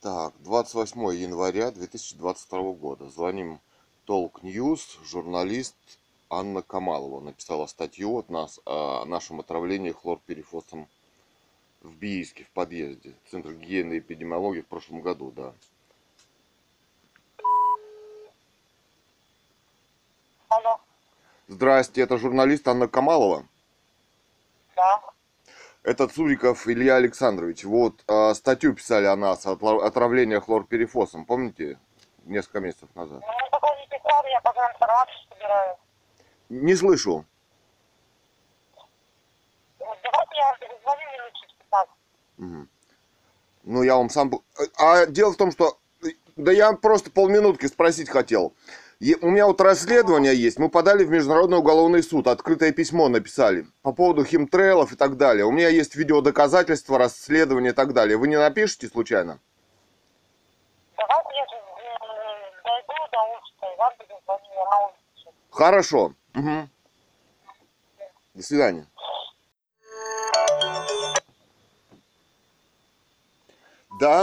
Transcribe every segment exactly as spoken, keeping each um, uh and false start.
Так, двадцать восьмое января две тысячи двадцать второго года. Звоним Толк Ньюс. Журналист Анна Камалова написала статью от нас о нашем отравлении хлорперифосом в Бийске, в подъезде. Центр гигиены и эпидемиологии в прошлом году, да. Алло. Здрасте, это журналист Анна Камалова. Да. Это Цуриков Илья Александрович. Вот э, статью писали о нас, о отравлении хлорперифосом. Помните? Несколько месяцев назад. Ну, вы пока не писали, я пока информацию собираю. Не слышу. Вот давайте я вам перезвоню минут через пятнадцать. Угу. Ну, я вам сам... А дело в том, что... Да я просто полминутки спросить хотел. Е- У меня вот расследование есть. Мы подали в Международный уголовный суд. Открытое письмо написали. По поводу химтрейлов и так далее. У меня есть видеодоказательства, расследования и так далее. Вы не напишите случайно? Давайте я э, дойду до улицы, и вам перезвоню, я на улице. Хорошо. Угу. До свидания. Да?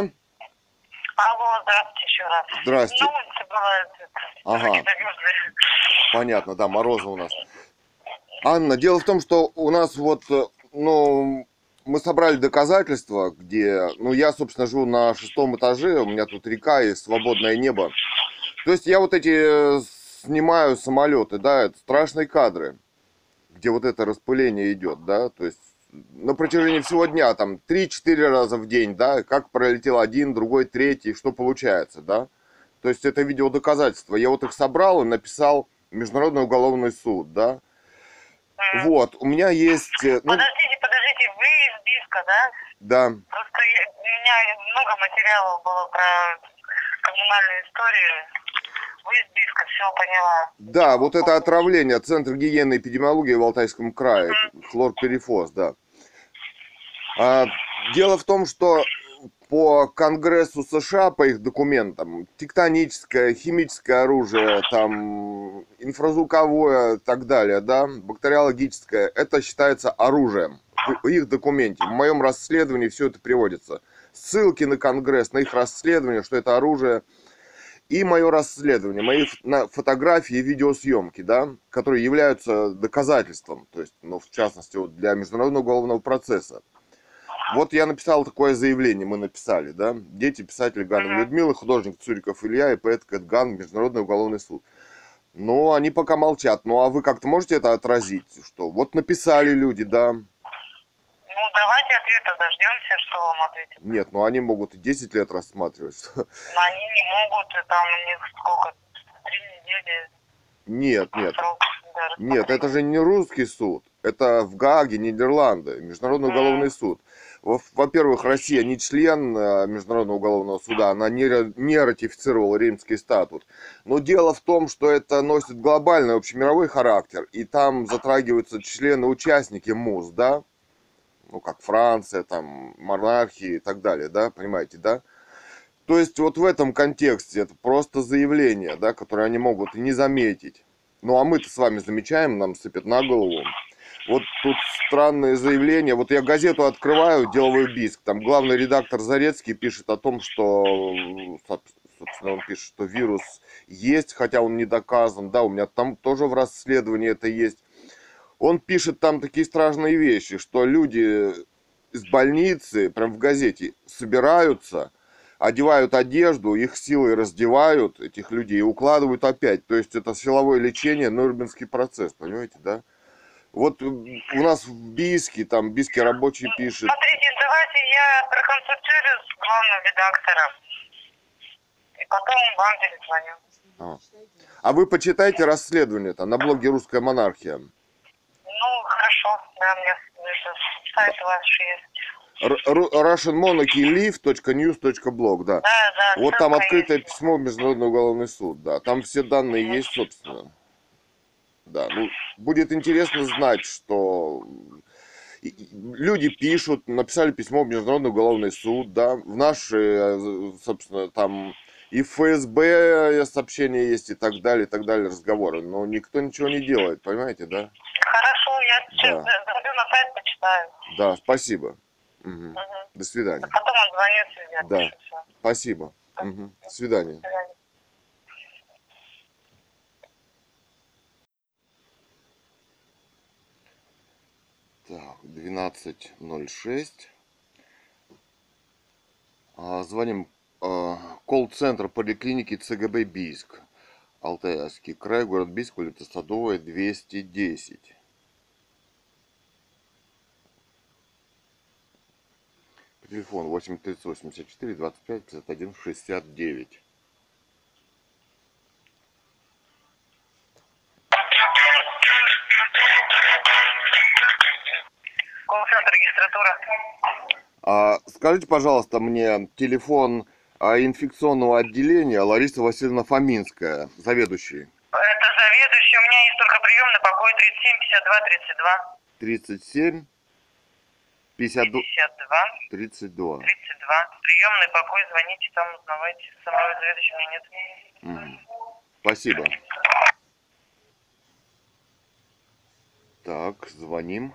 Алло, здравствуйте еще раз. Здрасте. На улице бывает. Ага. Руки замерзли. Понятно, да, морозы у нас. Анна, дело в том, что у нас вот, э, ну, мы собрали доказательства, где, ну, я, собственно, живу на шестом этаже, у меня тут река и свободное небо. То есть я вот эти э, снимаю самолеты, да, это страшные кадры, где вот это распыление идет, да, то есть на протяжении всего дня, там, три-четыре раза в день, да, как пролетел один, другой, третий, что получается, да. То есть это видеодоказательства. Я вот их собрал и написал в Международный уголовный суд, да. М. Вот, у меня есть... э, Ну, Подождите, подождите, вы из Биска, да? да, Просто я- у меня много материалов было про коммунальную историю. Вы из Биска, все поняла. да, вот это отравление, Центр гигиены и эпидемиологии в Алтайском крае, хлорперифос, да. А, дело в том, что по Конгрессу США, по их документам, тектоническое, химическое оружие, там, инфразвуковое и так далее, да, бактериологическое, это считается оружием в их документе. В моем расследовании все это приводится. Ссылки на Конгресс, на их расследование, что это оружие. И мое расследование, мои фотографии и видеосъемки, да, которые являются доказательством, то есть, ну, в частности, вот для международного уголовного процесса. Вот я написал такое заявление, мы написали, да, дети писателя Ганова Людмила, художник Цуриков Илья и поэт Кэт Ган, Международный уголовный суд. Но они пока молчат. Ну, а вы как-то можете это отразить? Что вот написали люди, да. Ну, давайте ответа дождемся, что вам ответят. Нет, ну они могут и десять лет рассматривать. Что... Но они не могут, и там у них сколько, три недели Нет, нет. срок. Да, Нет, это же не русский суд. Это в Гааге, Нидерланды, Международный уголовный суд. Во- Во-первых, Россия не член э, Международного уголовного суда, она не, ра- не ратифицировала Римский статут. Но дело в том, что это носит глобальный общемировой характер, и там затрагиваются члены-участники МУС, да? Ну, как Франция, там, монархии и так далее, да, понимаете, да? То есть вот в этом контексте это просто заявление, да, которое они могут и не заметить. Ну, а мы-то с вами замечаем, нам сыпят на голову. Вот тут странные заявления. Вот я газету открываю, «Деловой Бийск». Там главный редактор Зарецкий пишет о том, что, собственно, он пишет, что вирус есть, хотя он не доказан. Да, у меня там тоже в расследовании это есть. Он пишет там такие страшные вещи, что люди из больницы, прям в газете, собираются, одевают одежду, их силой раздевают, этих людей, и укладывают опять. То есть это силовое лечение, Нюрнбергский процесс, понимаете, да? Вот у нас в Бийске, там Бийский рабочий пишет. Смотрите, давайте я проконсультируюсь с главным редактором. И потом вам перезвоню. А, а вы почитайте расследование-то на блоге «Русская монархия». Ну, хорошо. Да, у меня это, сайт ваш есть. russian monarchy live точка news точка blog, да. Да, да. Вот там ссылка открытое есть. письмо в Международный уголовный суд, да. Там все данные есть, собственно. Да, ну, будет интересно знать, что и- и люди пишут, написали письмо в Международный уголовный суд, да, в наши, э, собственно, там и в ФСБ сообщения есть и так далее, и так далее, разговоры, но никто ничего не делает, понимаете, да? Хорошо, я сейчас Да. зайду на сайт, почитаю. Да, спасибо. Мгм. Мгм. До свидания. Потом вам позвоню, связь, Да. пишу все. Спасибо. Мгм. До свидания. Так, двенадцать ноль шесть. А, Звоним а, колл-центр поликлиники ЦГБ Бийск. Алтайский край, город Бийск, улица Садовая, двести десять. Телефон восемь тридцать восемьдесят четыре двадцать пять пятьдесят один шестьдесят девять. Колл-центр, регистратура. А, скажите, пожалуйста, мне телефон а, инфекционного отделения Лариса Васильевна Фоминская, заведующий. Это заведующий. У меня есть только приемный покой тридцать семь пятьдесят два тридцать два. тридцать семь пятьдесят два пятьдесят два тридцать два. тридцать два. Приемный покой, звоните там, узнавайте. Самого заведующего у меня нет. Мгм. Спасибо. Так, звоним.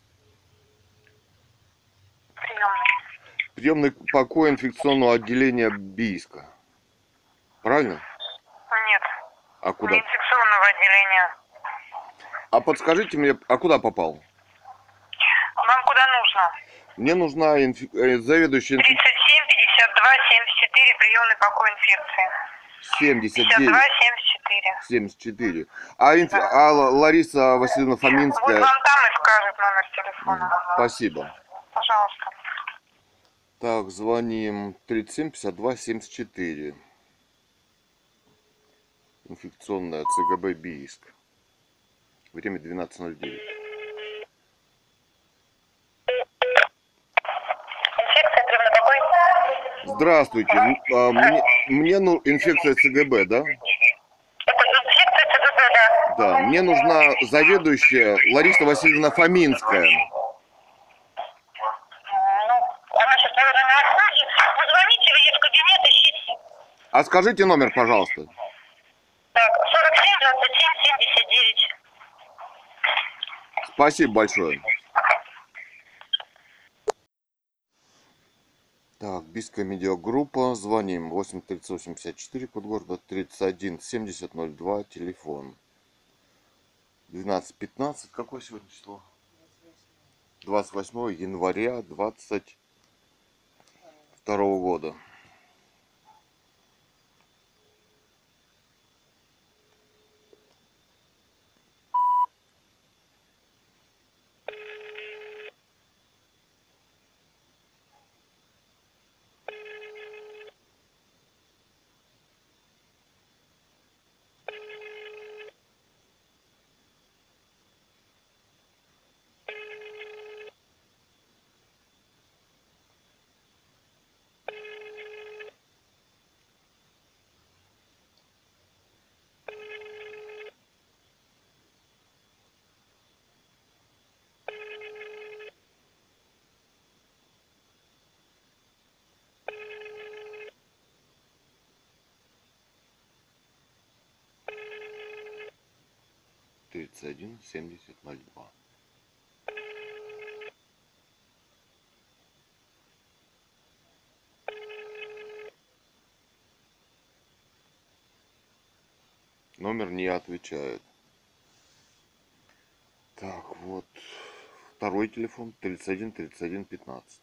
Приемный. Приемный покой инфекционного отделения Бийска. Правильно? Нет. А куда? Не инфекционного отделения. А подскажите мне, а куда попал? Вам куда нужно? Мне нужна инфи- э, заведующая инфек- тридцать семь пятьдесят два семьдесят четыре. Приемный покой инфекции. семьдесят пятьдесят два девять семьдесят четыре. семьдесят четыре. А, инф- а Л- Лариса Васильевна Вот Фоминская. вам там и скажет номер телефона. Спасибо. Пожалуйста. Так, звоним тридцать семь пятьдесят два семьдесят четыре. Инфекционная ЦГБ Бийск. Время двенадцать ноль девять. Инфекция, приемный покой. Здравствуйте. М- а, Мне, мне ну, инфекция ЦГБ, да? Это инфекция ЦГБ, да. Да. Мне нужна заведующая Лариса Васильевна Фоминская. Ну, она сейчас, наверное, на отходе. Вы звоните в ее кабинет, ищите. А скажите номер, пожалуйста. Так, сорок семь двадцать семь семьдесят девять. Спасибо большое. Так, Бийская медиагруппа. Звоним восемь тридцать восемь пятьдесят четыре, код города тридцать один семьдесят ноль два, телефон. двенадцать пятнадцать. Какое сегодня число? двадцать восьмое января двадцать второго года. тридцать один семьдесят ноль два. Номер не отвечает. Так, вот. Второй телефон тридцать один тридцать один пятнадцать.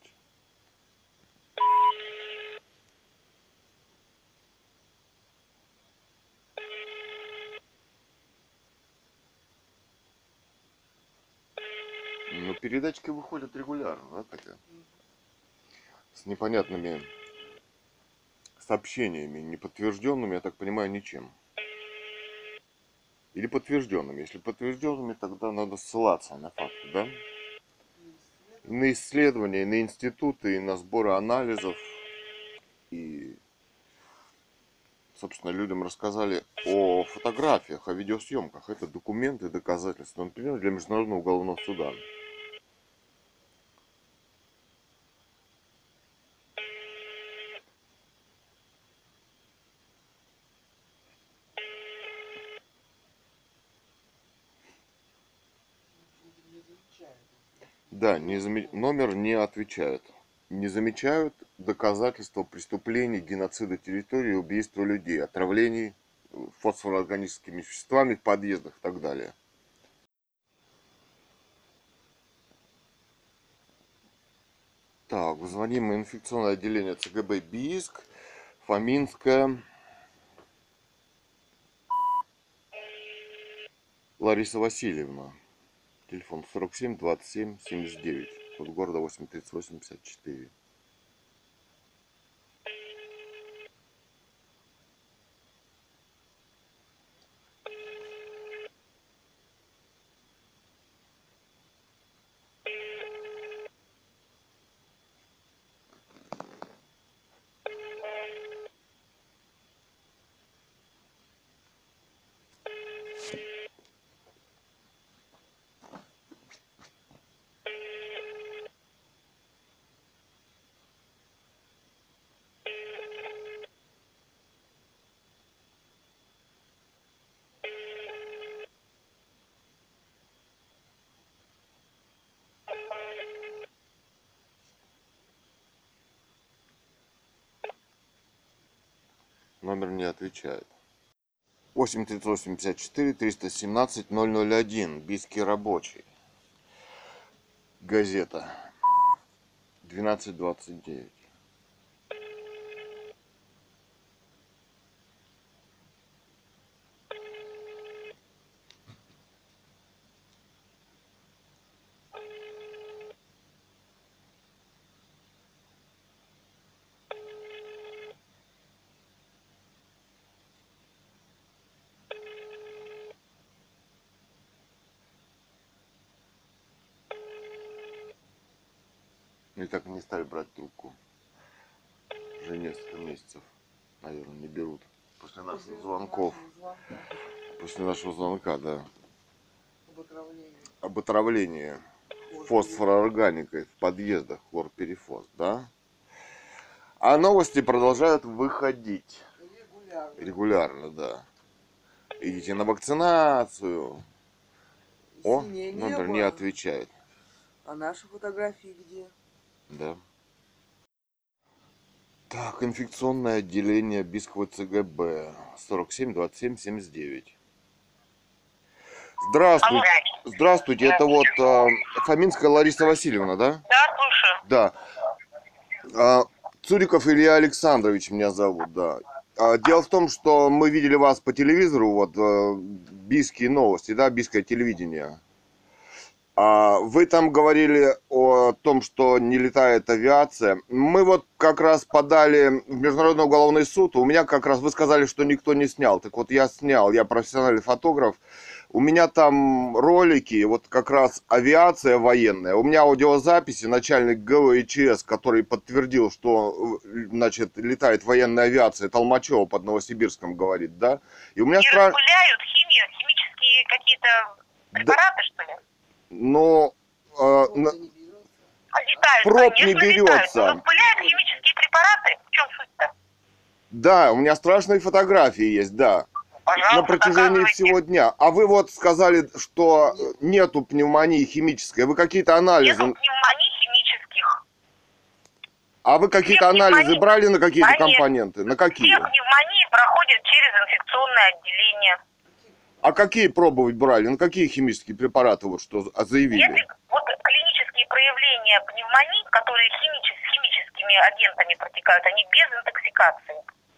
Ну, передачки выходят регулярно, да, такая? С непонятными сообщениями, неподтвержденными, я так понимаю, ничем. Или подтвержденными. Если подтвержденными, тогда надо ссылаться на факты, да? На исследования, на институты, и на сборы анализов. И, собственно, людям рассказали о фотографиях, о видеосъемках. Это документы, доказательства, например, для Международного уголовного суда. Да, не заме- номер не отвечает. не замечают доказательства преступлений, геноцида территории, убийства людей, отравлений фосфороорганическими веществами в подъездах и так далее. Так, звоним в инфекционное отделение ЦГБ Бийск, Фоминская, Лариса Васильевна. Телефон сорок семь двадцать семь семьдесят девять. Код города восемь тридцать восемь пятьдесят четыре. Номер не отвечает. восемь тридцать восемь пятьдесят четыре триста семнадцать ноль ноль один. Бийский рабочий. Газета. двенадцать двадцать девять. И так и не стали брать трубку. Уже несколько месяцев, наверное, не берут. После наших звонков. После нашего звонка, да. Об отравлении. Об отравлении фосфороорганикой в подъездах, хлорперифос, да? А новости продолжают выходить. Регулярно. Регулярно, да. Идите на вакцинацию. О, Синее номер небо. не отвечает. А наши фотографии где? Да. Так, инфекционное отделение Бийского ЦГБ. сорок семь двадцать семь семьдесят девять. Здравствуйте. Здравствуйте, это вот э, Фоминская Лариса Васильевна, да? Да, слушаю. Да. А, Цуриков Илья Александрович меня зовут, да. А, дело в том, что мы видели вас по телевизору, вот, э, Бийские новости, да, Бийское телевидение. А вы там говорили о том, что не летает авиация. Мы вот как раз подали в Международный уголовный суд. У меня как раз, вы сказали, что никто не снял. Так вот я снял, я профессиональный фотограф. У меня там ролики, вот как раз авиация военная. У меня аудиозаписи, начальник ГВЧС, который подтвердил, что, значит, летает военная авиация, Толмачева под Новосибирском говорит, да? И у меня И спра... распыляют химию, химические какие-то препараты, что ли? Но... э, на- Просто не берется. А летают, Проб конечно, не летают. берется. Но распыляют химические препараты. В чем суть-то? Да, у меня страшные фотографии есть, да. Пожалуйста, На протяжении показывайте. всего дня. А вы вот сказали, что нету пневмонии химической. Вы какие-то анализы... Нету пневмоний химических. А вы какие-то Все анализы пневмонии- брали на какие-то Конечно. компоненты? На какие? Все пневмонии проходят через инфекционное отделение. А какие пробы брали? На какие химические препараты вот что заявили? Если вот клинические проявления пневмонии, которые химичес- с химическими агентами протекают, они без интоксикации,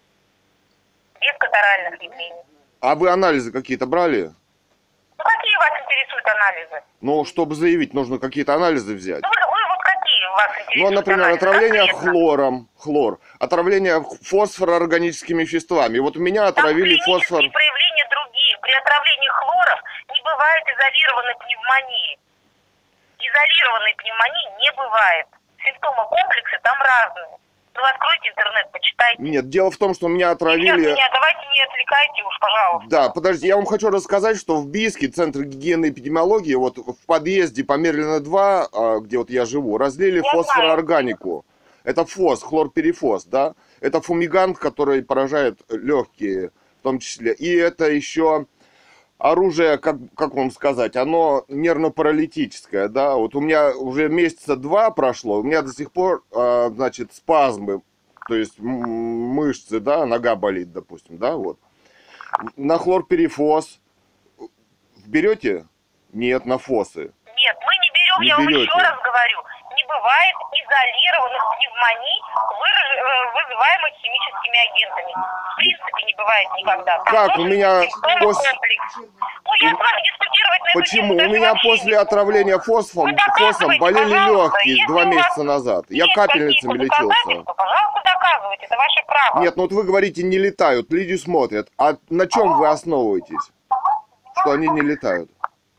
без катаральных явлений. А вы анализы какие-то брали? Ну какие вас интересуют анализы? Ну, чтобы заявить, нужно какие-то анализы взять. Ну вы, вы вот какие вас Ну, интересуют например, анализы? отравление Конкретно. хлором, хлор, отравление фосфороорганическими веществами. И вот у меня Там отравили клинические фосфор... проявления другие. При отравлении хлором не бывает изолированной пневмонии. Изолированной пневмонии не бывает. Симптомы комплексы там разные. Ну, откройте интернет, почитайте. Нет, дело в том, что меня Сейчас отравили... меня, давайте не отвлекайте уж, пожалуйста. Да, подожди, я вам хочу рассказать, что в Бийске, Центр гигиены и эпидемиологии, вот в подъезде по Мерлина два, а, где вот я живу, разлили Я фосфороорганику. Это фос, хлорперифос, да? Это фумигант, который поражает легкие в том числе. И это еще оружие, как, как вам сказать, оно нервно-паралитическое, да, вот у меня уже месяца два прошло, у меня до сих пор, а, значит, спазмы, то есть м- мышцы, да, нога болит, допустим, да, вот. На хлорперифос берете? Нет, на фосы. Нет, мы не берем, Не я вам берете. еще раз говорю, не бывает изолированных пневмоний, выраж- э, вызываемых химическими агентами. В принципе, не бывает никогда. Там Как? У должен меня быть симптомный после- комплекс. Ну, я с вами дискутировать на эту Почему? тему У даже меня вообще после не буду. отравления фосфом, Вы фосом доказывайте, болели пожалуйста. легкие Если два у вас месяца назад. Я есть капельницами какие-то лечился. доказательства, пожалуйста, доказывайте, это ваше право. Нет, ну вот вы говорите, не летают, люди смотрят. А на чем вы основываетесь, что они не летают?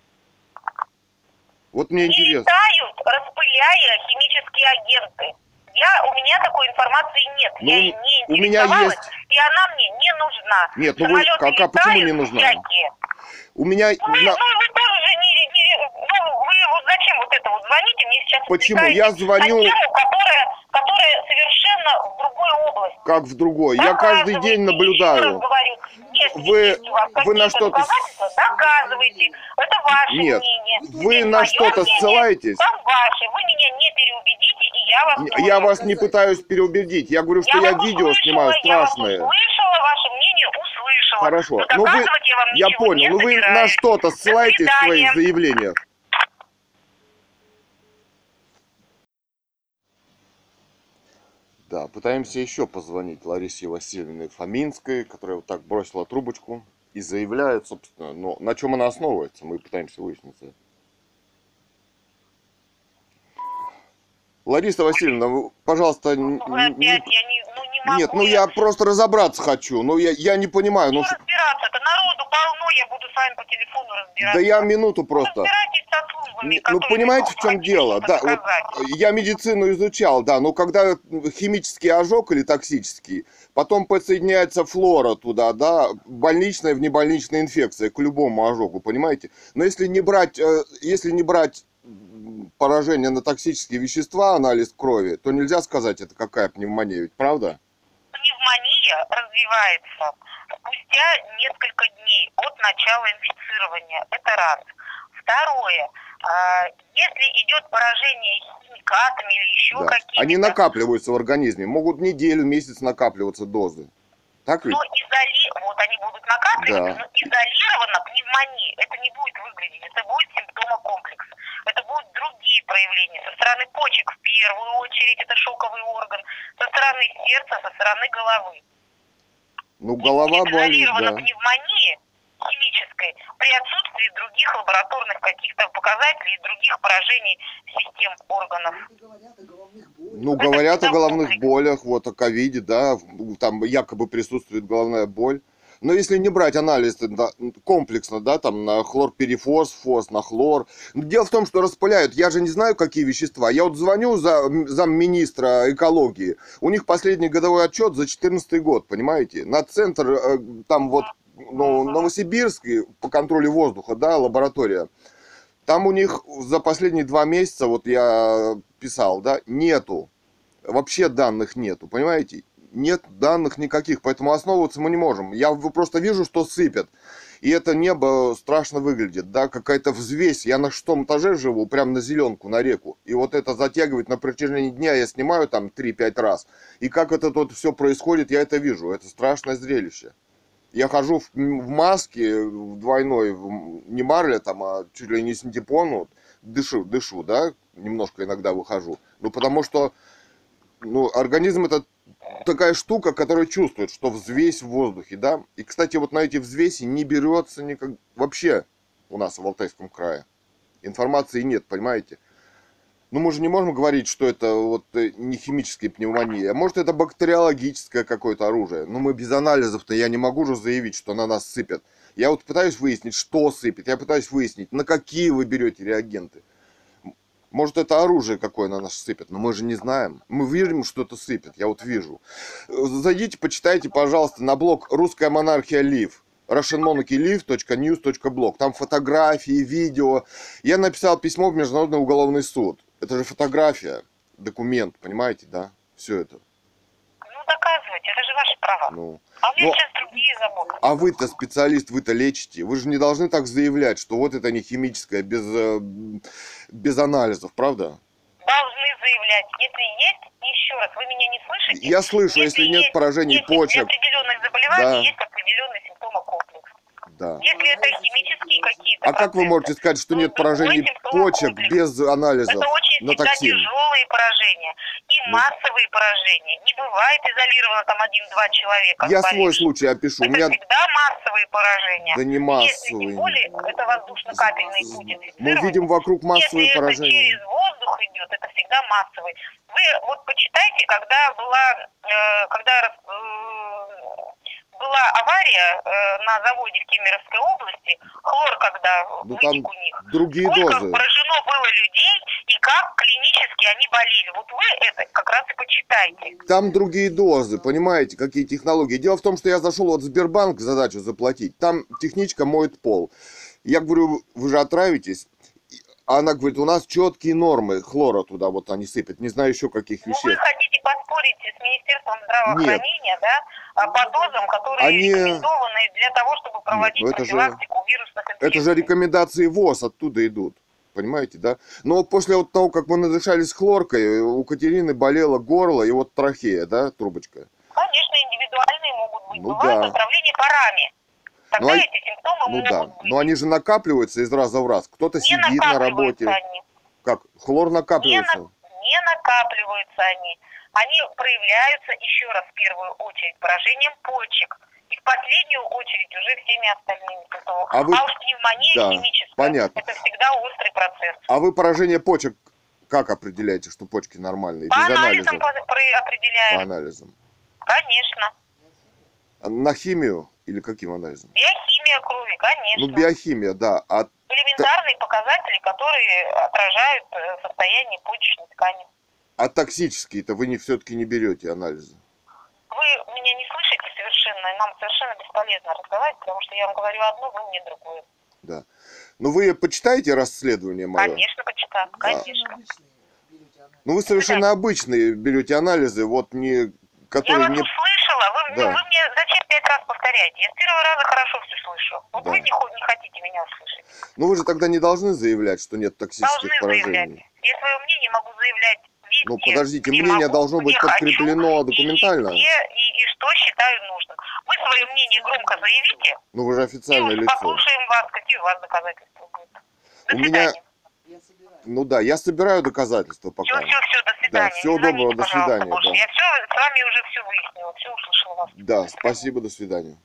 Вот мне Не интересно. летают, распыляя химические агенты. Я, у меня такой информации нет. Ну, я ей не у меня интересовалась, есть- и она мне не нужна. Нет, ну вы- Самолеты как- а почему не летают нужна? всякие. У меня... Ну, вы, на- ну, вы тоже же не, не- ну, вы вот зачем вот это вот звоните мне сейчас? Почему? отвлекаете Я звоню- на тему, которая, которая совершенно в другой области. Как в другой. Я каждый день Доказывайте, еще раз наблюдаю. говорю, если Вы- есть у вас вы на какие-то что-то с- доказательства, доказывайте. Это ваше Нет, мнение. вы Есть на мое что-то мнение, ссылаетесь? Там ваше. Вы меня не переубедите, и я вас тоже. Я вас не пытаюсь переубедить. Я говорю, что я вас видео услышала, снимаю я вас страшные. услышала, ваше мнение услышала. Хорошо. Но Ну вы, доказывать я вам я ничего понял. не Ну вы на собираюсь. что-то ссылаетесь в своих свидания. заявлениях? Да, пытаемся еще позвонить Ларисе Васильевне Фоминской, которая вот так бросила трубочку и заявляет, собственно, но на чем она основывается, мы пытаемся выяснить. Лариса Васильевна, вы, пожалуйста, н- Вы опять, не- я не, ну, не могу. нет, ну я просто разобраться хочу, ну я, я не понимаю, ну Ну, ш- разбираться, это народу полно, я буду с вами по телефону разбираться. да я минуту просто. Разбирайтесь со службами, Не- Ну, которые понимаете, в чем хотите дело? что-то Да, вот доказать. я медицину изучал, да, но когда химический ожог или токсический, потом подсоединяется флора туда, да, больничная, внебольничная инфекция к любому ожогу, понимаете? Но если не брать, э, если не брать м, поражение на токсические вещества, анализ крови, то нельзя сказать, это какая пневмония, ведь правда? Пневмония развивается спустя несколько дней от начала инфицирования. Это раз. Второе. а, Если идет поражение химикатами или еще Да. какими-то... Они накапливаются в организме, могут неделю, месяц накапливаться дозы. Так ведь? Но изоли... вот они будут накапливаться, Да. но изолированно пневмония это не будет выглядеть, это будет симптомокомплекс. Это будут другие проявления. Со стороны почек в первую очередь, это шоковый орган, со стороны сердца, со стороны головы. Ну, голова болит, Изолирована да. пневмония химической при отсутствии других лабораторных каких-то показателей и других поражений систем органов. Это говорят о головных болях. Ну, Это говорят о всегда головных комплекс. болях, вот о ковиде, да, в- там якобы присутствует головная боль. Но если не брать анализ да, комплексно, да, там на хлорперифос, фос, на хлор. Но дело в том, что распыляют, я же не знаю, какие вещества. Я вот звоню за замминистра экологии, у них последний годовой отчет за четырнадцатый год, понимаете? На центр, э, там вот, ну, Новосибирск по контролю воздуха, да, лаборатория. Там у них за последние два месяца, вот я писал, да, нету, вообще данных нету, понимаете? Нет данных никаких, поэтому основываться мы не можем. Я просто вижу, что сыпят, и это небо страшно выглядит, да, какая-то взвесь. Я на шестом этаже живу, прям на зеленку, на реку, и вот это затягивает на протяжении дня, я снимаю там три-пять раз, и как это тут все происходит, я это вижу, это страшное зрелище. Я хожу в, в маске в двойной, в- не марля там, а чуть ли не синтепон, вот, дышу, дышу, да, немножко иногда выхожу. Ну, потому что, ну, организм это такая штука, которая чувствует, что взвесь в воздухе, да. И, кстати, вот на эти взвеси не берется никак... вообще у нас в Алтайском крае. Информации нет, понимаете. Ну, мы же не можем говорить, что это вот э, не химическая пневмония. Может, это бактериологическое какое-то оружие. Но мы без анализов-то, я не могу же заявить, что на нас сыпят. Я вот пытаюсь выяснить, что сыпет. Я пытаюсь выяснить, на какие вы берете реагенты. Может, это оружие какое на нас сыпет, но мы же не знаем. Мы видим, что это сыпет, я вот вижу. Зайдите, почитайте, пожалуйста, на блог «Русская монархия Лив». russian monarchy live точка news точка blog. Там фотографии, видео. Я написал письмо в Международный уголовный суд. Это же фотография, документ, понимаете, да? Все это. Ну, доказывайте, это же ваши права. Ну, А у меня ну, сейчас другие другие заботы. А вы-то специалист, вы-то лечите. Вы же не должны так заявлять, что вот это не химическое, без, э, без анализов, правда? Должны заявлять, если есть, еще раз, вы меня не слышите? Я слышу, если нет есть, поражений если для почек. определенных заболеваний Да. есть определенный симптомокомплекс. Да. Если это химические какие-то А как вы процессы, можете сказать, что то нет другой поражений почек симптомокомплекс. без анализов Это очень на всегда токсин? тяжелые поражения и Ну. массовые поражения. Не бывает изолировано там один-два человека. Я свой заболевших. случай опишу. У Это меня... всегда массовые поражения. Да не Если тем массовые. более это воздушно-капельный путь инфицирования. Мы видим вокруг массовые Если поражения. это через воздух идет, это всегда массовый. Вы вот почитайте, когда была, э, когда э, была авария э, на заводе в Кемеровской области, хлор когда Ну, вытек там у них, другие сколько дозы. поражено было людей и как клинически они болели. Вот вы это как раз и почитайте. Там другие дозы, понимаете, какие технологии. Дело в том, что я зашел вот в Сбербанк задачу заплатить. Там техничка моет пол. Я говорю, вы же отравитесь. А она говорит, у нас четкие нормы хлора туда вот они сыпят. Не знаю еще каких Ну, вы веществ. хотите поспорить с Министерством здравоохранения, да, а, по дозам, которые Они- рекомендованы для того, чтобы проводить ну это же- профилактику вирусных инфекций. Это же рекомендации ВОЗ оттуда идут. Понимаете, да? Но после вот того, как мы надышались хлоркой, у Катерины болело горло и вот трахея, да, трубочка. Конечно, индивидуальные могут быть. Ну Бывают да. отравления парами. Тогда Ну, а- эти симптомы Ну могут да, быть. но они же накапливаются из раза в раз. Кто-то Не сидит на накапливаются работе. они. Как? Хлор Не, накапливается? на- не накапливаются они. Они проявляются, еще раз, в первую очередь, поражением почек. И в последнюю очередь уже всеми остальными симптомами. А вы- уж пневмония да, химическая, понятно. это всегда острый процесс. А вы поражение почек как определяете, что почки нормальные? По Без анализам анализа? по- про- определяем. По анализам. Конечно. А на химию или каким анализом? Биохимия крови, конечно. Ну, биохимия, да. А, Элементарные показатели, которые отражают э, состояние почечной ткани. а токсические-то вы не, все-таки не берете анализы? Вы меня не слышите совершенно, и нам совершенно бесполезно разговаривать, потому что я вам говорю одно, вы мне другое. Да. Ну, вы почитаете расследование мое? Конечно, почитаю, конечно. Обычные берете анализ. Ну, вы совершенно обычные берете анализы, вот не... Я которые вас не... услышала, вы, Да. вы мне зачем пять раз повторяете? Я с первого раза хорошо все слышу. Вот Да. вы не, хо- не хотите меня услышать. Ну, вы же тогда не должны заявлять, что нет токсических Должны заявлять. поражений. Я свое мнение могу заявлять везде. Ну, подождите, где мнение могу, должно быть где подкреплено хочу, документально. И, где, и, и что считаю нужным. Вы свое мнение громко заявите, Ну, вы же и официальное уже лицо. послушаем вас, какие у вас доказательства будут. До У меня- свидания. Я собираю. Ну да, я собираю доказательства пока. Все, все, все, до свидания. всего Не звоните, доброго, до пожалуйста, свидания, больше. да. Я все с вами уже все выяснила, все услышала вас. Да, До свидания. спасибо, до свидания.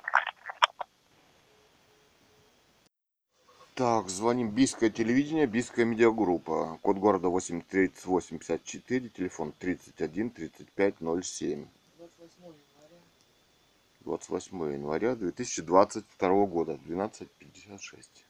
Так, звоним Бийское телевидение, Бийская медиагруппа. Код города восемь тридцать восемь пятьдесят четыре, телефон тридцать один тридцать пять ноль семь. двадцать восьмого января. двадцать восьмого января две тысячи двадцать второго года, двенадцать пятьдесят шесть.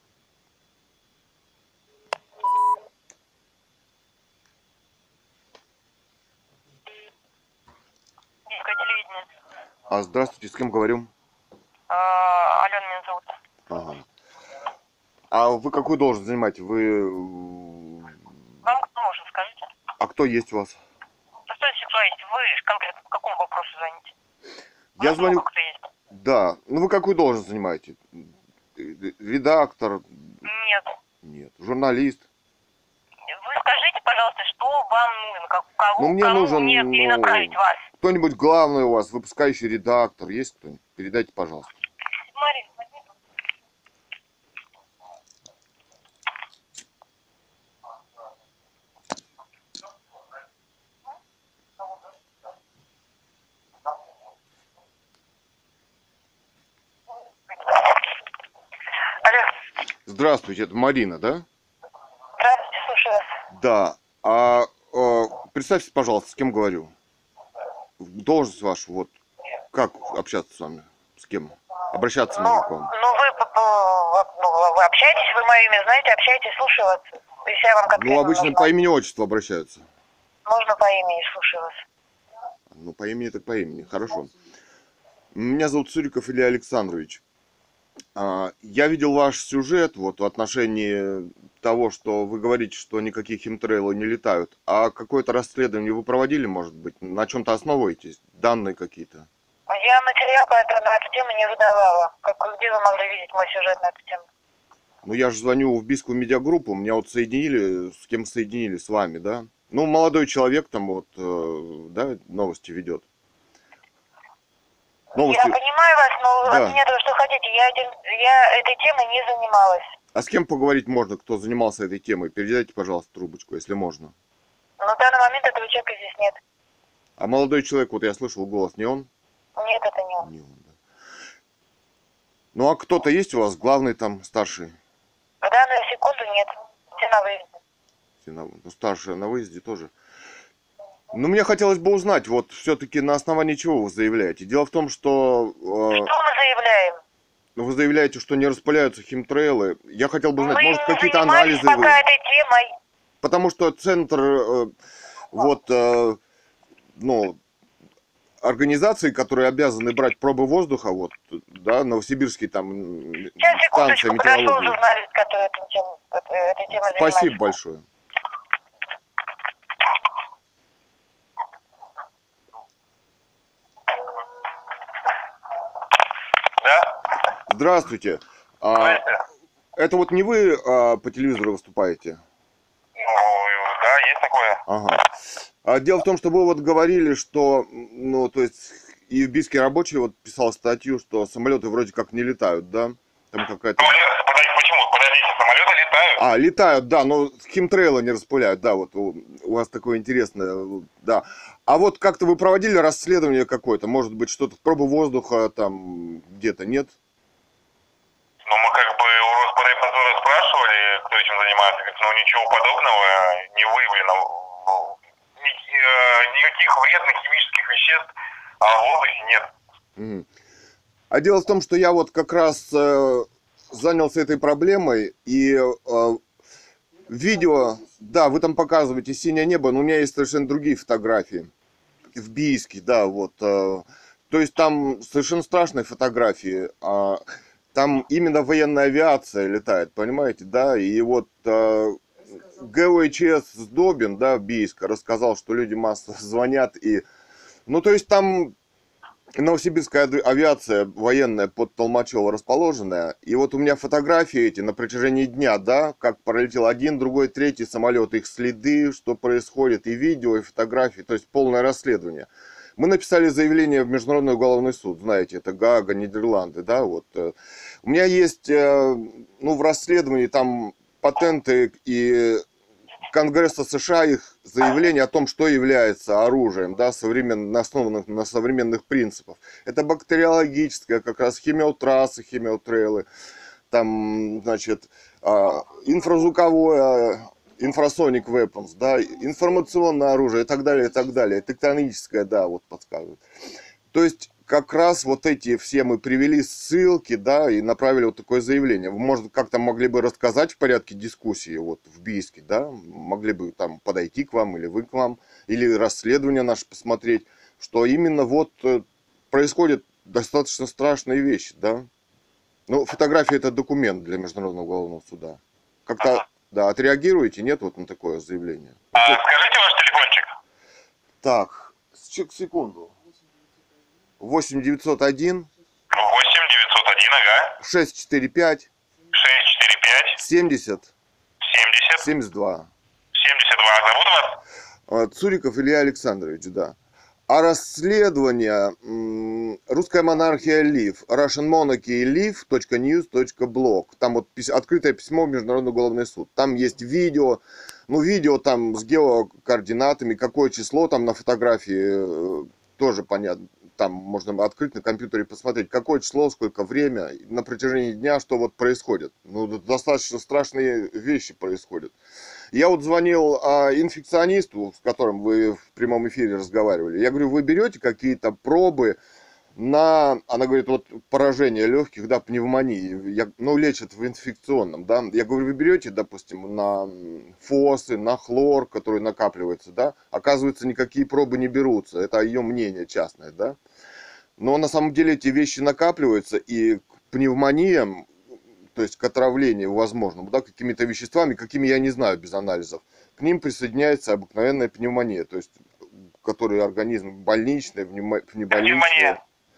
Бийское телевидение. А здравствуйте, с кем говорю? А, Алена меня зовут. Ага. А вы какую должность занимаете? Вы... э, Вам кто нужен, скажите? А кто есть у вас? Стойте, стойте, вы конкретно по какому вопросу звоните? У Я нас звоню... много кто есть. Да. Ну вы какую должность занимаете? Редактор? Нет. Нет. Журналист? Вы скажите, пожалуйста, что вам нужно, как, кого, Ну, мне кому нужен, мне ну, перенаправить вас? Кто-нибудь главный у вас, выпускающий редактор? Есть кто-нибудь? Передайте, пожалуйста. Мария, возьми. Алло, Здравствуйте, это Марина, да? здравствуйте, слушаю вас. Да. А э, представьте, пожалуйста, с кем говорю? Должность вашу, вот. Как общаться с вами? С кем? Обращаться Ну, можно к вам? ну вы, п- п- ну, вы общаетесь, вы мое имя знаете, общаетесь, слушаю вас. Если я вам конкретно Ну, обычно нужна. по имени-отчеству обращаются. Можно по имени, слушаю вас. Ну, по имени так по имени, хорошо. Меня зовут Цуриков Илья Александрович. А, Я видел ваш сюжет вот в отношении того, что вы говорите, что никакие химтрейлы не летают. А какое-то расследование вы проводили, может быть? На чем-то основываетесь? Данные какие-то? А Я материал по этому, на эту тему не выдавала. Как, где вы могли видеть мой сюжет на эту тему? Ну, я же звоню в Бийскую медиагруппу, меня вот соединили, с кем соединили, с вами, да? Ну, молодой человек там вот, э, да, новости ведет. Новости. Я понимаю вас, но Да. от меня то, что хотите. Я, этим, я этой темой не занималась. А с кем поговорить можно, кто занимался этой темой? Передайте, пожалуйста, трубочку, если можно. Но в данный момент этого человека здесь нет. А молодой человек, вот я слышал голос, не он? Нет, это не он. Не он, да. Ну, а кто-то есть у вас, главный там, старший? В данную секунду нет. Все на выезде. Ну, старший на выезде тоже. Ну, мне хотелось бы узнать, вот все-таки на основании чего вы заявляете? Дело в том, что... Э, Что мы заявляем? вы заявляете, что не распыляются химтрейлы. Я хотел бы узнать, Мы может, не какие-то занимались анализы вы... пока этой темой. Потому что центр, э, вот, э, ну, организации, которые обязаны брать пробы воздуха, вот, да, Новосибирский там Сейчас, станция секундочку, подошел метеорологии. журналист, который этим тем, этой темой Спасибо занимается. большое. Да? Здравствуйте. А, Знаете? это вот не вы а, по телевизору выступаете? Ну, да, есть такое. Ага. А дело в том, что вы вот говорили, что, ну, то есть, и Бийский рабочий вот писал статью, что самолеты вроде как не летают, да? Там какая-то... Самолеты, подождите, почему? Подождите, самолеты летают? А, летают, да, но химтрейлы не распыляют, да, вот у, у вас такое интересное, да. А вот как-то вы проводили расследование какое-то, может быть, что-то, пробу воздуха там где-то, нет? Ну, мы как бы у Роспотребнадзора спрашивали, кто этим занимается, говорит, ну, ничего подобного не выявлено. Ни- э, Никаких вредных химических веществ а в воздухе нет. Мгм. А дело в том, что я вот как раз э, занялся этой проблемой, и э, видео, да, вы там показываете синее небо, но у меня есть совершенно другие фотографии. В Бийске, да, вот. э, то есть там совершенно страшные фотографии. а там именно военная авиация летает, понимаете, да, и вот э, ГВЧС Сдобин, да, Бийска, рассказал, что люди массово звонят и... Ну, то есть там новосибирская авиация военная под Толмачево расположенная. И вот у меня фотографии эти на протяжении дня, да, как пролетел один, другой, третий самолет, их следы, что происходит, и видео, и фотографии, то есть полное расследование. Мы написали заявление в Международный уголовный суд, знаете, это Гаага, Нидерланды, да, вот. У меня есть, ну, в расследовании там патенты и Конгресса США, их заявление о том, что является оружием, да, современно, основанных на современных принципах. Это бактериологическое, как раз химиотрассы, химиотрейлы, там, значит, инфразвуковое, инфрасоник weapons, да, информационное оружие и так далее, и так далее. Тектоническое, да, вот подсказывают. То есть, как раз вот эти все мы привели ссылки, да, и направили вот такое заявление. Вы, может, как-то могли бы рассказать в порядке дискуссии вот в Бийске, да, могли бы там подойти к вам или вы к вам, или расследование наше посмотреть, что именно вот происходят достаточно страшные вещи, да. Ну, фотография это документ для Международного уголовного суда. Как-то, да, отреагируете, нет, вот на такое заявление? А, скажите ваш телефончик. Так, чек, секунду. восемь девятьсот один восемь девятьсот один, ага. шесть четыре пять шесть четыре пять семьдесят семьдесят семьдесят два. семьдесят два. А зовут вас? Цуриков Илья Александрович, да. А расследование м, «Русская монархия Лив», Russian Monarchy Live точка news точка blog. Там вот пис- открытое письмо в Международный уголовный суд. Там есть видео, ну видео там с геокоординатами, какое число там на фотографии, э, тоже понятно. Там можно открыть на компьютере посмотреть, какое число, сколько время, на протяжении дня, что вот происходит. Ну, достаточно страшные вещи происходят. Я вот звонил а, инфекционисту, с которым вы в прямом эфире разговаривали. Я говорю, вы берете какие-то пробы на, она говорит, вот поражение легких, да, пневмонии, я, ну, лечат в инфекционном, да. Я говорю, вы берете, допустим, на фосы, на хлор, который накапливается, да. Оказывается, никакие пробы не берутся, это ее мнение частное, да. Но на самом деле эти вещи накапливаются, и к пневмониям, то есть к отравлению возможному, да, какими-то веществами, какими я не знаю без анализов, к ним присоединяется обыкновенная пневмония, то есть, который организм больничный, внебольничный. Пневмония.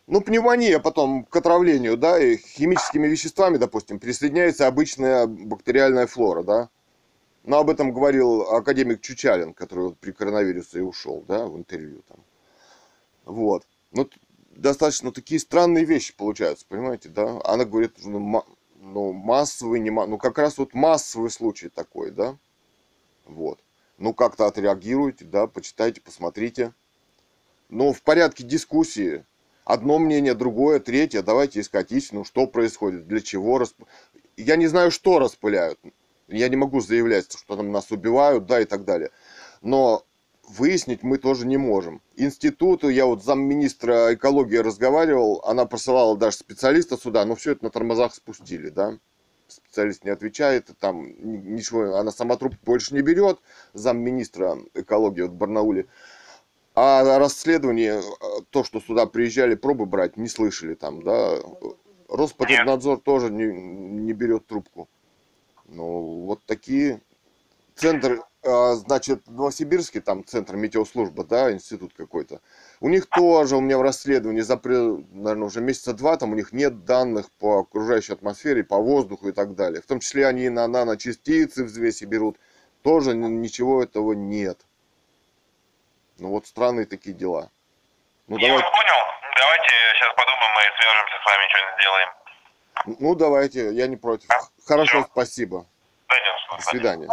Ну, пневмония потом к отравлению, да, и химическими веществами, допустим, присоединяется обычная бактериальная флора, да. Но об этом говорил академик Чучалин, который вот при коронавирусе и ушел, да, в интервью там. Вот. Ну, достаточно такие странные вещи получаются, понимаете, да. Она говорит, ну, ну массовый, не ма... ну, как раз вот массовый случай такой, да. Вот. Ну, как-то отреагируйте, да, почитайте, посмотрите. Но в порядке дискуссии. Одно мнение, другое, третье. Давайте искать истину, что происходит, для чего. Расп... Я не знаю, что распыляют. Я не могу заявлять, что там нас убивают, да, и так далее. Но выяснить мы тоже не можем. Институту, я вот замминистра экологии разговаривал, она посылала даже специалиста сюда, но все это на тормозах спустили, да. Специалист не отвечает, там ничего, она сама трубку больше не берет, замминистра экологии вот в Барнауле. А расследование, то, что сюда приезжали пробы брать, не слышали там, да. Роспотребнадзор тоже не, не берет трубку. Ну, вот такие. Центр, значит, в Новосибирске, там центр метеослужбы, да, институт какой-то. У них тоже, у меня в расследовании, за, наверное, уже месяца два, там у них нет данных по окружающей атмосфере, по воздуху и так далее. В том числе они на наночастицы взвеси берут. Тоже ничего этого нет. Ну вот странные такие дела. Ну, Я давайте... вас понял. Давайте сейчас подумаем и свяжемся с вами, что-нибудь сделаем. Ну давайте, я не против. А? Хорошо, Всё. спасибо. Пойдем. До свидания.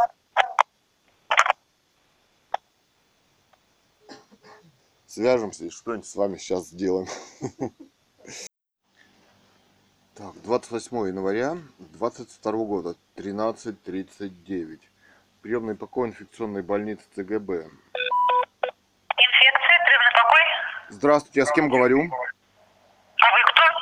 Свяжемся и что-нибудь с вами сейчас сделаем. Так, двадцать восьмое января двадцать второго года, тринадцать тридцать девять. Приемный покой инфекционной больницы ЦГБ. Инфекция, приемный покой. Здравствуйте, я с кем говорю? А вы кто?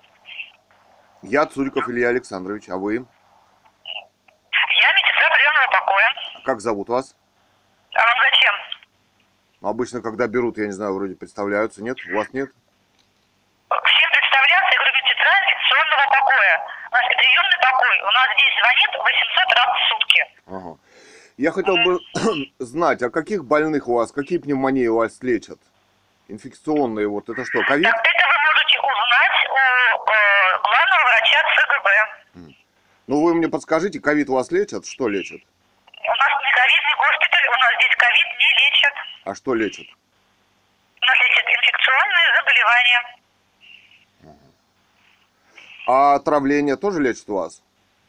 Я Цуриков Илья Александрович, а вы? Я медсестра приемного покоя. Как зовут вас? А вам зачем? Обычно, когда берут, я не знаю, вроде представляются, нет? У вас нет? Всем представляться, я говорю, медсестра инфекционного покоя. У нас приемный покой. У нас здесь звонит восемьсот раз в сутки. Ага. Я хотел бы знать, а каких больных у вас, какие пневмонии у вас лечат? Инфекционные, вот это что, ковид? Так, это вы можете узнать у э, главного врача ЦГБ. Ну вы мне подскажите, ковид у вас лечат? Что лечат? У нас не ковидный госпиталь, у нас здесь ковид не лечат. А что лечат? У нас лечат инфекционные заболевания. А отравление тоже лечат у вас?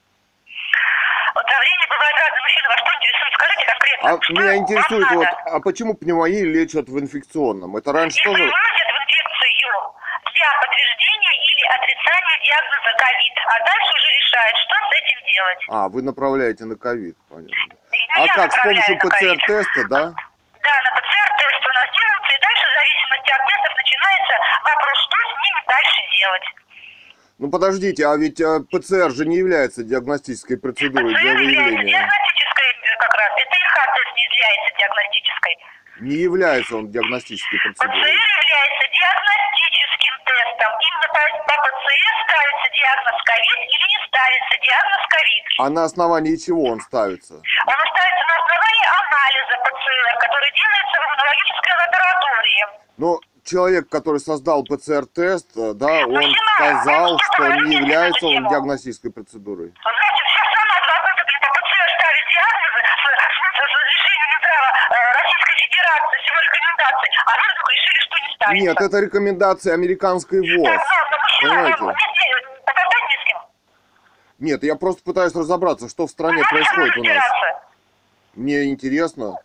Отравление бывает разное. Мужчина, вас что интересует? Скажите конкретно. А что меня вам интересует, надо? вот, а почему пневмонии лечат в инфекционном? Это раньше И тоже... приводят в инфекцию для подтверждения или отрицания диагноза ковид. А дальше уже решает, что с этим делать. А, вы направляете на ковид, понятно. И А я как, с направляю помощью на ковид. ПЦР-теста, да? Да, на ПЦР-тест у нас делается, и дальше в зависимости от тестов начинается вопрос, что с ними дальше делать. Ну подождите, а ведь а, ПЦР же не является диагностической процедурой для ПЦР является выявления. диагностической э, как раз. Это и ха-тест не является диагностической. Не является он диагностической ПЦР процедурой. является диагностическим тестом. Именно по, по ПЦР ставится диагноз ковид или не ставится диагноз ковид. А на основании чего он ставится? Он ставится на основании анализа ПЦР, который делается в иммунологической лаборатории. Ну, человек, который создал ПЦР-тест, да, он Мужчина, сказал, вы что что говорите не на является эту он тему? диагностической процедурой. Вы знаете, вся страна адвокаты блин, по ПЦР ставит диагнозы с, с, с разрешением Минздрава э, Российской Федерации, всего рекомендаций, а вы вдруг решили, что не ставите. Нет, это рекомендация американской Так, ВОЗ. ладно, мужчина, Понимаете? вам- нет, нет, поболтать не с кем. Нет, я просто пытаюсь разобраться, что в стране Вы происходит у нас. разбираться. Мне интересно.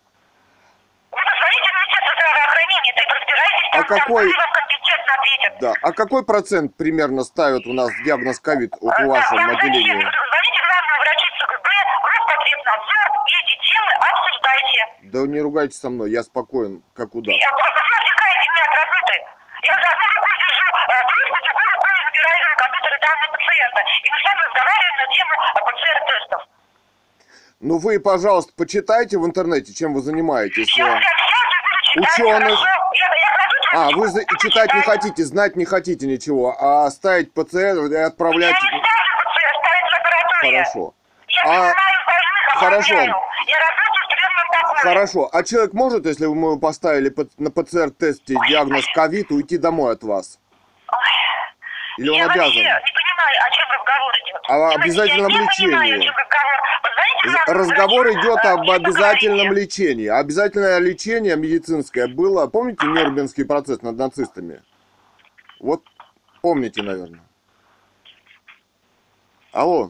Вы позвоните в Министерство здравоохранения, так разбирайтесь, А там, там какой- они вам компетентно ответят. Да. А какой процент примерно ставят у нас диагноз ковид вот А, в вашем да, отделении? Звоните главному врачу ЦГБ, Роспотребнадзор, и эти темы обсуждайте. Да не ругайтесь со мной, я спокоен, как удав. Я просто вы отвлекаете меня от работы. Я за одну руку держу э, трубку, другой рукой набираю на компьютере данные пациента. И мы с вами разговариваем на тему э, ПЦР-тестов. Ну вы, пожалуйста, почитайте в интернете, чем вы занимаетесь. Сейчас я сяду и буду читать. Ученых. хорошо? Я, я кладу трубку, А, вы за- буду читать не читать. хотите, знать не хотите ничего, а ставить ПЦР и отправлять... Я не ставлю ПЦР, ставит лаборатория. Хорошо. Я А- принимаю больных, Хорошо. оформляю. Я работаю в приемном покое. Хорошо, а человек может, если мы ему поставили п- на ПЦР-тесте диагноз ковид, уйти домой от вас? Ой, Или он я обязан? вообще не понимаю, о чем разговор идет. О Я- обязательном я не понимаю, лечении. о чем разговор. Вот знаете, З- как Разговор врачи, идет э, об мне обязательном поговорили. лечении. Обязательное лечение медицинское было, помните Нюрнбергский процесс над нацистами? Вот помните, наверное. Алло.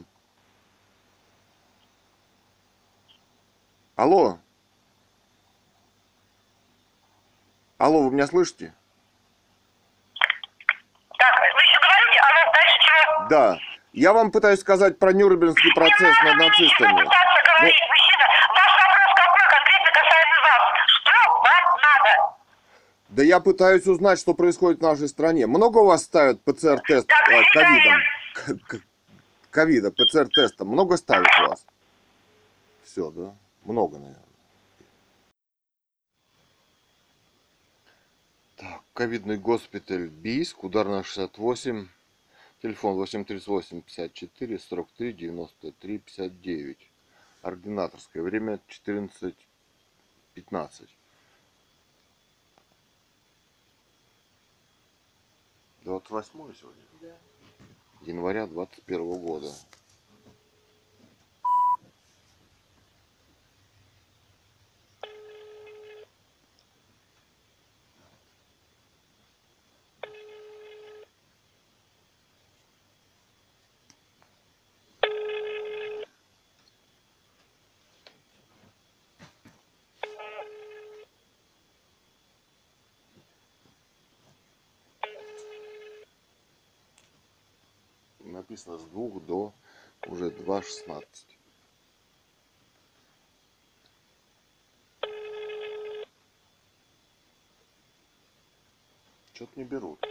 Алло. Алло, вы меня слышите? Так, вы еще говорите, а нас дальше чего? Да. Я вам пытаюсь сказать про Нюрнбергский процесс Не над надо мне ничего нацистами. пытаться говорить, мужчина. Ваш вопрос какой конкретно касается вас? Что вам надо? Да я пытаюсь узнать, что происходит в нашей стране. Много у вас ставят ПЦР-тест Так, до э, ковидом? свидания. К- к- Ковида, ПЦР-теста. Много ставят у вас? Все, да? Много, наверное. Так, ковидный госпиталь Бийск, ударная шестьдесят восемь, телефон восемь тридцать восемь пятьдесят четыре сорок три девяносто три пятьдесят девять. Ординаторское время четырнадцать пятнадцать. двадцать восьмое сегодня? Да. Января двадцать первого года. Написано с двух до уже два шестнадцать. Что-то не берут.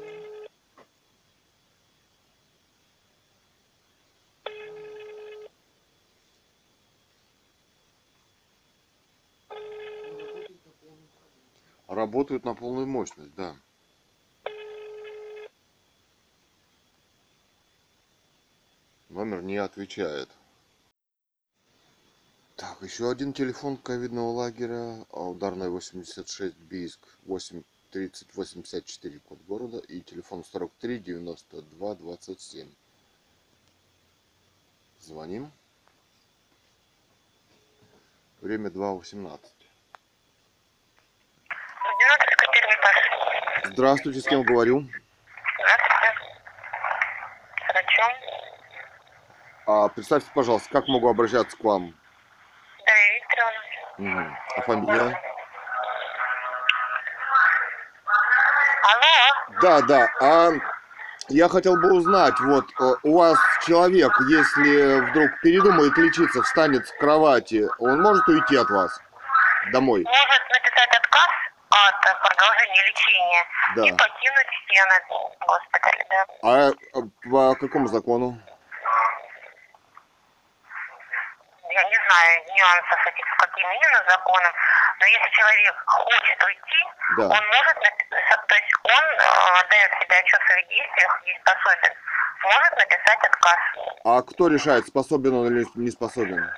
Работают на полную мощность, да. Номер не отвечает. Так, еще один телефон ковидного лагеря. Ударная восемьдесят шесть Бийск, восемь тридцать восемьдесят четыре код города. И телефон сорок три девяносто два двадцать семь. Звоним. Время два восемнадцать. Ординаторская, первый этаж. Здравствуйте, с кем говорю? Здравствуйте. С врачом. А, представьте, пожалуйста, как могу обращаться к вам? Дарья Викторовна. Угу. А фамилия? Алло. Да, да. А я хотел бы узнать, вот э, у вас человек, если вдруг передумает лечиться, встанет с кровати, он может уйти от вас домой? Может написать отказ от продолжения лечения Да. и покинуть стены госпиталя, да. А э, по какому закону? Я не знаю нюансов этих, с каким именно законом, но если человек хочет уйти, Да. он может написать, то есть он э, отдает себе отчет в своих действиях и способен, может написать отказ. А кто решает, способен он или не способен?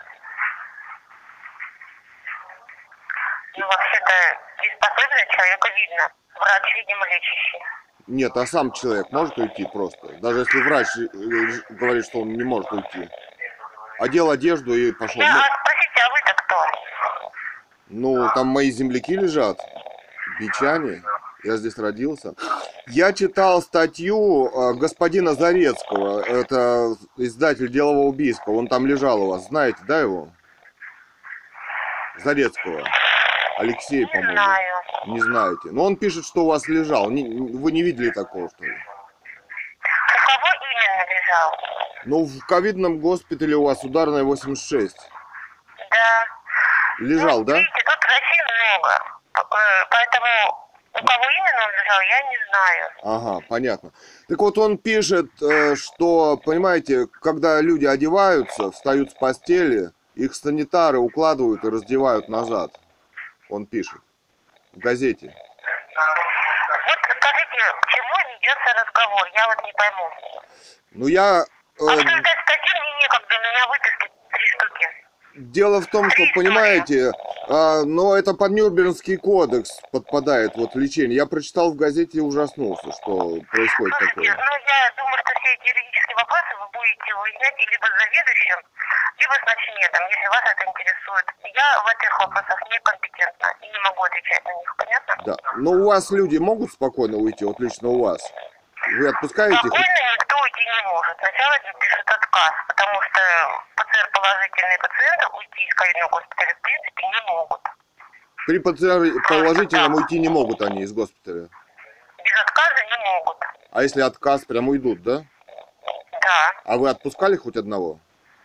Ну, вообще-то неспособность человека видно. Врач, видимо, лечащий. Нет, а сам человек может уйти просто? Даже если врач э, говорит, что он не может уйти. Одел одежду и пошел. Да, Ну, а спросите, а вы-то кто? ну, там мои земляки лежат, бичане. Я здесь родился. Я читал статью э, господина Зарецкого. Это издатель Делового убийства. Он там лежал у вас. Знаете, да, его? Зарецкого. Алексей, Не по-моему. знаю. Не знаете. Но он пишет, что у вас лежал. Не- вы не видели такого, что ли? У кого именно лежал? Ну, в ковидном госпитале у вас ударная восемьдесят шесть. Да. Лежал, Ну, да? видите, тут врачей много. Э, Поэтому у кого именно он лежал, я не знаю. Ага, понятно. Так вот, он пишет, э, что, понимаете, когда люди одеваются, встают с постели, их санитары укладывают и раздевают назад. Он пишет в газете. Вот скажите, к чему ведется разговор? Я вот не пойму. Ну, я... э, Обсуждать статью мне некогда, у меня выписки три штуки. Дело в том, что, понимаете, а, но это под Нюрнбергский кодекс подпадает вот лечение. Я прочитал в газете и ужаснулся, что происходит Слушайте, такое. ну я думаю, что все эти юридические вопросы вы будете выяснять либо с заведующим, либо с начмедом, если вас это интересует. Я в этих вопросах некомпетентна и не могу отвечать на них, понятно? Да. Но у вас люди могут спокойно уйти, вот лично у вас? Вы отпускаете их? Спокойно никто уйти не может. Сначала им пишут отказ, потому что ПЦР-положительные пациенты уйти из ковидного госпиталя в принципе не могут. При ПЦР положительном уйти не могут они из госпиталя. Без отказа не могут. А если отказ, прям уйдут, да? Да. А вы отпускали хоть одного?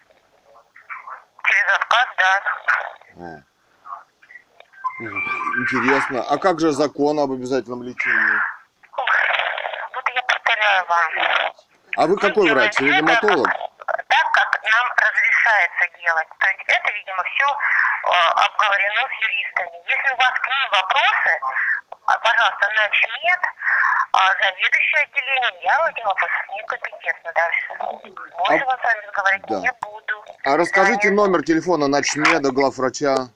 Через отказ, да. А. Интересно. А как же закон об обязательном лечении? Вот я повторяю вам. А вы какой Мы врач? делаем это Реаниматолог? как- так, как нам разрешается делать. То есть это, видимо, все обговорено с юристами. Если у вас к ним вопросы, а, пожалуйста, начмед, а заведующее отделение, я в этих вопросах некомпетентна дальше. Больше А- вам с вами разговаривать да. не буду. А расскажите Да, номер телефона начмеда, главврача.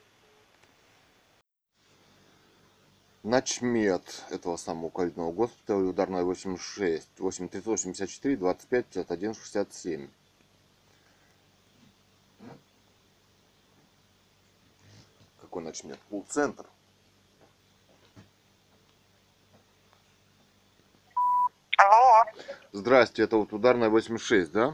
Начмед этого самого ковидного госпиталя, ударная восемьдесят шесть, восемь тридцать восемьдесят четыре, двадцать пять, пятьдесят один, шестьдесят семь. Какой начмед? Колл-центр. Алло, Здрасте, это вот ударная восемьдесят шесть, да?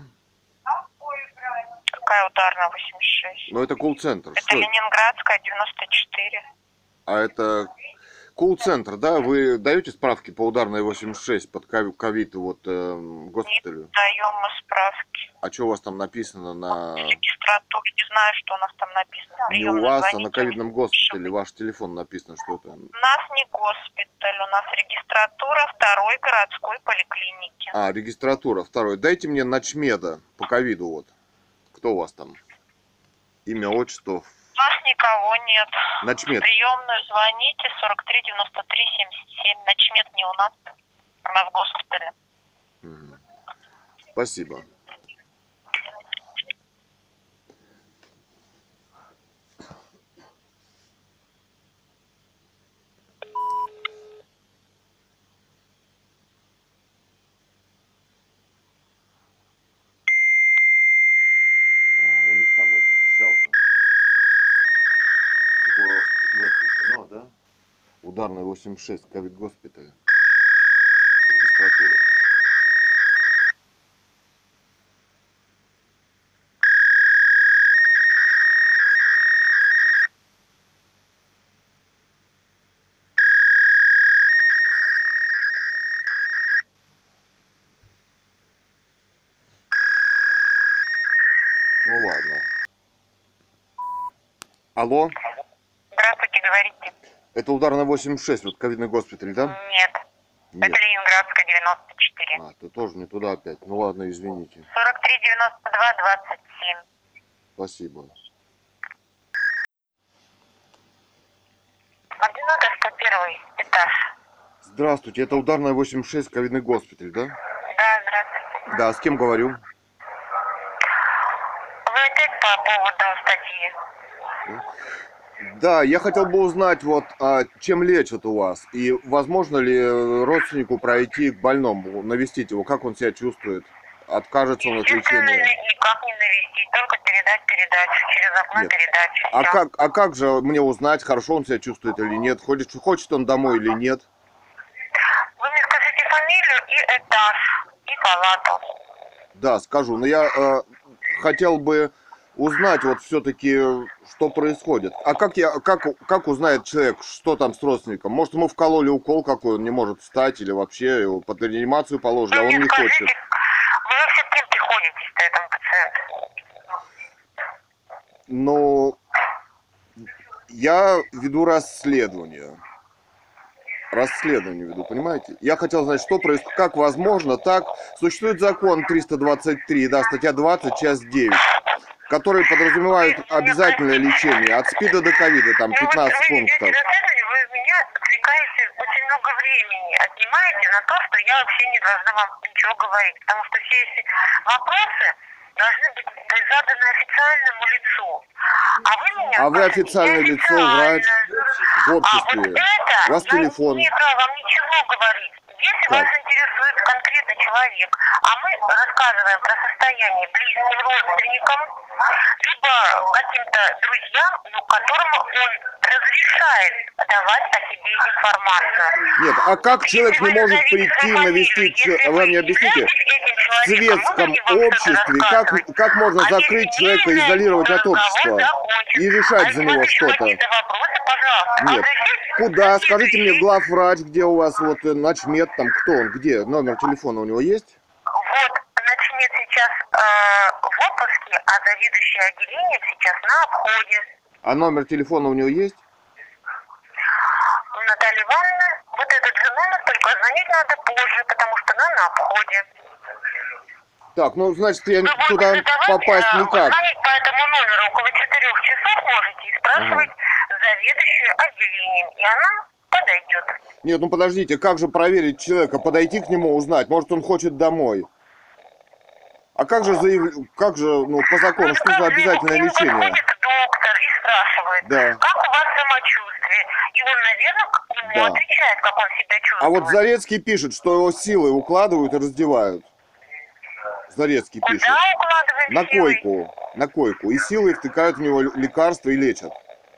какая ударная восемьдесят шесть? Ну это колл-центр. Это Что? Ленинградская девяносто четыре. А это колл-центр, да? Вы даете справки по ударной восемьдесят шесть под ковид вот э, госпиталю? Даем мы справки. А что у вас там написано на... Регистратура, не знаю, что у нас там написано. Не у вас, а на ковидном госпитале ваш телефон написано, что это. У нас не госпиталь, у нас регистратура второй городской поликлиники. А, регистратура, второй. Дайте мне начмеда по ковиду вот. Кто у вас там? Имя, отчество. У нас никого нет. Начмед. В приемную звоните сорок три девяносто три семьдесят семь. Начмед не у нас, у нас в госпитале. Мгм. Спасибо. А, у них там это пищалка. Кино, да? Ударная восемьдесят шесть, ковид госпиталь. Регистратура. Ну ладно. Алло, Здравствуйте, говорите. это ударная восемьдесят шесть, вот ковидный госпиталь, да? Нет, Нет. это Ленинградская девяносто четыре. А, ты тоже не туда опять. Ну ладно, извините. сорок три девяносто два двадцать семь. Спасибо. Ординатор сто первый этаж. Здравствуйте, это ударная восемьдесят шесть, ковидный госпиталь, да? Да, здравствуйте. Да, с кем говорю? Вы опять по поводу статьи? Да, я хотел бы узнать, вот, а чем лечат у вас? И возможно ли родственнику пройти к больному, навестить его? Как он себя чувствует? Откажется он от Естественно, лечения? никак не навестить, только передать передачу, через окно Нет. передачи. А Всё. как, а как же мне узнать, хорошо он себя чувствует или нет? Хочет, хочет он домой или нет? Вы мне скажите фамилию и этаж, и палату. Да, скажу. Но я э, хотел бы узнать вот все-таки, что происходит. А как я, как, как узнает человек, что там с родственником? Может, ему вкололи укол какой, он не может встать, или вообще его под реанимацию положили, а Вы он мне не скажите, хочет. вы вообще с кем приходитесь к этому пациенту? Но я веду расследование. Расследование веду, понимаете? Я хотел знать, что происходит, как возможно так. Существует закон триста двадцать три, да, статья двадцать, часть девять, который подразумевает обязательное лечение от СПИДа до ковида, там Ну, вот пятнадцать вы ведете пунктов. расследование, вы меня отвлекаете очень много времени, отнимаете на то, что я вообще не должна вам ничего говорить. Потому что все эти вопросы должны быть заданы официальному лицу. А вы меня А вы спрашиваете официальное лицо, врач неофициально. в А вот обществе. это, У вас я телефон. не имею права вам ничего говорить. Если Как? вас интересует конкретно человек, а мы рассказываем про состояние близким родственникам, либо каким-то друзьям, ну, которым он разрешает давать о себе информацию. Нет, а как Если человек вы не может назовите прийти, свою навестить... фамилию, если Вы мне объясните, являетесь этим в человеком, светском можете вам что-то обществе, как, рассказывать. как можно А закрыть если человека, не изолировать от разговор общества закончен. и решать А за если него вас еще что-то? какие-то вопросы, пожалуйста, Нет. обращайтесь Куда? к Скажите мне, следующей. главврач, где у вас вот э, начмед, там кто он, где? Номер телефона у него есть? Вот, начнет сейчас э, в отпуске, а заведующий отделением сейчас на обходе. А номер телефона у него есть? Наталья Ивановна, вот этот же номер, только звонить надо позже, потому что она на обходе. Так, ну, значит, я Вы будете туда задавать, попасть э, никак. звонить по этому номеру около четырех часов можете и спрашивать заведующую отделением, и она подойдет. Нет, ну подождите, как же проверить человека, подойти к нему, узнать? Может, он хочет домой? А как же заявлять, как же, ну, по закону, что за обязательное лечение? Подходит доктор и спрашивает, Да. как у вас самочувствие? И он, наверное, ему Да. отвечает, как он себя чувствует. А вот Зарецкий пишет, что его силой укладывают и раздевают. Зарецкий пишет. Куда укладываем На силой? койку, на койку. И силой втыкают в него лекарства и лечат.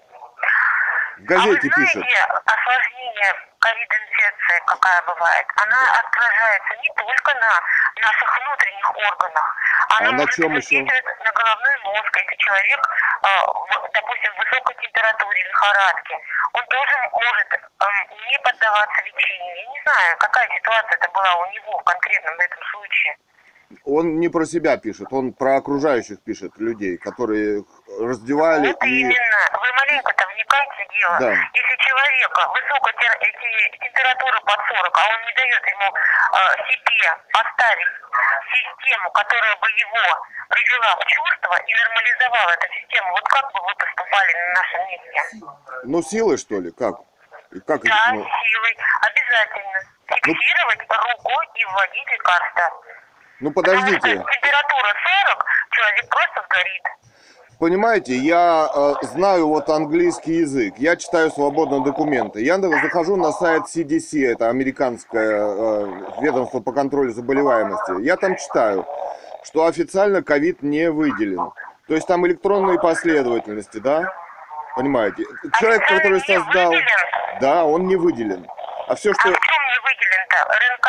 В А вы газете пишет. знаете, осложнение ковид-инфекции, какая бывает, она отражается не только на наших внутренних органах, она А на может чем еще? воздействовать на головной мозг. Если человек, э, в- допустим, в высокой температуре, лихорадке, он тоже может эм, не поддаваться лечению. Я не знаю, какая ситуация это была у него в конкретном в этом случае. Он не про себя пишет, он про окружающих пишет людей, которые раздевали Вот и... именно. Вы маленько-то вникайте в дело. Да. Если человека высокая тер- эти температура под сорок, а он не дает ему э, себе поставить систему, которая бы его привела в чувство и нормализовала эту систему, вот как бы вы поступали на нашем месте? Ну, силой, что ли? Как? И как это, Да, ну, силой. Обязательно. Фиксировать рукой и вводить лекарства. ну, Потому что подождите. температура сорок, человек просто сгорит. Понимаете, я э, знаю вот английский язык, я читаю свободно документы. Я захожу на сайт си ди си, это американское э, ведомство по контролю заболеваемости. Я там читаю, что официально ковид не выделен. То есть там электронные последовательности, да? Понимаете? Человек, который Официально не создал... выделен. Да, он не выделен. А все, А что... в чем не выделен-то? РНК,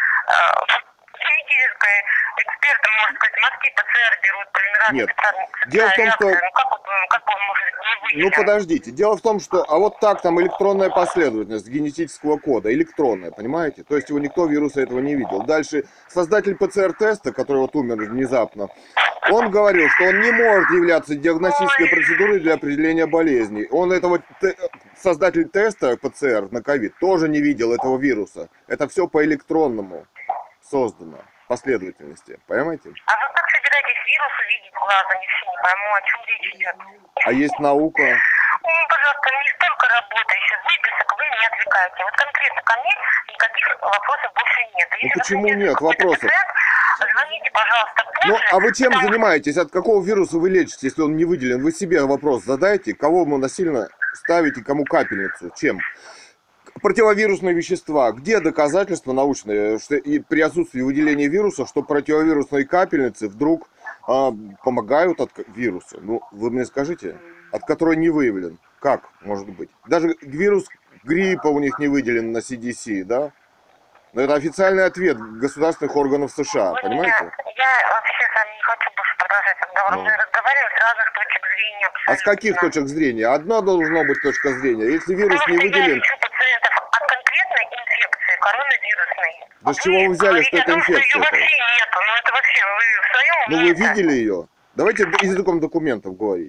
э, генетическая эксперты, можно сказать, мазки ПЦР берут, полимеразные Нет. специальные Дело в том, реакции. что- Ну как, вот, ну, как он может быть не выделен? Ну подождите, дело в том, что, а вот так там электронная последовательность генетического кода, электронная, понимаете? То есть его никто вируса этого не видел. Дальше создатель ПЦР-теста, который вот умер внезапно, он говорил, что он не может являться диагностической процедурой для определения болезней. Он этого, те- создатель теста ПЦР на ковид тоже не видел этого вируса. Это все по электронному создано, последовательности, понимаете? А вы как собираетесь вирус увидеть глазом? Я вообще не пойму, о чем речь идет. А есть наука. Ну, пожалуйста, не столько работы еще, выписок вы не отвлекаете. Вот конкретно ко мне никаких вопросов больше нет. Если Ну, почему вас интересует нет какой-то вопросов? пациент, звоните, пожалуйста, позже. Ну, а вы чем потому что- занимаетесь? От какого вируса вы лечите, если он не выделен? Вы себе вопрос задайте, кого вы насильно ставите, кому капельницу, чем? Противовирусные вещества. Где доказательства научные, что и при отсутствии выделения вируса, что противовирусные капельницы вдруг а, помогают от к- вируса? Ну, вы мне скажите, от которой не выявлен. Как может быть? Даже вирус гриппа у них не выделен на си ди си, да? Но это официальный ответ государственных органов США, Вы понимаете? меня- я вообще с вами не хочу больше продолжать разговор. Ну. Мы разговариваем с разных точек зрения. А с каких абсолютно. точек зрения? Одна должна быть точка зрения. Если вирус Потому не что я выделен, лечу пациентов от конкретной инфекции, коронавирусной. Да с чего вы взяли, что говорите это о том, инфекция Что ее такая? вообще нету. Ну это вообще, вы в своем ну уме вы это? видели ее? Давайте языком документов говорить.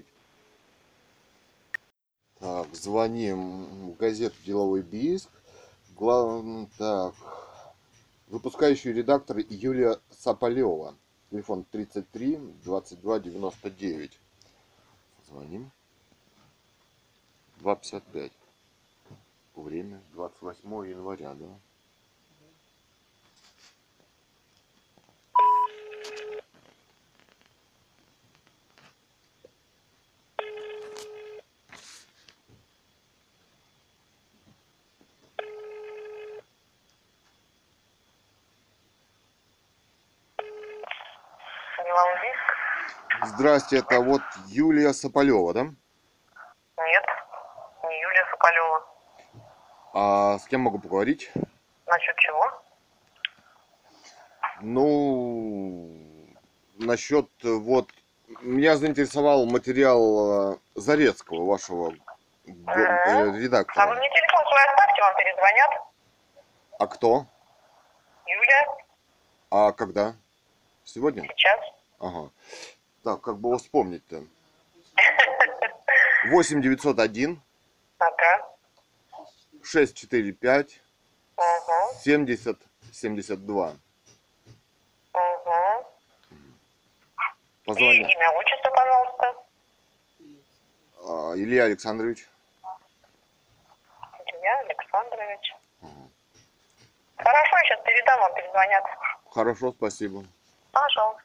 Так, звоним в газету «Деловой Бийск». Глав... Так, выпускающий редактор Юлия Саполева. Телефон тридцать три двадцать два девяносто девять. Звоним. два пятьдесят пять. Время двадцать восьмое января, да? Здрасте, это вот Юлия Сополева, да? Нет, не Юлия Сополева. А с кем могу поговорить? Насчет чего? Ну, насчет вот... Меня заинтересовал материал э, Зарецкого, вашего го- э, А вы редактора. мне телефон свой оставьте, вам перезвонят. А кто? Юля, А когда? Сегодня? сейчас. Ага. Так, как бы его вспомнить-то? восемь девятьсот один Ага. шестьсот четырьдесят пять Угу. семьдесят семьдесят два. Угу. И Позвони. имя, отчество, пожалуйста. А, Илья Александрович. Илья Александрович. Хорошо, я сейчас передам, вам перезвонят. Хорошо, спасибо. Пожалуйста.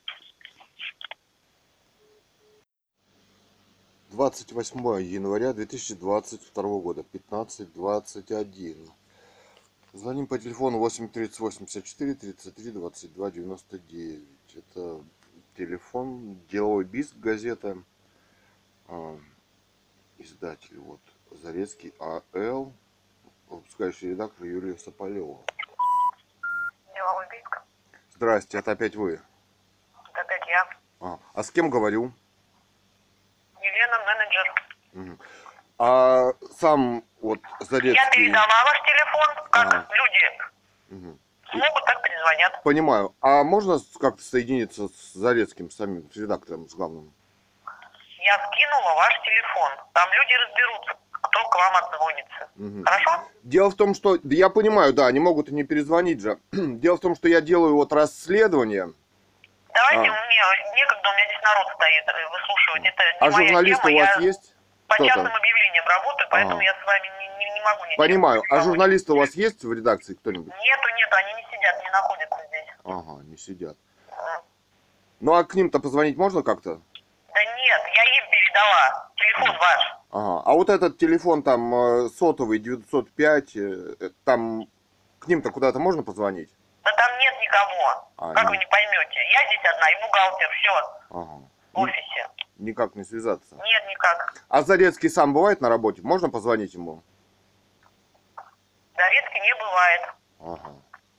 двадцать восьмое января две тысячи двадцать второго года, пятнадцать двадцать один. Звоним по телефону восемь тридцать восемь пятьдесят четыре тридцать три двадцать два девяносто девять. Это телефон «Деловой биск», газета. А, издатель вот Зарецкий А Л, выпускающий редактор Юлия Сополева. Деловой биск. Здрасте, это опять вы. Это опять я. А, а с кем говорю? Елена, менеджер. Мгм. А сам вот Зарецкий... Я передала ваш телефон, как Ага. люди Мгм. смогут, так перезвонят. Понимаю. А можно с- как-то соединиться с Зарецким, с самим, с редактором, с главным? Я скинула ваш телефон. Там люди разберутся, кто к вам отзвонится. Мгм. Хорошо? Дело в том, что... да я понимаю, да, они могут и не перезвонить же. Дело в том, что я делаю вот расследование. Давайте, А. мне некогда, у меня здесь народ стоит э, выслушивать. Это не А моя журналисты тема, у вас я есть? по Кто частным там? объявлениям работаю, поэтому Ага. я с вами не, не- не могу ничего. Понимаю. А помочь. журналисты у вас есть в редакции кто-нибудь? Нету, нету, они не сидят, не находятся здесь. Ага, не сидят. М. Ну а к ним-то позвонить можно как-то? Да нет, я им передала. Телефон ваш. Ага. А вот этот телефон там э, сотовый девятьсот пять, э, э, там к ним-то куда-то можно позвонить? Да там нет никого. А, как нет. вы не поймете? Я здесь одна, и бухгалтер, все, Ага. в офисе. Ни- никак не связаться. Нет, никак. А Зарецкий сам бывает на работе? Можно позвонить ему? Зарецкий не бывает. Ага.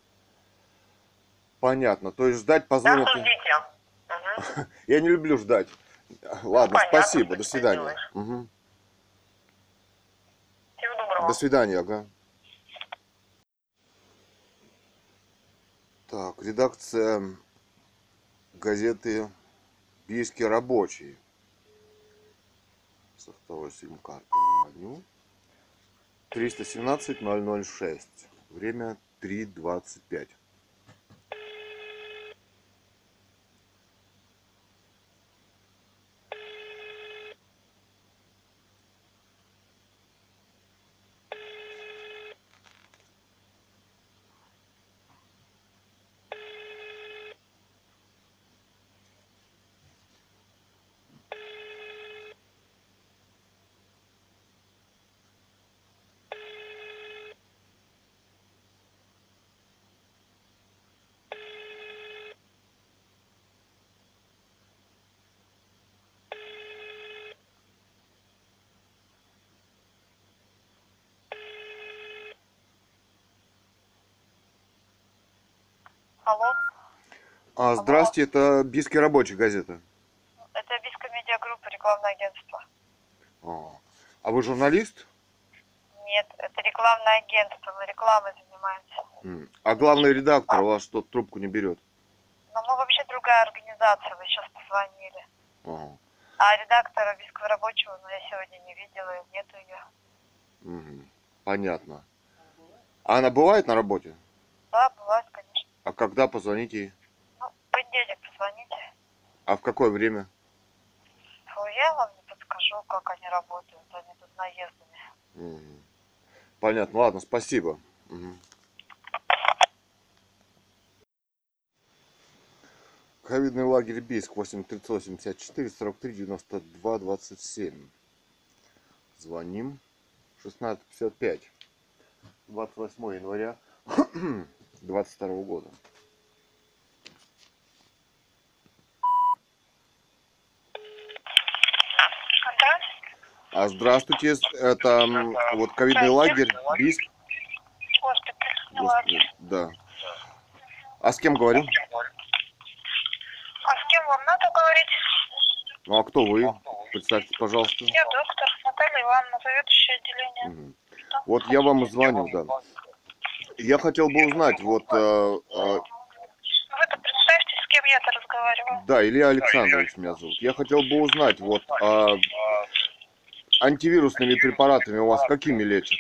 Понятно. То есть ждать Да, позвонят. что ждите. Угу. Я не люблю ждать. Ладно, понятно, спасибо. что До ты свидания. делаешь. Мгм. Всего доброго. До свидания, ага. Так, редакция газеты «Бийский рабочий». Со второй сим-карты звоню. триста семнадцать ноль ноль шесть. Время три двадцать пять. Алло, А, здравствуйте, это «Бийский рабочий» газета. это Бийская медиагруппа, рекламное агентство. А, а вы журналист? Нет, это рекламное агентство, мы рекламой занимаемся. М. А главный редактор у вас что, трубку не берет? Но мы вообще другая организация, вы сейчас позвонили. Ага. А редактора Бийского рабочего, ну, я сегодня не видела, нету ее. Мгм. Понятно. А она бывает на работе? Да, бывает, конечно. А когда позвоните ей? Ну, в понедельник позвоните. А в какое время? Фу, я вам не подскажу, как они работают, они тут наездами. Мгм. Понятно, ладно, спасибо. Мгм. Ковидный лагерь Бийск, восемь тридцать восемь пятьдесят четыре сорок три девяносто два двадцать семь. Звоним. шестнадцать пятьдесят пять. двадцать восьмое января двадцать второго года. А здравствуйте, с- это м, вот ковидный лагерь, Бийск. Госпиталь. Господи, да. А с кем говорю? А с кем вам надо говорить? Ну а кто вы? Представьте, пожалуйста. Я доктор Наталья Ивановна, заведующая отделением. Мгм. Вот я вам и звоню, да. Я хотел бы узнать, вот, э, э, Вы-то представьте, с кем я-то разговариваю. да, Илья Александрович меня зовут. Я хотел бы узнать, вот, а антивирусными препаратами у вас какими лечат?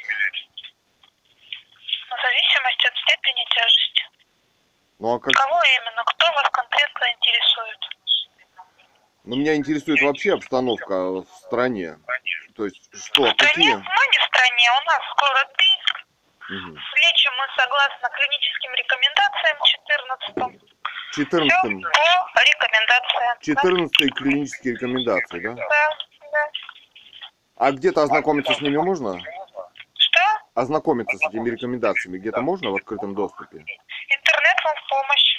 В зависимости от степени тяжести. Ну а как? Кого именно? Кто вас конкретно интересует? Ну меня интересует вообще обстановка в стране. То есть что, В стране? какие? Мы не в стране, у нас город Бийск. Мгм. Лечим мы согласно клиническим рекомендациям четырнадцатым. Все четырнадцатым. по рекомендациям. четырнадцатые клинические рекомендации, да? Да, да. да. А где-то ознакомиться с ними можно? Что? Ознакомиться с этими рекомендациями где-то можно в открытом доступе? Интернет вам в помощь.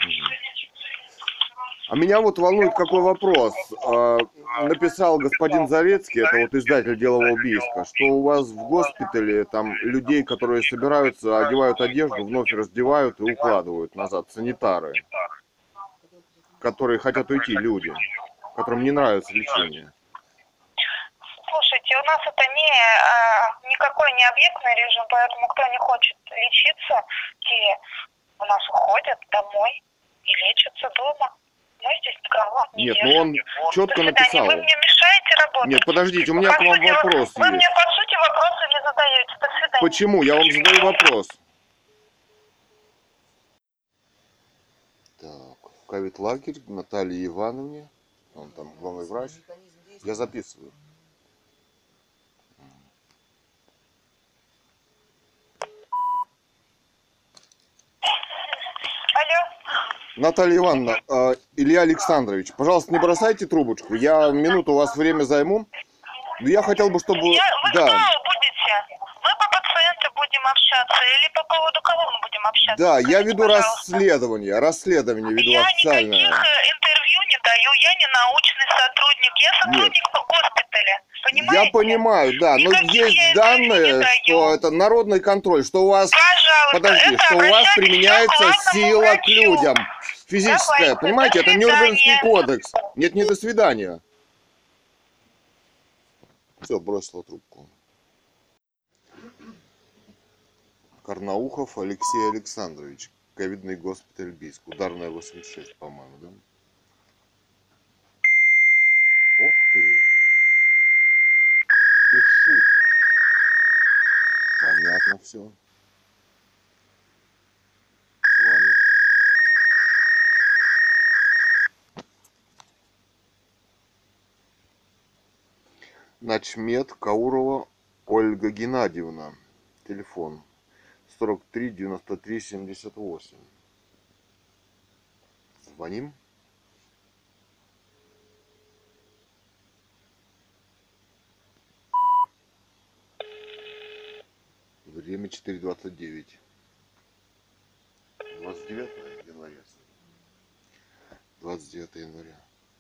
А меня вот волнует какой вопрос. А, Написал господин Зарецкий, это вот издатель «Делового Бийска», что у вас в госпитале там людей, которые собираются, одевают одежду, вновь раздевают и укладывают назад, санитары, которые хотят уйти, люди, которым не нравится лечение. Слушайте, у нас это не а, никакой не объектный режим, поэтому кто не хочет лечиться, те у нас уходят домой и лечатся дома. Мы здесь никого не Нет, держим. ну он четко До свидания. написал. Вы мне мешаете работать? Нет, подождите, у меня По к вам сути, вы- вопрос Вы мне есть. по сути вопросы не задаете. До свидания. Почему? Я вам задаю вопрос. Так, в ковид-лагерь к Наталье Ивановне. Он там главный врач. Механизм действия. Я записываю. Алло. Наталья Ивановна, э, Илья Александрович, пожалуйста, не бросайте трубочку. Я минуту у вас время займу. Но я хотел бы, чтобы... Я, вы Да, кто будете? Мы по пациенту будем общаться или по поводу кого мы будем общаться? да, я Скажите, веду пожалуйста. расследование. Расследование веду Я официальное. никаких э, интервью не даю, я не научный сотрудник, я сотрудник госпиталя, понимаете? Я понимаю, да, но Никаких я есть интервью не данные, даю. что это народный контроль, что у вас... Пожалуйста, Подожди, это что у вас обращайтесь применяется к главному сила к врачу. людям. Физическая, Давайте, понимаете, до это Нюрнбергский свидания. кодекс. Нет, не до свидания. Все, бросила трубку. Карнаухов Алексей Александрович. Ковидный госпиталь Бийск. Ударная восемьдесят шесть, по-моему, да? Ух ты. Пишу. Понятно все. С вами. Начмет Каурова Ольга Геннадьевна. Телефон сорок три девяносто три семьдесят восемь. Звоним. Время четыре двадцать девять. двадцать девятое января. двадцать девятое января.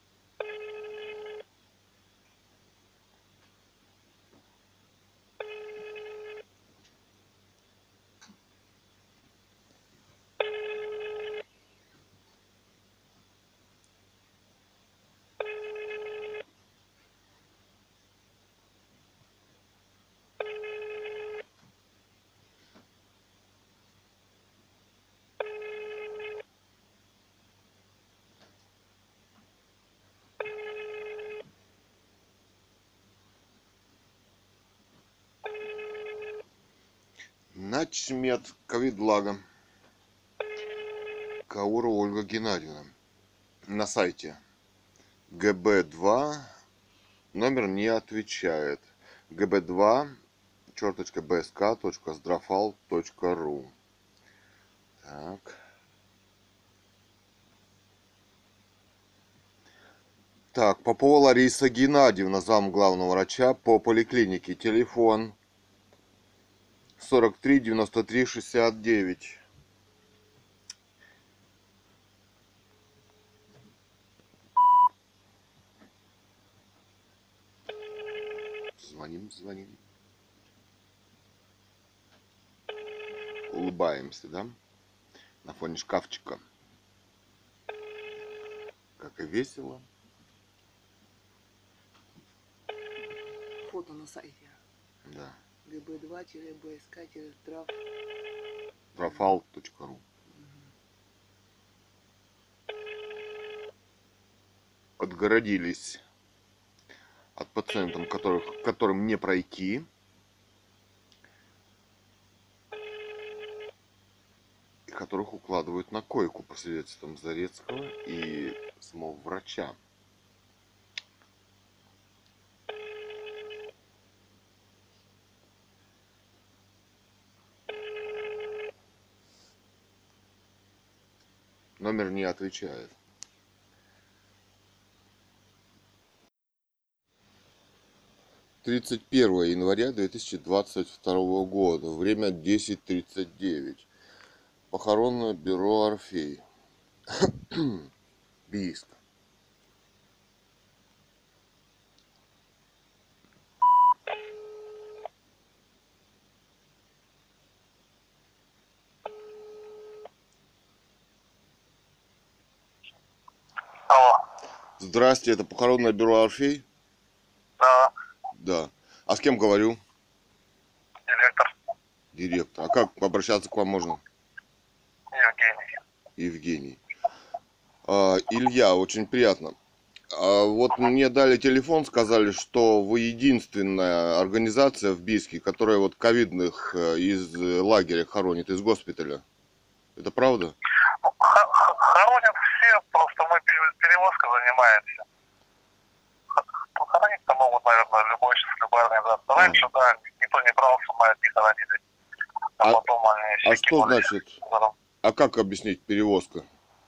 Начмет ковидлага. Каурова Ольга Геннадьевна. На сайте гэ бэ два. Номер не отвечает. гэ бэ два черточка бэ эс ка точка здрафал точка ру. Так. Так, Попова Лариса Геннадьевна, зам главного врача по поликлинике. Телефон сорок три девяносто три шестьдесят девять. Звоним, звоним. Улыбаемся, да? На фоне шкафчика. Как и весело. Фото на сайте. Да. гэ бэ два бэ эс ка трав. трафал точка ру. Отгородились от пациентов, которых, которым не пройти. И которых укладывают на койку по свидетельствам Зарецкого и самого врача. Номер не отвечает. тридцать первое января две тысячи двадцать второго года. Время десять тридцать девять. Похоронное бюро «Орфей». Бийск. Алло. Здрасте, это похоронное бюро «Орфей»? Да, Да. А с кем говорю? директор Директор. А как обращаться к вам можно? Евгений. Евгений. А, Илья, очень приятно. А вот мне дали телефон, сказали, что вы единственная организация в Бийске, которая вот ковидных э, из лагеря хоронит, из госпиталя. Это правда? Х- х- Хоронят все, просто мы пере- перевозкой занимаемся. Х- Хоронить-то могут, наверное, любой сейчас, любая организация. Раньше, да, никто не брался, мы одни хоронили. А, А- потом они все А что кинулись. значит? Потом А как объяснить перевозка?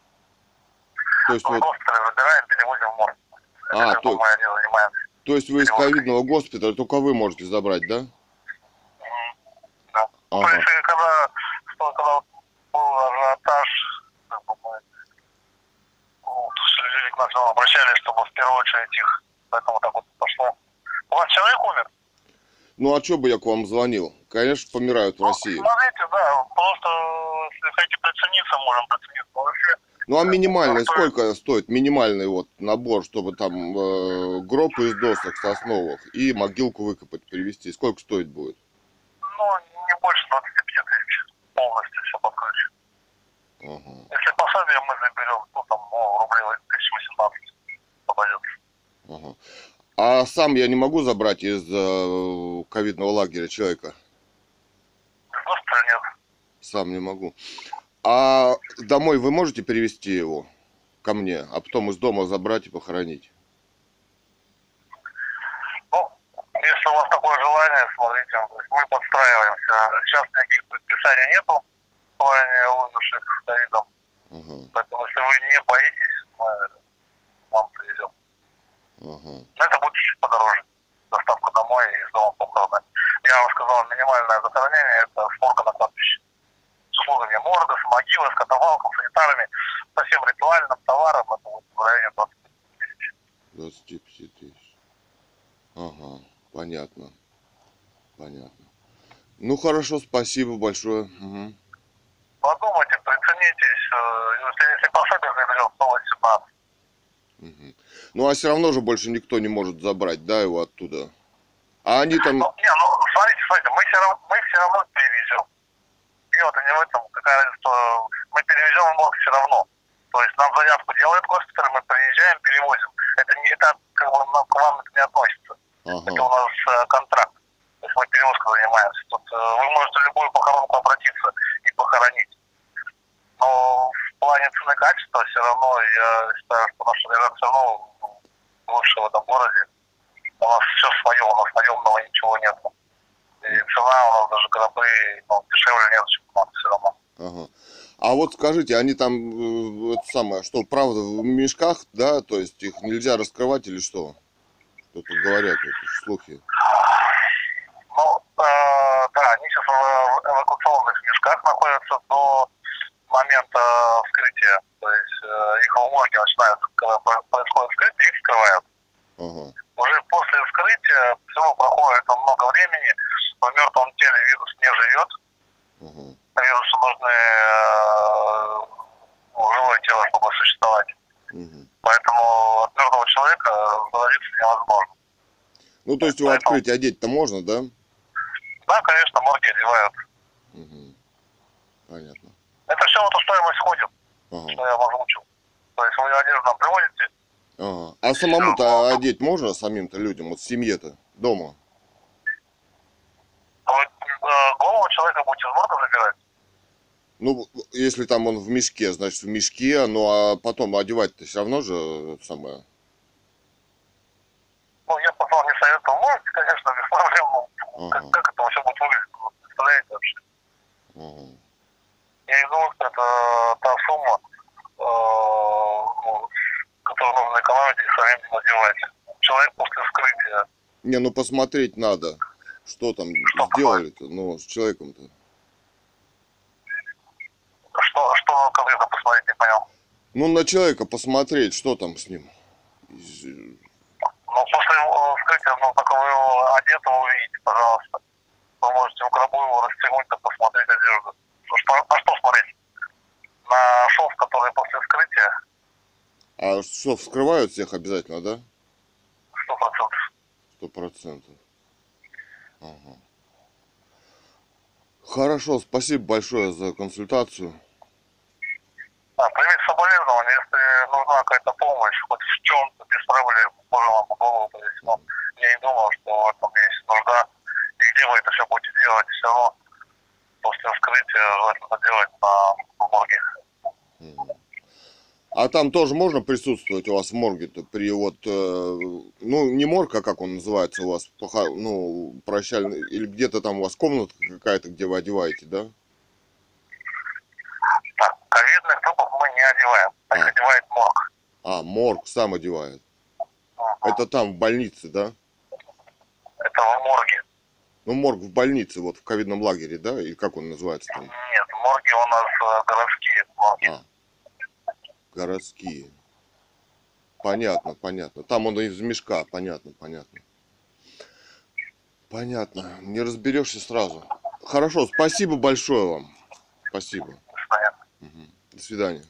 То есть в вот, госпитале забираем, перевозим в морг. А, Это как бы то- мы одни занимаемся. то есть вы из ковидного госпиталя только вы можете забрать, да? Мгм. Да. То Ага. есть, э, когда, что, когда был ажиотаж, как бы мы, ну, люди к нам обращались, чтобы в первую очередь их, поэтому так вот пошло. У вас человек умер? Ну а что бы я к вам звонил? Конечно, помирают в Ну, России. смотрите, да, просто, если хотите прицениться, можем прицениться. Но вообще, Ну а минимальный Ну, стоит- сколько стоит? Минимальный вот набор, чтобы там э, гроб из досок сосновых и могилку выкопать, привезти. Сколько стоить будет? ну, не больше двадцати пяти тысяч полностью все под ключ. Ага. Если пособие мы заберем, ну, там, ну, рублей тысяч восемнадцать попадется. Ага. А сам я не могу забрать из э, ковидного лагеря человека? Из госпиталя нет. Сам не могу. А домой вы можете перевезти его ко мне, а потом из дома забрать и похоронить? Ну, если у вас такое желание, смотрите, то есть мы подстраиваемся. Сейчас никаких предписаний нету в плане умерших с ковидом. Ага, Поэтому, если вы не боитесь, мы вам привезем. ага. Но это будет чуть подороже. Доставка домой и из дома похороны. Я вам сказал, минимальное захоронение – это сборка на кладбище. С услугами морга, с могилой, с катафалком, санитарами, со всем ритуальным товаром. Это будет в районе двадцати тысяч. двадцать пять тысяч. Ага, понятно. Понятно. Ну хорошо, спасибо большое. Угу. Подумайте, приценитесь. э, Если, если пособие заберем, то восемнадцать. Угу. Ну а все равно же больше никто не может забрать, да, его оттуда. А они там... Ну, не, ну, смотрите, смотрите, мы все равно, мы все равно перевезем. Дело-то не в этом, какая разница, что мы перевезем в морг все равно. То есть нам заявку делает госпиталь, мы приезжаем, перевозим. Это не это как бы нам- к вам это не относится. Это у Ага. нас э, контракт. То есть мы перевозкой занимаемся. Тут э, вы можете в любую похоронку обратиться и похоронить. Но в плане цены качества все равно я считаю, что наша организация все равно ну, лучше в этом городе. У нас все свое, у нас наемного ничего нет. И цена у нас даже гробы ну, дешевле нет, чем у нас все равно. Ага. А вот скажите, они там, э, это самое, что, правда, в мешках, да, то есть их нельзя раскрывать или что? Что тут говорят, это ж слухи. Ну, э, да, они сейчас в эвакуационных мешках находятся до момента вскрытия. То есть э, их в морге начинают, когда происходит вскрытие, их вскрывают. Ага. Уже после вскрытия все проходит Ну, то есть его Поэтому- открыть, одеть-то можно, да? Да, конечно, морги одевают. Угу. Понятно. Это все в эту стоимость входит, Ага. что я вам озвучил. То есть вы одежду нам привозите. Ага. А самому-то одеть можно самим-то людям, вот в семье-то, дома? Вы э, голову человека будете с борта забирать? Ну, если там он в мешке, значит в мешке, ну а потом одевать-то все равно же э, самое. Ну, я бы вам не советовал. Можете, конечно, без проблем. Ну, как, Ага. как это все будет выглядеть? Вы представляете вообще? Ага. Я не думаю, что это та сумма, э, ну, которую нужно экономить и самим надевать. Человек после вскрытия. Не, ну посмотреть надо, что там Что сделали-то, ну, с человеком-то. Что, что конкретно посмотреть, не понял. Ну, на человека посмотреть, что там с ним. Из- Ну, после э, вскрытия, ну, только вы его одетого увидите, пожалуйста. Вы можете в гробу его расстегнуть, и посмотреть одежду. Что, на что смотреть? На шов, который после вскрытия, А что, вскрывают всех обязательно, да? сто процентов. Сто процентов. Ага. Хорошо, спасибо большое за консультацию. Да, примите соболезнования, если нужна какая-то помощь, хоть в чем-то, без проблем, можем вам по голову повесить. Но я не думал, что в этом есть нужда. И где вы это все будете делать, все равно после вскрытия желательно делать на в морге. Мгм. А там тоже можно присутствовать у вас в морге-то при вот, э, ну, не морг, а как он называется у вас, поха- ну, прощальный, или где-то там у вас комната какая-то, где вы одеваете, да? Так, ковидных трупов мы не одеваем. Их А. одевает морг. А, морг сам одевает. Мгм. Это там, в больнице, да? Это в морге. Ну, морг в больнице, вот в ковидном лагере, да? Или как он называется там? Нет, морги у нас э, городские морги. А, городские. Понятно, понятно. Там он из мешка, понятно, понятно. Понятно, не разберешься сразу. Хорошо, спасибо большое вам. Спасибо. Понятно. Мгм. До свидания.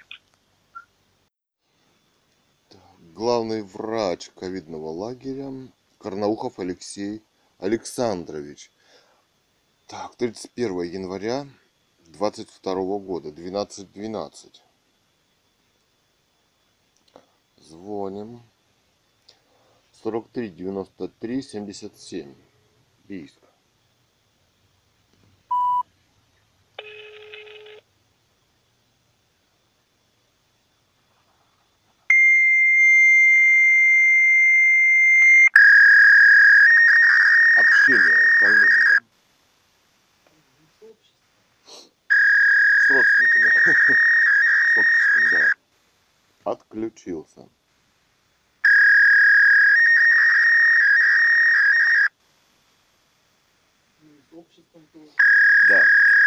Так, главный врач ковидного лагеря Карнаухов Алексей Александрович. Так, тридцать первое января двадцать второго года, двенадцать двенадцать. Звоним. сорок три девяносто три семьдесят семь. Бийск. Общение с больными, да? С родственниками. С обществом, да. Отключился. Ну, и с обществом тоже. Да.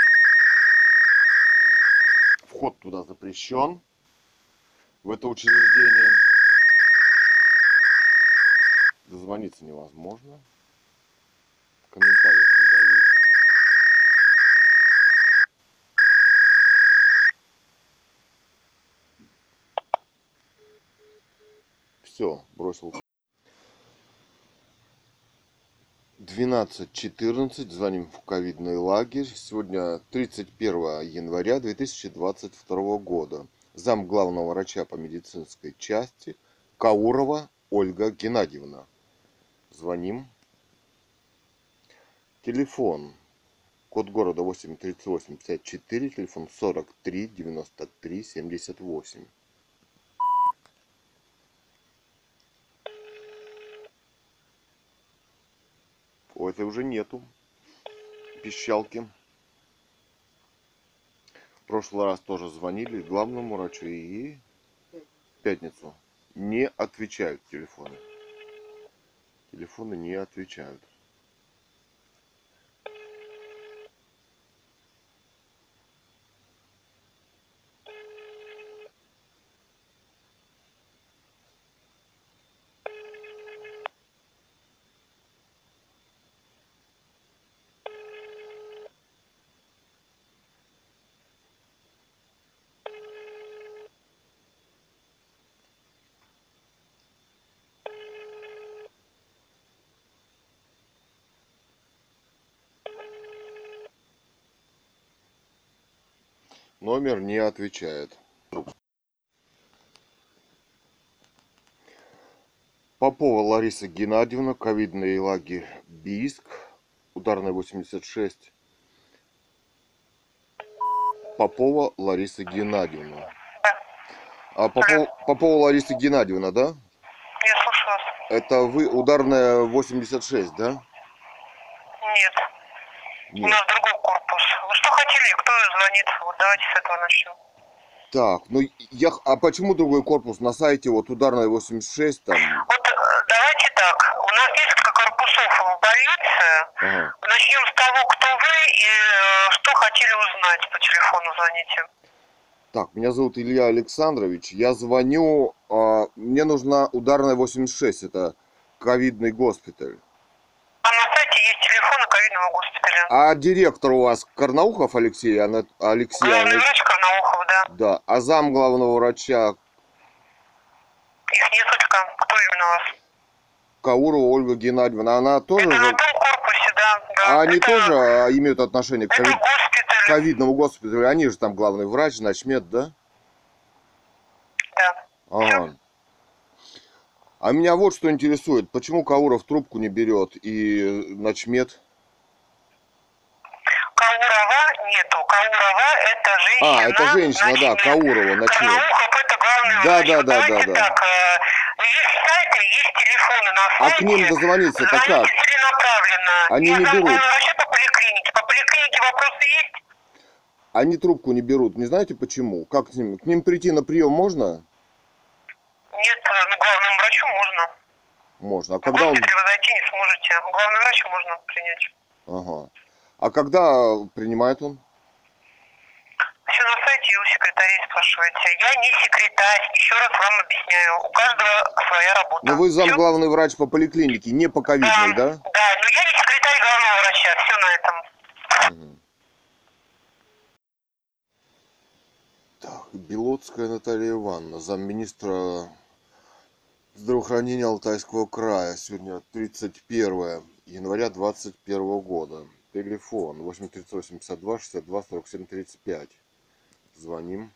Вход туда запрещен. В это учреждение. Дозвониться невозможно. Комментариев не дают. Все, бросил. двенадцать четырнадцать. Звоним в ковидный лагерь. Сегодня тридцать первое января две тысячи двадцать второго года. Зам главного врача по медицинской части Каурова Ольга Геннадьевна. Звоним. Телефон. Код города восемь тридцать восемь пятьдесят четыре. Телефон сорок три девяносто три семьдесят восемь. Ой, это уже нету пищалки. В прошлый раз тоже звонили главному врачу и в пятницу. Не отвечают телефоны. Телефоны не отвечают. Номер не отвечает. Попова Лариса Геннадьевна, ковидный лагерь Бийск, ударная восемьдесят шесть. Попова Лариса Геннадьевна. А Попова, Попова Лариса Геннадьевна, да? Я слушаю вас. Это вы ударная восемьдесят шесть, да? Нет. У Нет. нас другой корпус. Вы что хотели? Кто звонит? Вот давайте с этого начнем. Так, ну я, а почему другой корпус на сайте вот ударная восемьдесят шесть там? Вот э, давайте так. У нас несколько корпусов в больнице. Ага. Начнем с того, кто вы и э, что хотели узнать. По телефону звоните. Так, меня зовут Илья Александрович. Я звоню, а, мне нужна ударная восемьдесят шесть, это ковидный госпиталь. А на сайте есть телефоны ковидного госпиталя. А директор у вас Карнаухов Алексей? Ана- Алексей Главный Ана- врач Карнаухов, да. Да. А зам главного врача Их несколько. Кто именно у вас? Каурова Ольга Геннадьевна, она тоже? Это же- на том корпусе, да. да. А они это, тоже а, имеют отношение к Это ковид- госпиталь. ковидному госпиталю? Они же там главный врач, начмед, да? Да. Ага. А меня вот что интересует. Почему Кауров трубку не берет и начмед? Каурова нету. Каурова это женщина. А, это женщина, да, начмед. Каурова, начмед. Карнаухов это главный Да, врач. да, Вот да, давайте да, да. так, э, есть сайты, есть телефоны на А сайте. к ним дозвониться-то как? Звоните целенаправленно. Они Я не зам берут. главного врача по поликлинике. По поликлинике вопросы есть? Они трубку не берут. Не знаете почему? Как с ним? К ним прийти на прием можно? Нет, э, ну главному врачу можно. Можно. А В когда он... госпитале вы зайти не сможете. Главный врач можно принять. Ага. А когда принимает он? Все на сайте и у секретарей спрашивайте. Я не секретарь, еще раз вам объясняю. У каждого своя работа. Ну вы зам Всё? главный врач по поликлинике, не по ковидной, да? Да, но я не секретарь главного врача. Все на этом. Мгм. Так, Белоцкая Наталья Ивановна, замминистра здравоохранения Алтайского края. Сегодня тридцать первое января двадцать первого года. Телефон восемь тридцать восемь пятьдесят два шестьдесят два сорок семь тридцать пять. Звоним.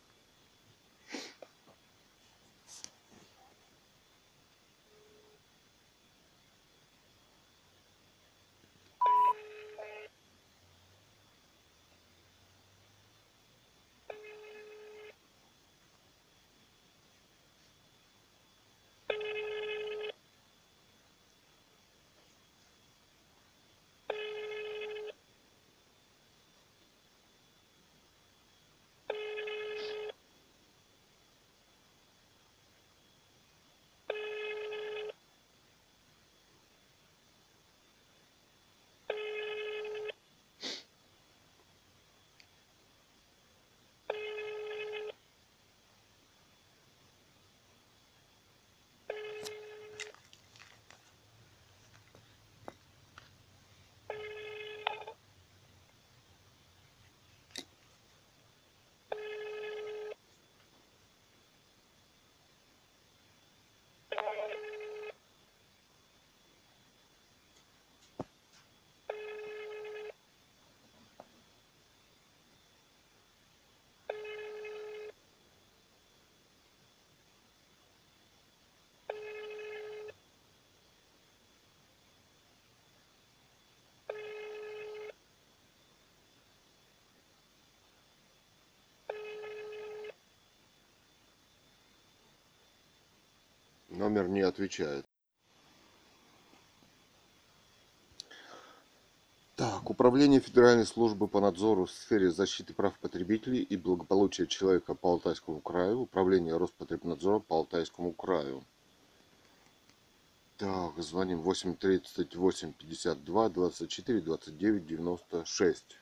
Номер не отвечает. Так, Управление Федеральной службы по надзору в сфере защиты прав потребителей и благополучия человека по Алтайскому краю. Управление Роспотребнадзора по Алтайскому краю. Так, звоним восемь тридцать восемь пятьдесят два двадцать четыре двадцать девять девяносто шесть.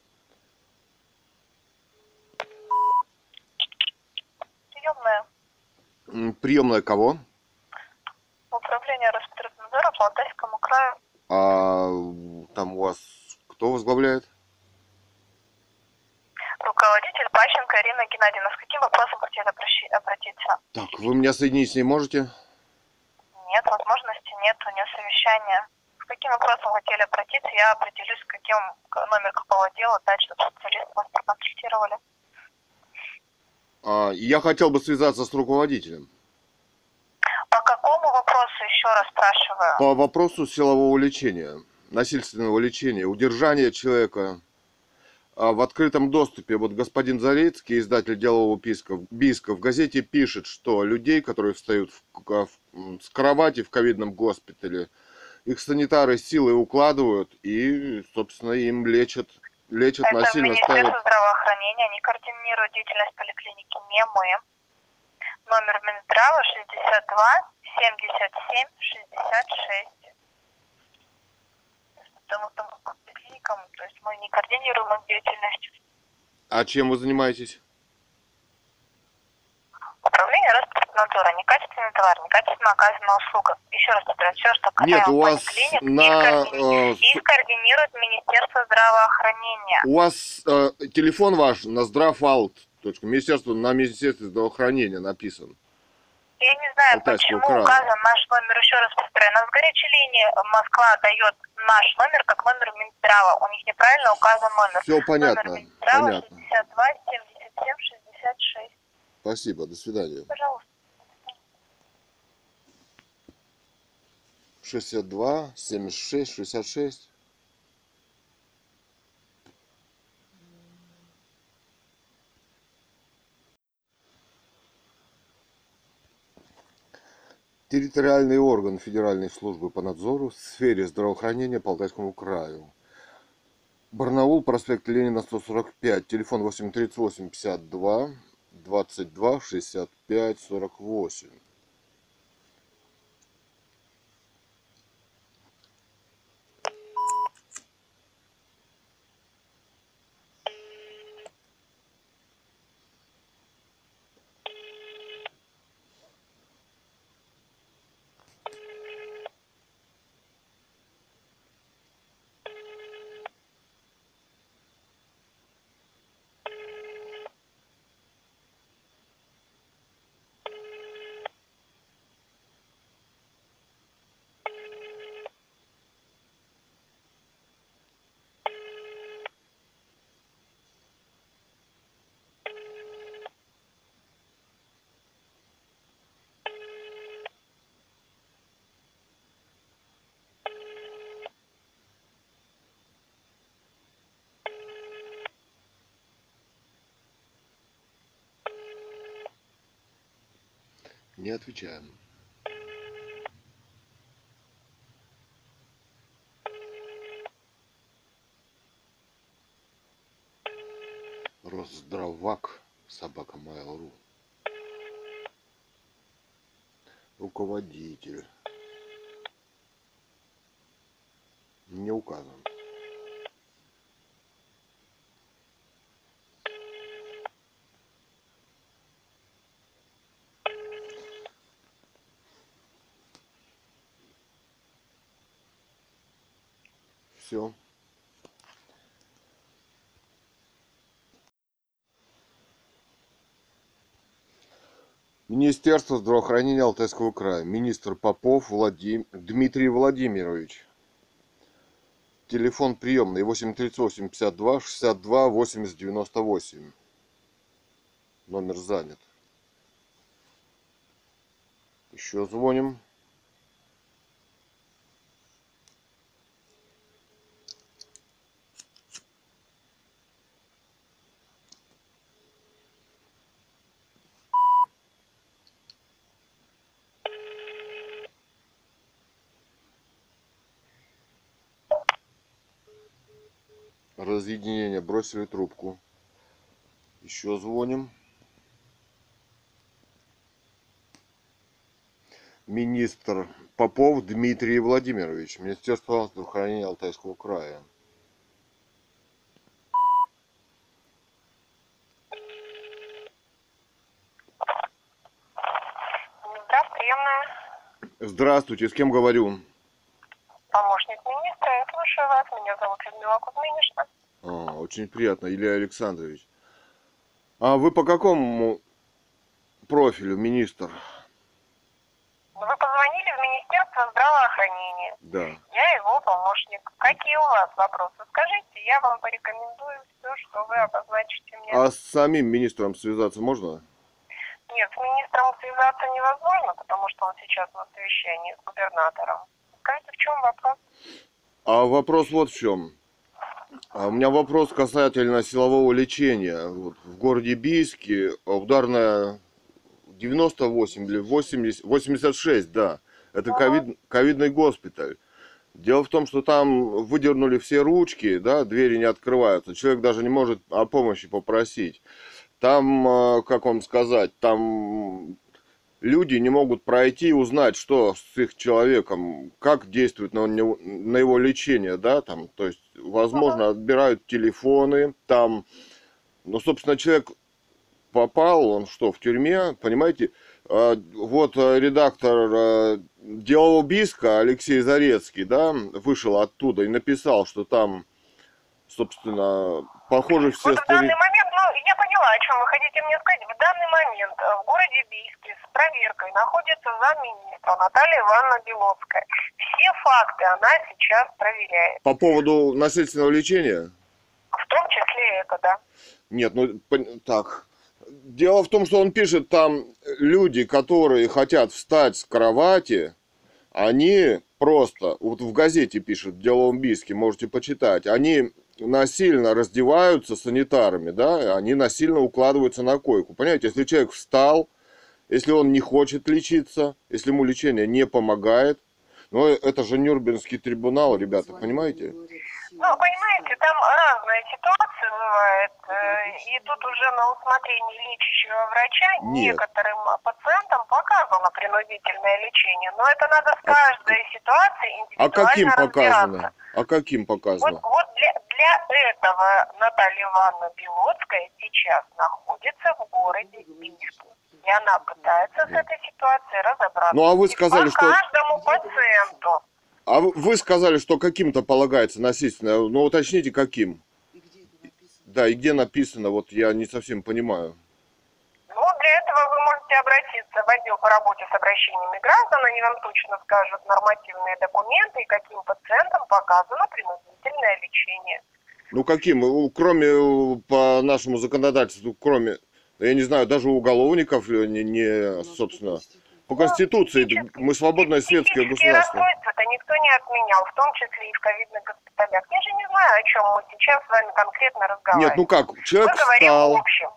Приемная. М, Приемная кого? Управление Роспотребнадзора по Алтайскому краю. А там у вас кто возглавляет? Руководитель Пащенко Ирина Геннадьевна. С каким вопросом хотели обращи- обратиться? Так, вы меня соединить с ней можете? Нет, возможности нет, у нее совещание. С каким вопросом хотели обратиться? Я определюсь, с каким к- номер какого дела дать, чтобы специалисты вас проконсультировали. А, я хотел бы связаться с руководителем. По какому вопросу, еще раз спрашиваю? По вопросу силового лечения, насильственного лечения, удержания человека а, в открытом доступе. Вот господин Зарецкий, издатель «Делового Биска», Биска, в газете пишет, что людей, которые встают в, в, с кровати в ковидном госпитале, их санитары силой укладывают и, собственно, им лечат, лечат Это насильно, Министерство ставят... здравоохранения, они координируют деятельность поликлиники, не мы. Номер Минздрава шестьдесят два семьдесят семь шестьдесят шесть. Потому что мы поликлиникам, то есть мы не координируем их деятельность. А чем вы занимаетесь? Управление Роспотребнадзора, некачественный товар, некачественно оказанная услуга. Еще раз повторяю, все, что Нет, касаемо у вас поликлиник, на... их, координи... э, с- их координирует Министерство здравоохранения. У вас э, телефон ваш на здраваут. Министерство, на Министерстве здравоохранения написан. Я не знаю, Алтайского почему края. указан наш номер, еще раз повторяю. Нас горячей линии Москва дает наш номер как номер Минздрава. У них неправильно указан номер. Все понятно. Номер Минздрава Понятно. шестьдесят два семьдесят семь шестьдесят шесть. Спасибо, до свидания. Пожалуйста. шестьдесят два семьдесят шесть шестьдесят шесть. Территориальный орган Федеральной службы по надзору в сфере здравоохранения по Алтайскому краю. Барнаул, проспект Ленина, сто сорок пять, телефон восемь тридцать восемь пятьдесят два двадцать два шестьдесят пять сорок восемь. Не отвечаем. Росздраввак, собака Mail.ru. Руководитель. Не указан. Все. Министерство здравоохранения Алтайского края. Министр Попов Владим... Дмитрий Владимирович. Телефон приемный восемь тридцать восемь пятьдесят два шестьдесят два восемьдесят девяносто восемь. Номер занят. Еще звоним. Разъединение. Бросили трубку. Еще звоним. Министр Попов Дмитрий Владимирович. Министерство здравоохранения Алтайского края. Минздрав, приемная. Здравствуйте, с кем говорю? Помощник министра, я слушаю вас. Меня зовут Людмила Кузьминична. А, очень приятно, Илья Александрович. А вы по какому профилю, министр? Вы позвонили в Министерство здравоохранения. Да. Я его помощник. Какие у вас вопросы? Скажите, я вам порекомендую все, что вы обозначите мне. А с самим министром связаться можно? Нет, с министром связаться невозможно, потому что он сейчас на совещании с губернатором. Скажите, в чем вопрос? А вопрос вот в чем. А у меня вопрос касательно силового лечения. Вот в городе Бийске ударная девяносто восемь или восемьдесят, восемьдесят шесть, да. Это ковид, ковидный госпиталь. Дело в том, что там выдернули все ручки, да, двери не открываются. Человек даже не может о помощи попросить. Там, как вам сказать, там люди не могут пройти и узнать, что с их человеком, как действует на него, на его лечение, да, там, то есть, возможно, отбирают телефоны, там, ну, собственно, человек попал, он что, в тюрьме, понимаете, вот редактор «Делового Бийска» Алексей Зарецкий, да, вышел оттуда и написал, что там, собственно, похоже все вот в данный момент, ну, я поняла, о чем вы хотите мне сказать. В данный момент в городе Бийске с проверкой находится замминистра Наталья Ивановна Белоцкая. Все факты она сейчас проверяет. По поводу насильственного лечения? В том числе это, да. Нет, ну, так. Дело в том, что он пишет, там люди, которые хотят встать с кровати, они просто, вот в газете пишут, в Деловом Бийске, можете почитать, они насильно раздеваются санитарами, да, они насильно укладываются на койку. Понимаете, если человек встал, если он не хочет лечиться, если ему лечение не помогает, но это же Нюрнбергский трибунал, ребята, понимаете? Ну, понимаете, там разная ситуация бывает, и тут уже на усмотрение лечащего врача Нет. некоторым пациентам показано принудительное лечение, но это надо с каждой ситуацией А индивидуально каким показано? разбираться. А каким показано? Вот, вот для, для этого Наталья Ивановна Белоцкая сейчас находится в городе Бийске. И она пытается с этой ситуацией разобраться. Ну, а вы сказали, По что... каждому пациенту. А вы- вы сказали, что каким-то полагается насильственно. Ну, уточните, каким? И где это написано? Да, и где написано, вот я не совсем понимаю. Ну, для этого вы можете обратиться в отдел по работе с обращениями граждан, они вам точно скажут нормативные документы и каким пациентам показано принудительное лечение. Ну, каким? У- Кроме, э, по нашему законодательству, кроме, я не знаю, даже у уголовников э, не, не, собственно, по Конституции, мы свободное светское Психические государство. расстройства-то никто не отменял, в том числе и в ковидных госпиталях. Я же не знаю, о чем мы сейчас с вами конкретно разговариваем. Нет, ну как, человек Мы говорим в встал. общем.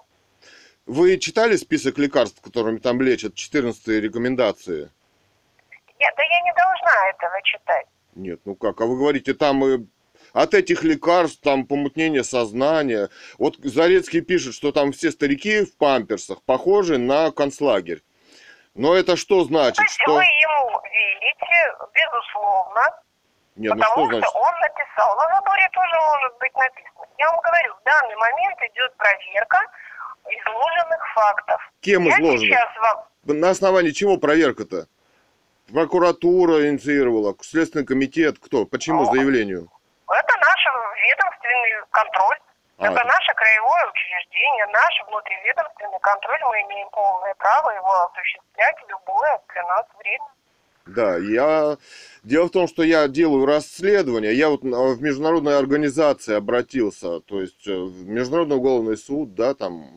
Вы читали список лекарств, которыми там лечат, четырнадцатые рекомендации? Я, да я не должна этого читать. Нет, ну как, а вы говорите, там и от этих лекарств, там помутнение сознания. Вот Зарецкий пишет, что там все старики в памперсах похожи на концлагерь. Но это что значит? То есть Что... вы ему верите, безусловно, Нет, ну потому что значит? что он написал. На заборе тоже может быть написано. Я вам говорю, в данный момент идет проверка изложенных фактов. Кем Я изложенных? сейчас вам... На основании чего проверка-то? Прокуратура инициировала, Следственный комитет, кто? Почему Ну, заявлению? Это наш ведомственный контроль. А, Это наше краевое учреждение, наш внутриведомственный контроль. Мы имеем полное право его осуществлять в любое для нас время. Да, я... Дело в том, что я делаю расследование. Я вот в международные организации обратился, то есть в Международный уголовный суд, да, там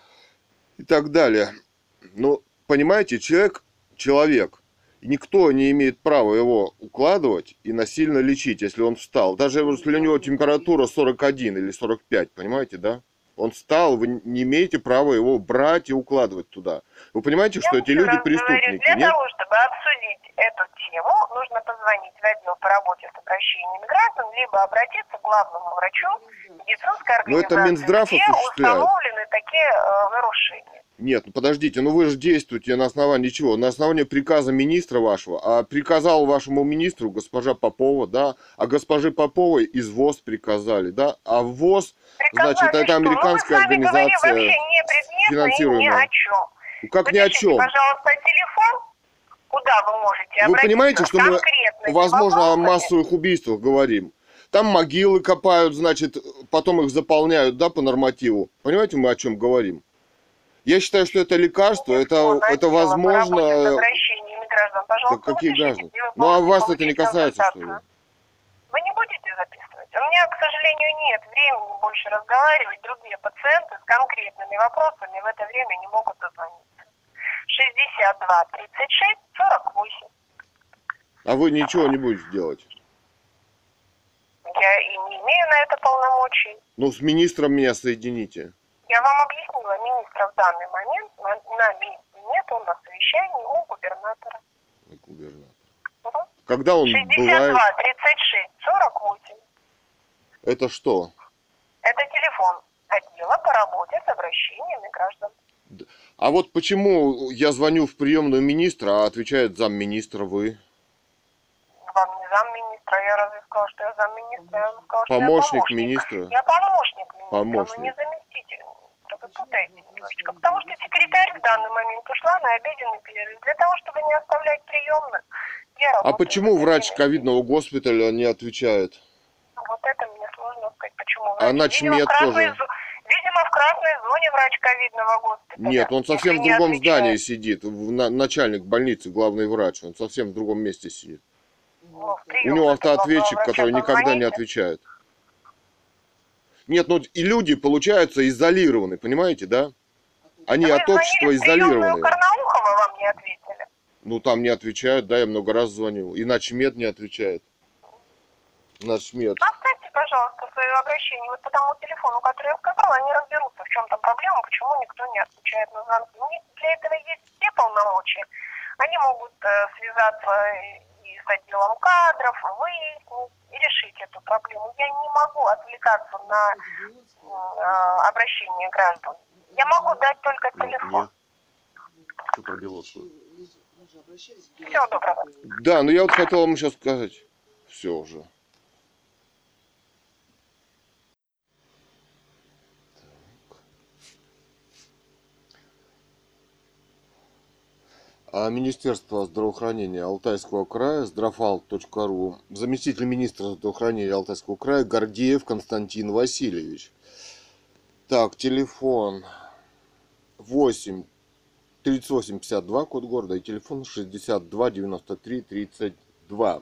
и так далее. Ну, понимаете, человек, человек, никто не имеет права его укладывать и насильно лечить, если он встал. Даже если у него температура сорок один или сорок пять, понимаете, да? Он встал, вы не имеете права его брать и укладывать туда. Вы понимаете, что Я эти еще люди раз говорю, преступники, для нет? того, чтобы обсудить эту тему, нужно позвонить в отдел по работе с обращениями граждан, либо обратиться к главному врачу медицинской Но это организации, Минздрав где осуществляет. установлены такие э, нарушения. Нет, ну подождите, ну вы же действуете на основании чего? На основании приказа министра вашего. А приказал вашему министру госпожа Попова, да? А госпоже Поповой из ВОЗ приказали, да? А ВОЗ, значит, Приказали это что? американская Ну, мы с вами говорим организация вообще не предметно и ни финансируемая. о чем. Ну как ни о Запишите, чем? пожалуйста, телефон, куда вы можете Вы обратиться понимаете, с что мы, конкретными возможно, о вопросами? массовых убийствах говорим? Там могилы копают, значит, потом их заполняют, да, по нормативу. Понимаете, мы о чем говорим? Я считаю, что это лекарство, это, это возможно... Да какие граждане? Ну а вас это не касается, что ли? Вы не будете записывать? У меня, к сожалению, нет времени больше разговаривать. Другие пациенты с конкретными вопросами в это время не могут дозвониться. шестьдесят два тридцать шесть сорок восемь. А вы ничего не будете делать? Я и не имею на это полномочий. Ну, с министром меня соедините. Я вам объяснила, министра в данный момент на, на месте нет, он на совещании у губернатора. Губернатор. Угу. Когда он шестьдесят бывает? два тридцать шесть сорок восемь. Это что? Это телефон отдела по работе с обращениями граждан. А вот почему я звоню в приемную министра, а отвечает замминистра вы? Вам не замминистра, я разве сказала, что я замминистра? Я вам сказала, что Помощник я помощник. министра? Я помощник министра, Помощник. но не заместитель. Вы путаете немножечко. Потому что секретарь в данный момент ушла на обеденный перерыв. Для того, чтобы не оставлять приемных, я А работаю почему в врач отделе. ковидного госпиталя не отвечает? Вот это мне сложно сказать, почему А врач. Видимо, в начмед красной, тоже? зо- Видимо, в красной зоне врач ковидного госпиталя. Нет, он совсем если в не другом отвечает. здании сидит. В- на- начальник больницы, главный врач. Он совсем в другом месте сидит. Ну, в У приемную него главного автоответчик, врача который никогда не позвоните. отвечает. Нет, ну и люди, получаются, изолированы, понимаете, да? Они Вы от общества звонили в приемную изолированы. Карнаухова, вам не ответили? Ну там не отвечают, да, я много раз звонил. И начмед не отвечает. Начмед. Оставьте, пожалуйста, свое обращение. Вот по тому телефону, который я сказала, они разберутся, в чем там проблема, почему никто не отвечает на звонки. У них для этого есть все полномочия. Они могут э, связаться и с отделом кадров, выяснить и решить эту проблему. Я не могу отвлекаться на э, обращение граждан. Я могу дать только телефон. Что про Белоцкую? Всего доброго. Да, ну я вот хотел вам сейчас сказать. Все уже. А Министерство здравоохранения Алтайского края, здравал точка ру, заместитель министра здравоохранения Алтайского края Гордеев Константин Васильевич. Так, телефон восемь тридцать восемь пятьдесят два, код города, и телефон шестьдесят два девяносто три тридцать два.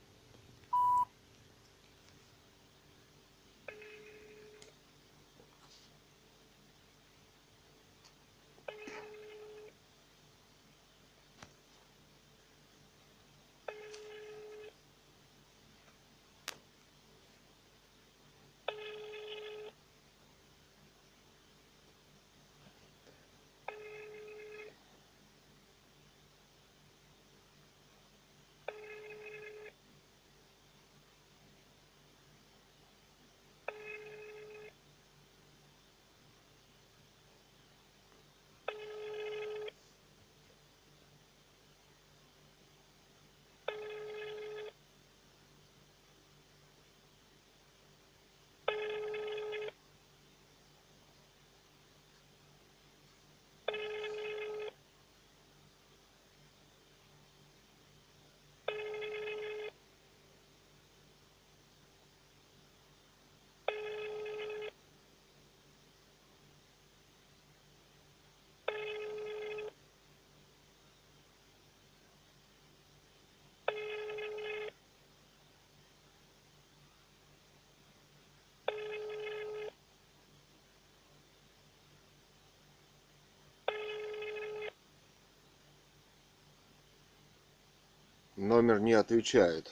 Номер не отвечает.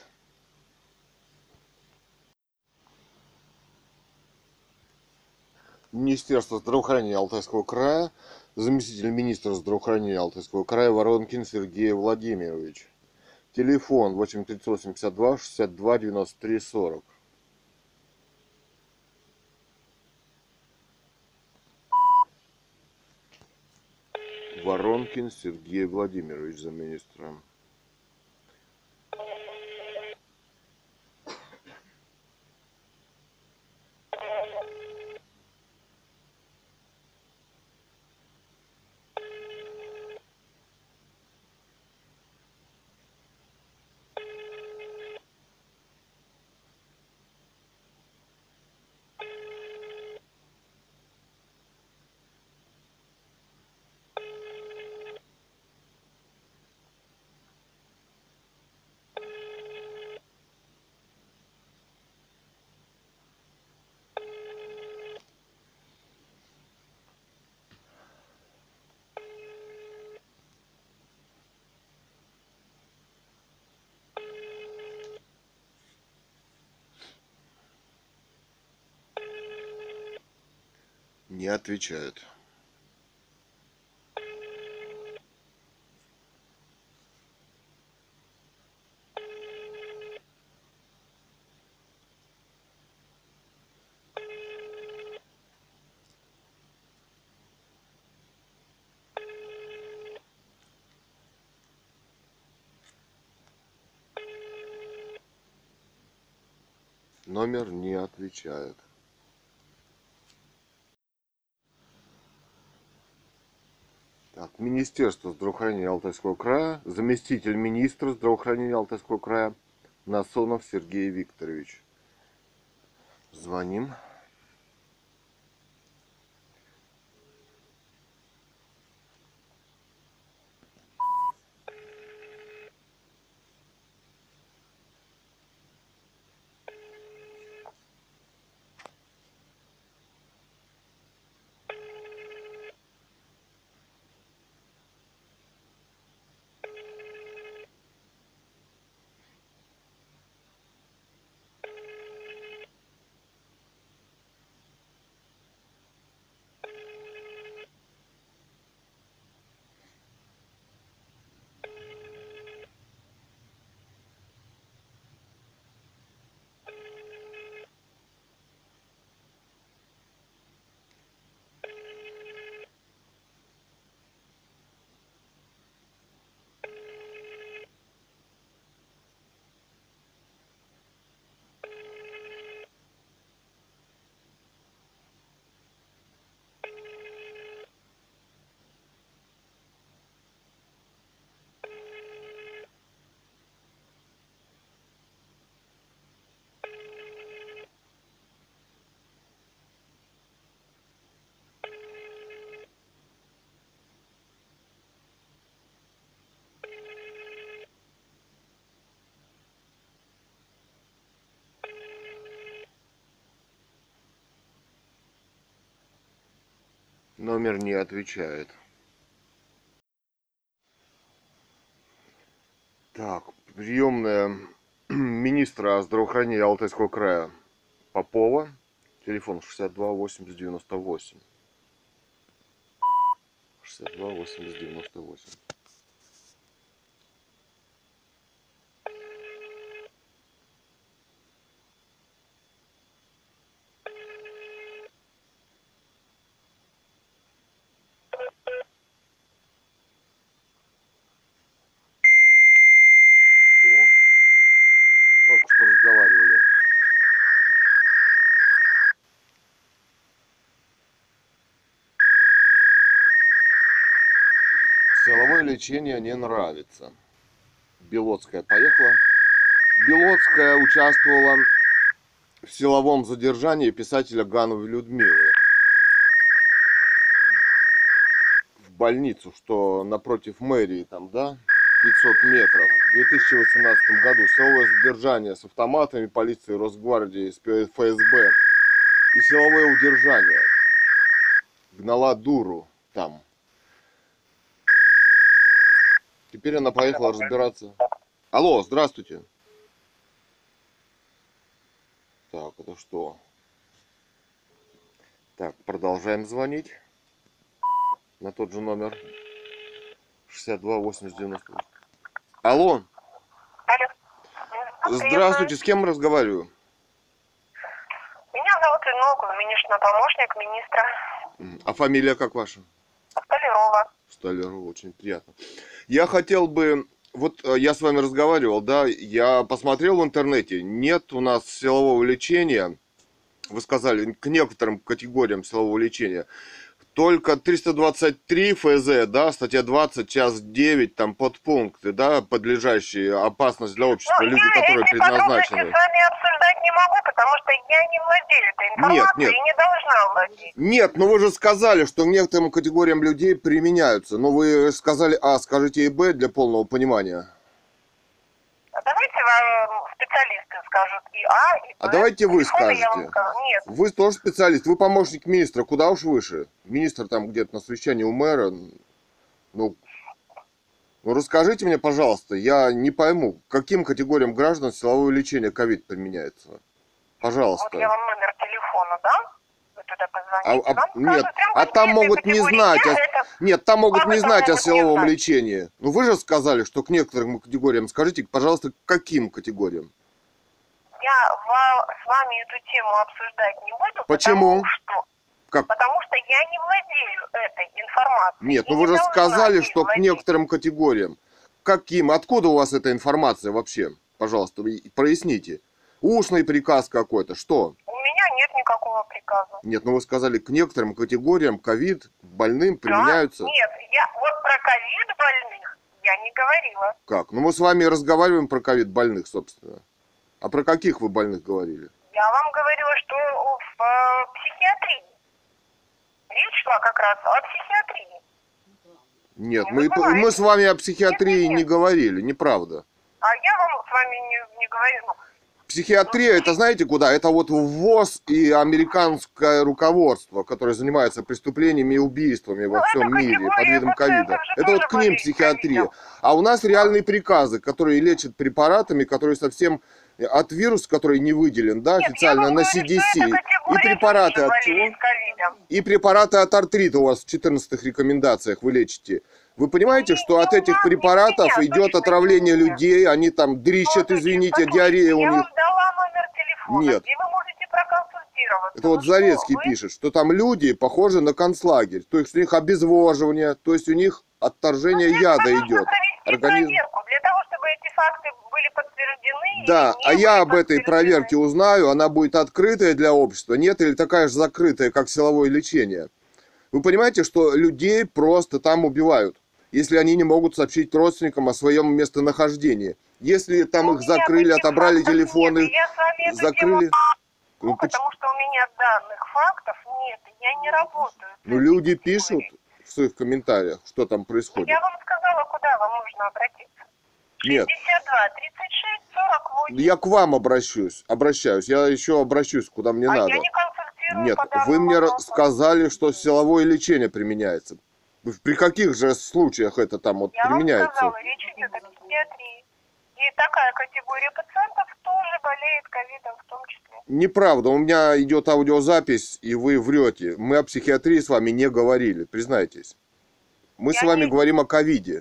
Министерство здравоохранения Алтайского края, заместитель министра здравоохранения Алтайского края Воронкин Сергей Владимирович. Телефон восемь тридцать восемь пятьдесят два шестьдесят два девяносто три сорок. Воронкин Сергей Владимирович, замминистра. Не отвечает. Номер не отвечает. Так, Министерство здравоохранения Алтайского края, заместитель министра здравоохранения Алтайского края Насонов Сергей Викторович. Звоним. Номер не отвечает. Так, приемная министра здравоохранения Алтайского края Попова. Телефон шестьдесят два восемьдесят девяносто восемь. шестьдесят два восемьдесят девяносто восемь. Только что разговаривали. Силовое лечение не нравится. Белоцкая поехала. Белоцкая участвовала в силовом задержании писателя Гановой Людмилы в больницу, что напротив мэрии там, да? пятьсот метров. В две тысячи восемнадцатом году силовое задержание с автоматами полиции, Росгвардии, эф эс бэ и силовое удержание. Гнала дуру там. Теперь она поехала разбираться. Алло, здравствуйте. Так, это что? Так, продолжаем звонить на тот же номер шестьдесят два восемьдесят девяносто восемь. Алло. Алло. Здравствуйте, с кем разговариваю? Меня зовут Инна, министрный помощник министра. А фамилия как ваша? Столярова. Столярова, очень приятно. Я хотел бы, вот я с вами разговаривал, да, я посмотрел в интернете, нет у нас силового лечения, вы сказали, к некоторым категориям силового лечения, только триста двадцать три эф зэ, да, статья двадцать, часть девять, там подпункты, да, подлежащие опасность для общества, Ну, люди, я которые эти предназначены. подробности с вами обсуждать не могу, потому что я не владею этой информацией Нет, нет. и не должна владеть. Нет, ну вы же сказали, что к некоторым категориям людей применяются, но вы сказали А, скажите и Б для полного понимания. А давайте вам специалисты скажут и А, и Б. А давайте вы Телефоны я вам скажете. скажу. Нет. Вы тоже специалист, вы помощник министра, куда уж выше. Министр там где-то на совещании у мэра. Ну, ну расскажите мне, пожалуйста, я не пойму, к каким категориям граждан силовое лечение ковид применяется. Пожалуйста. Вот я вам номер телефона дам. Вы туда А, позвоните. а- Вам нет, скажут прям а там конкретные могут не категории знать, дня, о- это нет, там могут как не это знать о могут не силовом знать? лечении. Ну вы же сказали, что к некоторым категориям. Скажите, пожалуйста, к каким категориям? Я ва- с вами эту тему обсуждать не буду, Почему? потому что, Как? потому что я не владею этой информацией. Нет, и ну не вы же должна сказали, ей что к владеть. некоторым категориям. Каким? Откуда у вас эта информация вообще? Пожалуйста, вы проясните. Устный приказ какой-то, что? У меня нет никакого приказа. Нет, ну вы сказали, к некоторым категориям ковид больным применяются. Да? Нет, я вот про ковид больных я не говорила. Как? Ну мы с вами разговариваем про ковид больных, собственно. А про каких вы больных говорили? Я вам говорила, что в э, психиатрии. Речь шла как раз о психиатрии. Нет, Не мы, забывайте. мы с вами о психиатрии Нет, нет, не нет. говорили, неправда. А я вам с вами не, не говорила. Психиатрия, это знаете куда? Это вот ВОЗ и американское руководство, которое занимается преступлениями и убийствами во Ну, всем это мире под категория видом пациентов ковида. же Это тоже вот к ним болеют психиатрия. ковидом. А у нас реальные приказы, которые лечат препаратами, которые совсем от вируса, который не выделен, да, Нет, официально я вам на говорю, си ди си. что эта И категория препараты тоже от чего? болеет ковидом. И препараты от артрита у вас в четырнадцатых рекомендациях вы лечите. Вы понимаете, Не- что не от у этих нас, не у препаратов меня, идет точно отравление не у меня. людей, они там дрищат, Послушайте, извините, послушайте, диарея у я них. вам дала номер телефона, Нет. где вы можете проконсультироваться. Это вот Ну что, Зарецкий вы- пишет, что там люди похожи на концлагерь. То есть у них обезвоживание, то есть у них отторжение Ну, для яда этого нужно идет. провести Организм. проверку, для того, чтобы эти факты были подтверждены. Да, или а не я были об этой подтверждены. проверке узнаю, она будет открытая для общества, нет, или такая же закрытая, как силовое лечение. Вы понимаете, что людей просто там убивают, если они не могут сообщить родственникам о своем местонахождении. Если там У их меня закрыли, таких отобрали фактов телефоны, нет, и я с вами эту закрыли. тему- Ну, Ну, поч- потому что у меня данных фактов нет, и я не работаю. с ну, этой люди категорией. пишут в своих комментариях, что там Ну, происходит. я вам сказала, куда вам нужно обратиться. Нет. шестьдесят два тридцать шесть сорок восемь. Я к вам обращусь, обращаюсь. Я еще обращусь, куда мне а надо. я не консультирую Нет, по данному вы мне вопросу. сказали, что силовое лечение применяется. При каких же случаях это там вот Я вам применяется? сказала, речь идет о психиатрии. И такая категория пациентов тоже болеет ковидом в том числе. Неправда, у меня идет аудиозапись, и вы врете. Мы о психиатрии с вами не говорили, признайтесь. Мы Я с вами не- говорим о ковиде.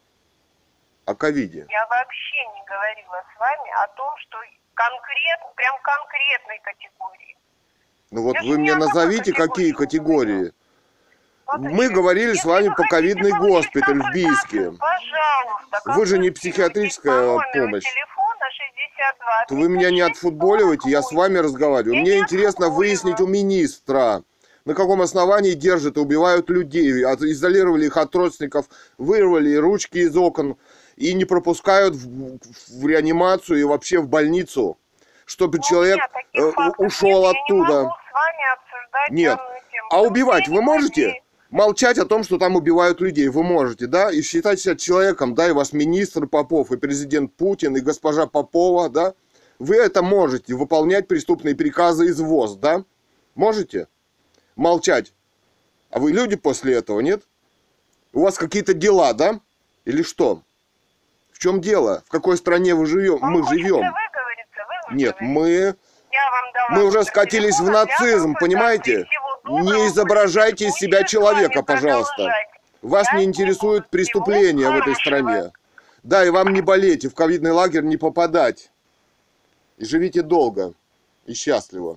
О ковиде. Я вообще не говорила с вами о том, что конкретно, прям конкретной категории. Ну вот Я же вы ни мне о какой назовите, категории какие не категории. Смотрите, Мы говорили с если вами вы по хотите ковидный получить госпиталь в консультацию, Бийске. Пожалуйста, Вы же не консультируйтесь психиатрическая по номеру помощь. телефона шестьдесят два То вы меня не тридцать шесть отфутболиваете, я с сорок вами восемь. разговариваю. Я Мне не интересно отфутболиваю. выяснить у министра, на каком основании держат и убивают людей, от- изолировали их от родственников, вырвали ручки из окон и не пропускают в, в реанимацию и вообще в больницу, чтобы Ну, человек у меня таких э, фактов ушел нет, оттуда. Я не могу с вами обсуждать Нет. данную тему. А Потому убивать что я вы не можете? владею. Молчать о том, что там убивают людей, вы можете, да? И считать себя человеком, да, и ваш министр Попов, и президент Путин, и госпожа Попова, да? Вы это можете, выполнять преступные приказы из ВОЗ, да? Можете? Молчать. А вы люди после этого, нет? У вас какие-то дела, да? Или что? В чем дело? В какой стране вы живем? Вам Мы хочется живем. выговориться, вы Нет, выговоритесь. мы... Я вам дала Мы уже номер скатились в телефона для нацизм, консультации. понимаете? Всего доброго. Не изображайте из себя Будете с человека, вами пожалуйста. продолжать. Вас Я не не интересуют буду. преступления Всего в этой хорошего. стране. Да, и вам не болеть, и в ковидный лагерь не попадать. И живите долго и счастливо.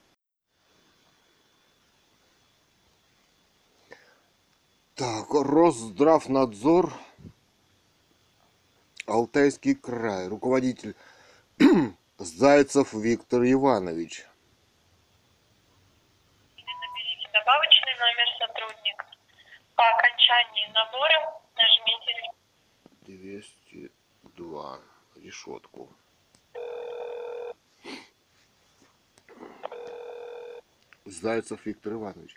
Так, Росздравнадзор, Алтайский край, руководитель Зайцев Виктор Иванович. Наберите добавочный номер сотрудника. По окончании набора нажмите двести два. Решетку. Зайцев Виктор Иванович.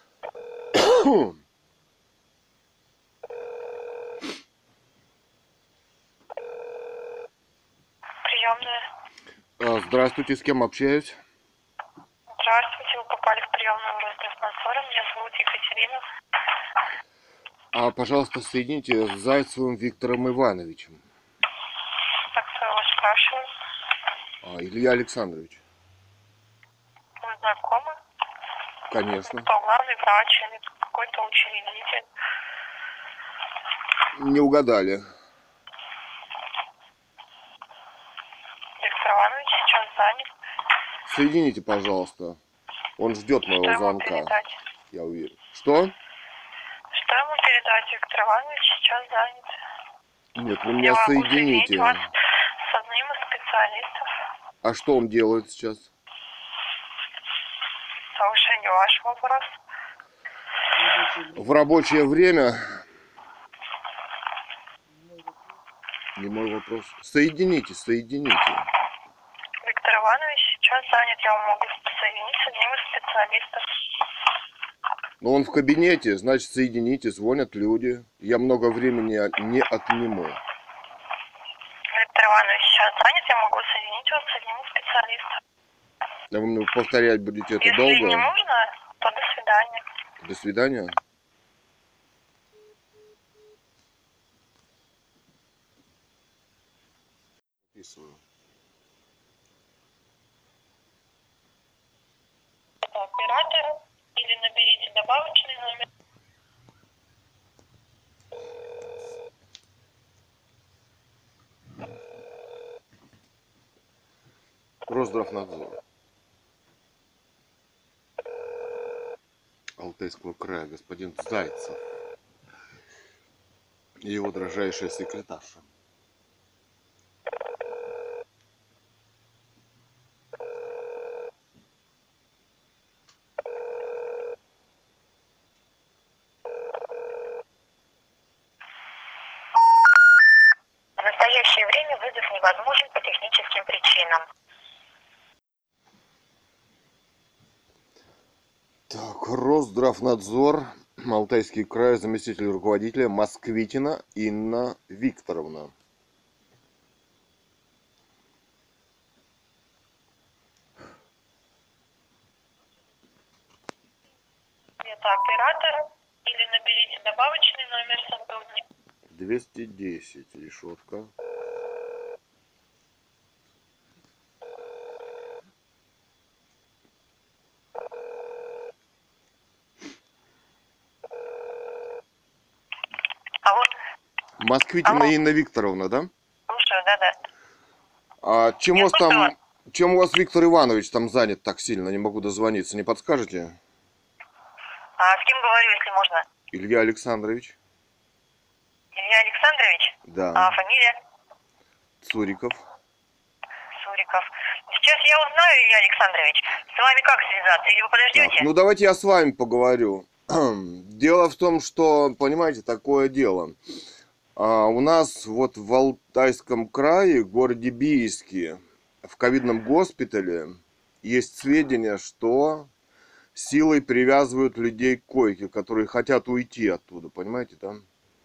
приемную. А, Здравствуйте, с кем общаюсь? Здравствуйте, вы попали в приемную Росздравнадзора. Меня зовут Екатерина. А, пожалуйста, соедините с Зайцевым Виктором Ивановичем. Так, кто его спрашивает? А, Илья Александрович. Вы знакомы? Конечно. Кто, главный врач или какой-то учредитель? Не угадали. Виктор Иванович сейчас занят. Соедините, пожалуйста. Он ждет Что моего ему звонка. передать? Я уверен. Что? Что ему передать? Виктор Иванович сейчас занят. Нет, вы Я меня могу соедините. соединить вас с одним из специалистов. А что он делает сейчас? Слушаю ваш вопрос. В рабочее время? Не мой вопрос. Соедините, соедините. Виктор Иванович сейчас занят. Я могу соединить с одним из специалистов. Но он в кабинете, значит, соедините, звонят люди. Я много времени не отниму. Виктор Иванович сейчас занят. Я могу соединить вас с одним из специалистов. А вы мне повторять будете это Если долго? не нужно, то до свидания. До свидания. Записываю. Оператор или наберите добавочный номер. Росздравнадзор Алтайского края, господин Зайцев и его дрожайшая секретарша. В настоящее время вызов невозможен по техническим причинам. Так, Росздравнадзор, Алтайский край, заместитель руководителя Москвитина Инна Викторовна. Это оператор или наберите добавочный номер сотрудника. двести десять, решетка. Алло, Москвитина Алло. Инна Викторовна, да? слушаю, да-да. А чем у вас Я там, чем у вас Виктор Иванович там занят так сильно? Не могу дозвониться, не подскажете? А с кем говорю, если можно? Илья Александрович? Илья Александрович? Да. А фамилия? Цуриков. Суриков. Сейчас я узнаю, Илья Александрович. С вами как связаться? Или вы подождете? Так, ну давайте я с вами поговорю. Дело в том, что, понимаете, такое дело. А, у нас вот в Алтайском крае, в городе Бийске, в ковидном госпитале есть сведения, что силой привязывают людей к койке, которые хотят уйти оттуда, понимаете, да?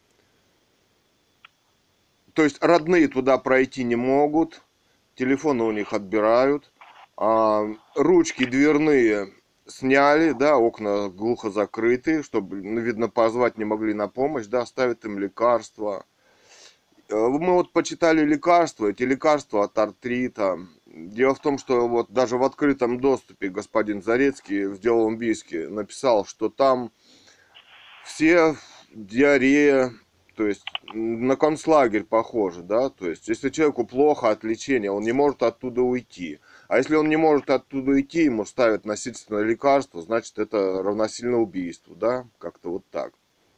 То есть родные туда пройти не могут, телефоны у них отбирают, а ручки дверные сняли, да, окна глухо закрыты, чтобы, ну, видно, позвать не могли на помощь, да, ставят им лекарства. Мы вот почитали лекарства, эти лекарства от артрита. Дело в том, что вот даже в открытом доступе господин Зарецкий в Деловом Бийске написал, что там все диарея, то есть на концлагерь похоже, да, то есть если человеку плохо от лечения, он не может оттуда уйти. А если он не может оттуда уйти, ему ставят насильственное лекарство, значит это равносильно убийству, да, как-то вот так.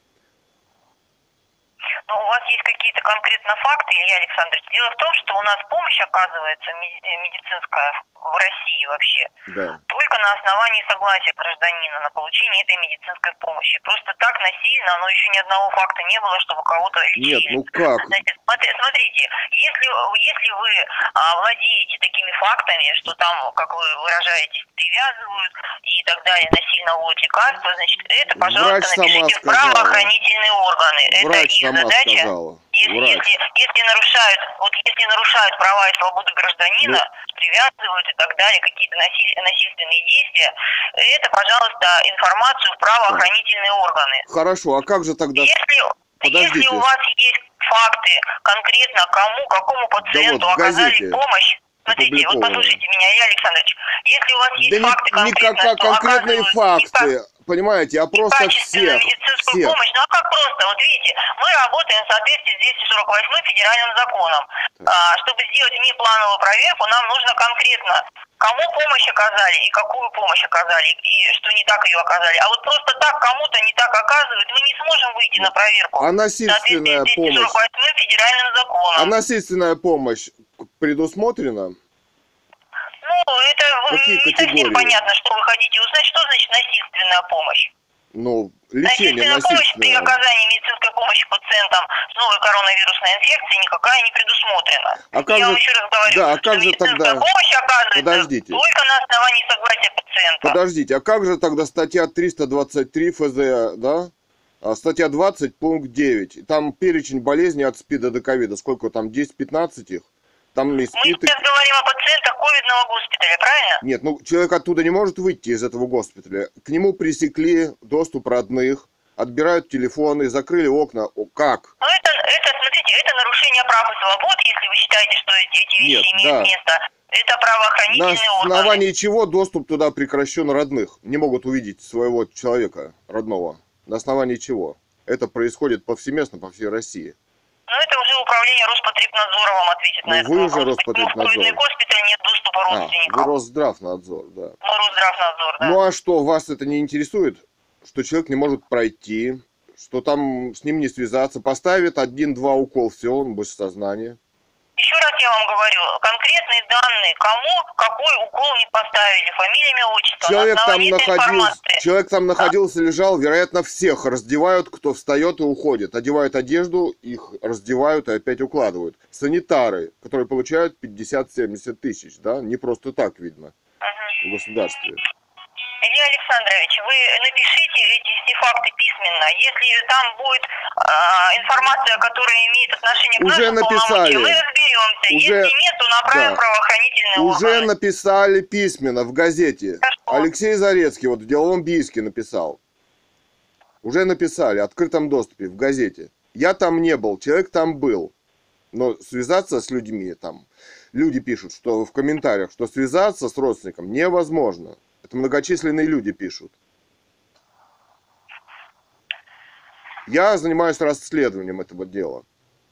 Ну, у вас есть какие-то конкретно факты, Илья Александрович? Дело в том, что у нас помощь оказывается медицинская в России вообще Да. только на основании согласия гражданина на получение этой медицинской помощи. Просто так насильно, но еще ни одного факта не было, чтобы кого-то лечили. Нет, ну как? Значит, смотрите, если, если вы а, владеете такими фактами, что там, как вы выражаетесь, привязывают и так далее, насильно уводят лекарства, значит, это, пожалуйста, Врач сама напишите в сказала. правоохранительные органы. Врач это их сама задача. сказала. Если, Врач. если, если нарушают, вот если нарушают права и свободы гражданина, Ну, привязывают и так далее, какие-то насиль, насильственные действия, это, пожалуйста, информацию в правоохранительные органы. Хорошо, а как же тогда... Если, Подождите. если у вас есть факты конкретно кому, какому пациенту Да вот, в оказали газете. помощь, Смотрите, вот опубликовано. послушайте меня, Илья Александрович, если у вас есть Да не, факты не как, конкретные, как что конкретные оказывают факты, некачественную понимаете, а просто всех, медицинскую всех. помощь, ну а как просто, вот видите, мы работаем в соответствии с двести сорок восьмым федеральным законом. А, чтобы сделать внеплановую проверку, нам нужно конкретно, кому помощь оказали и какую помощь оказали, и что не так ее оказали. А вот просто так кому-то не так оказывают, мы не сможем выйти на проверку. А В соответствии насильственная с двести помощь, сорок восьмым федеральным законом. а насильственная помощь предусмотрена? Ну, это вы- Какие не совсем категории? понятно, что вы хотите узнать. Что значит насильственная помощь? Ну, лечение Насильственная помощь при насильственное. оказании медицинской помощи пациентам с новой коронавирусной инфекцией никакая не предусмотрена. А как Я же- вам еще раз говорю, да, а что как же медицинская тогда- помощь оказывается Подождите. только на основании согласия пациента. Подождите, а как же тогда статья триста двадцать три эф зэ, да? А, статья двадцать, пункт девять. Там перечень болезней от СПИДа до ковида. Сколько там, десять-пятнадцать их? Там и Мы СПИД... и- сейчас говорим о пациентах ковидного госпиталя, правильно? Нет, ну человек оттуда не может выйти из этого госпиталя. К нему пресекли доступ родных, отбирают телефоны, закрыли окна. О, как? Ну, это, это, смотрите, это нарушение прав и свобод, если вы считаете, что эти, эти вещи Нет, имеют да. место. Это На правоохранительные органы. основании чего доступ туда прекращен родных? Не могут увидеть своего человека родного. На основании чего? Это происходит повсеместно по всей России. Ну, это уже управление Роспотребнадзора вам ответит Ну, на этот вы вопрос. уже Почему Роспотребнадзор. в ковидный госпиталь нет доступа А, родственников? вы Росздравнадзор, да. Мы Росздравнадзор, да. Ну а что, вас это не интересует? Что человек не может пройти, что там с ним не связаться, поставит один-два укол, все, он без сознания. Еще раз я вам говорю, конкретные данные, кому какой укол не поставили, фамилия, имя, отчество, Человек на там основании этой находился, информации. человек там находился, лежал, вероятно, всех раздевают, кто встает и уходит. Одевают одежду, их раздевают и опять укладывают. Санитары, которые получают пятьдесят-семьдесят тысяч, да, не просто так видно Мгм. в государстве. Илья Александрович, вы напишите эти все факты письменно. Если там будет а, информация, которая имеет отношение к Уже нашим написали. полномочиям, мы разберемся. Уже- Если нет, то направим да. в правоохранительные Уже органы. написали письменно в газете. Хорошо. Алексей Зарецкий, вот в деловом бийске написал. Уже написали, в открытом доступе, в газете. Я там не был, человек там был. Но связаться с людьми там, люди пишут, что в комментариях, что связаться с родственником невозможно. Это многочисленные люди пишут. Я занимаюсь расследованием этого дела.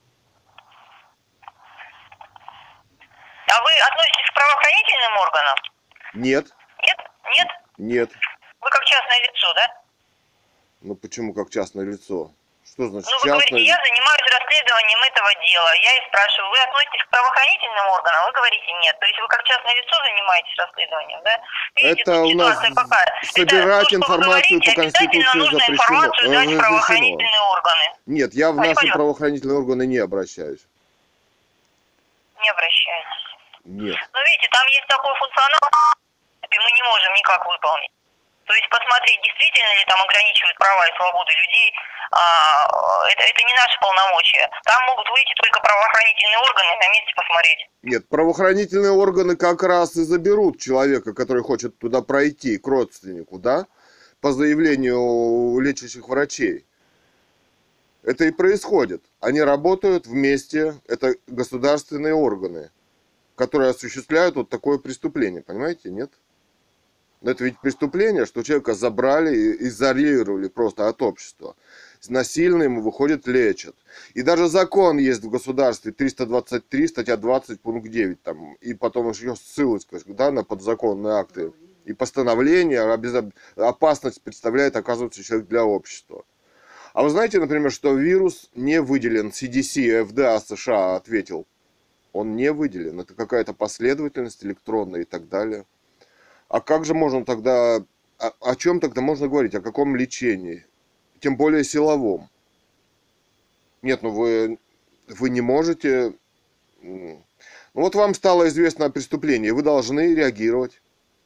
А вы относитесь к правоохранительным органам? Нет, Нет? Нет? нет. Вы как частное лицо, да? Ну почему как частное лицо? Что значит Ну, вы говорите, частное? я занимаюсь расследованием этого дела. Я и спрашиваю, вы относитесь к правоохранительным органам? Вы говорите, нет. То есть вы как частное лицо занимаетесь расследованием, да? Видите, Это тут у нас ситуация какая? собирать Это то, что вы информацию говорите, по Конституции обязательно нужно запрещено. информацию Э, дать в разрешено. правоохранительные органы. Нет, я в Пойдем, наши пойдем. правоохранительные органы не обращаюсь. Не обращайтесь. Нет. Ну, видите, там есть такой функционал, и мы не можем никак выполнить. То есть посмотреть, действительно ли там ограничивают права и свободы людей, а, это, это не наши полномочия. Там могут выйти только правоохранительные органы и на месте посмотреть. Нет, правоохранительные органы как раз и заберут человека, который хочет туда пройти, к родственнику, да, по заявлению лечащих врачей. Это и происходит. Они работают вместе, это государственные органы, которые осуществляют вот такое преступление, понимаете, нет? Но это ведь преступление, что человека забрали и изолировали просто от общества. Насильно ему, выходит, лечат. И даже закон есть в государстве, триста двадцать три, статья двадцать, пункт девять, там, и потом еще ссылочка, да, на подзаконные акты. И постановление, обез- опасность представляет, оказывается, человек для общества. А вы знаете, например, что вирус не выделен, си ди си, эф ди а США ответил. Он не выделен, это какая-то последовательность электронная и так далее. А как же можно тогда, о, о чем тогда можно говорить, о каком лечении? Тем более силовом. Нет, ну вы, вы не можете... Ну вот вам стало известно о преступлении, вы должны реагировать.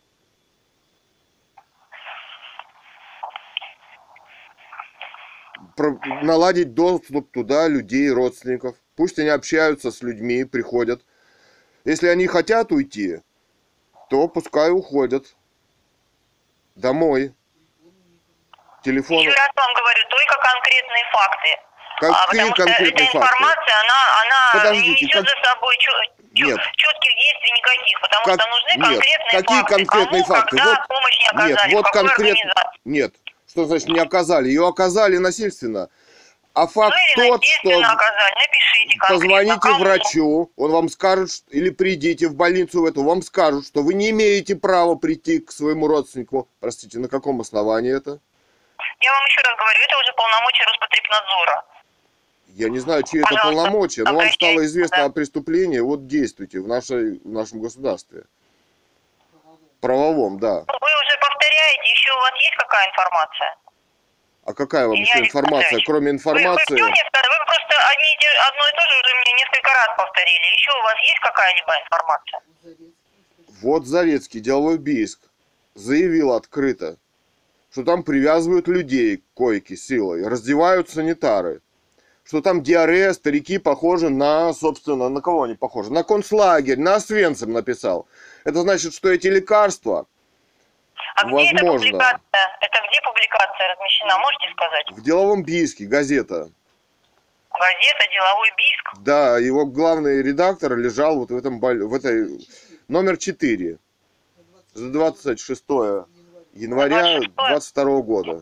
Про- наладить доступ туда людей, родственников. Пусть они общаются с людьми, приходят. Если они хотят уйти, то пускай уходят домой. Телефон. Еще раз вам говорю, только конкретные факты. А, Какие потому что конкретные эта факты? информация, она, она не Подождите, несет как- за собой чё- Нет. чё- четких действий никаких, потому Как- что нужны нет. конкретные Какие факты. конкретные Кому, факты? когда Вот- помощь не Нет, оказали, вот в какой конкретно. организации. Нет. Что значит не оказали? Ее оказали насильственно. А факт Ну или тот, что насильственно оказали. Напишите конкретно. позвоните кому. врачу, он вам скажет, ш- или придите в больницу в эту, вам скажут, что вы не имеете права прийти к своему родственнику. Простите, на каком основании это? Я вам еще раз говорю, это уже полномочия Роспотребнадзора. Я не знаю, чьи это Пожалуйста, полномочия, но вам стало обращайтесь, известно да. о преступлении, вот действуйте в, нашей, в нашем государстве. Правовом, да. Вы уже повторяете, еще у вас есть какая информация? А какая вам Илья еще информация, Александрович, кроме Вы, вы, информации? всё мне сказали, вы просто одни и те- одно и то же уже мне несколько раз повторили. Еще у вас есть какая-либо информация? Вот Зарецкий, деловой Бийск, заявил открыто, что там привязывают людей к койке силой, раздевают санитары, что там диарея, старики похожи на, собственно, на кого они похожи? На концлагерь, на Освенцим написал. Это значит, что эти лекарства, А где эта возможно, публикация? Это где публикация размещена, можете сказать? в деловом Бийске, газета. Газета «Деловой Бийск». Да, его главный редактор лежал вот в этом, боль- в этой, номер четыре, за двадцать шестое января двадцать второго года.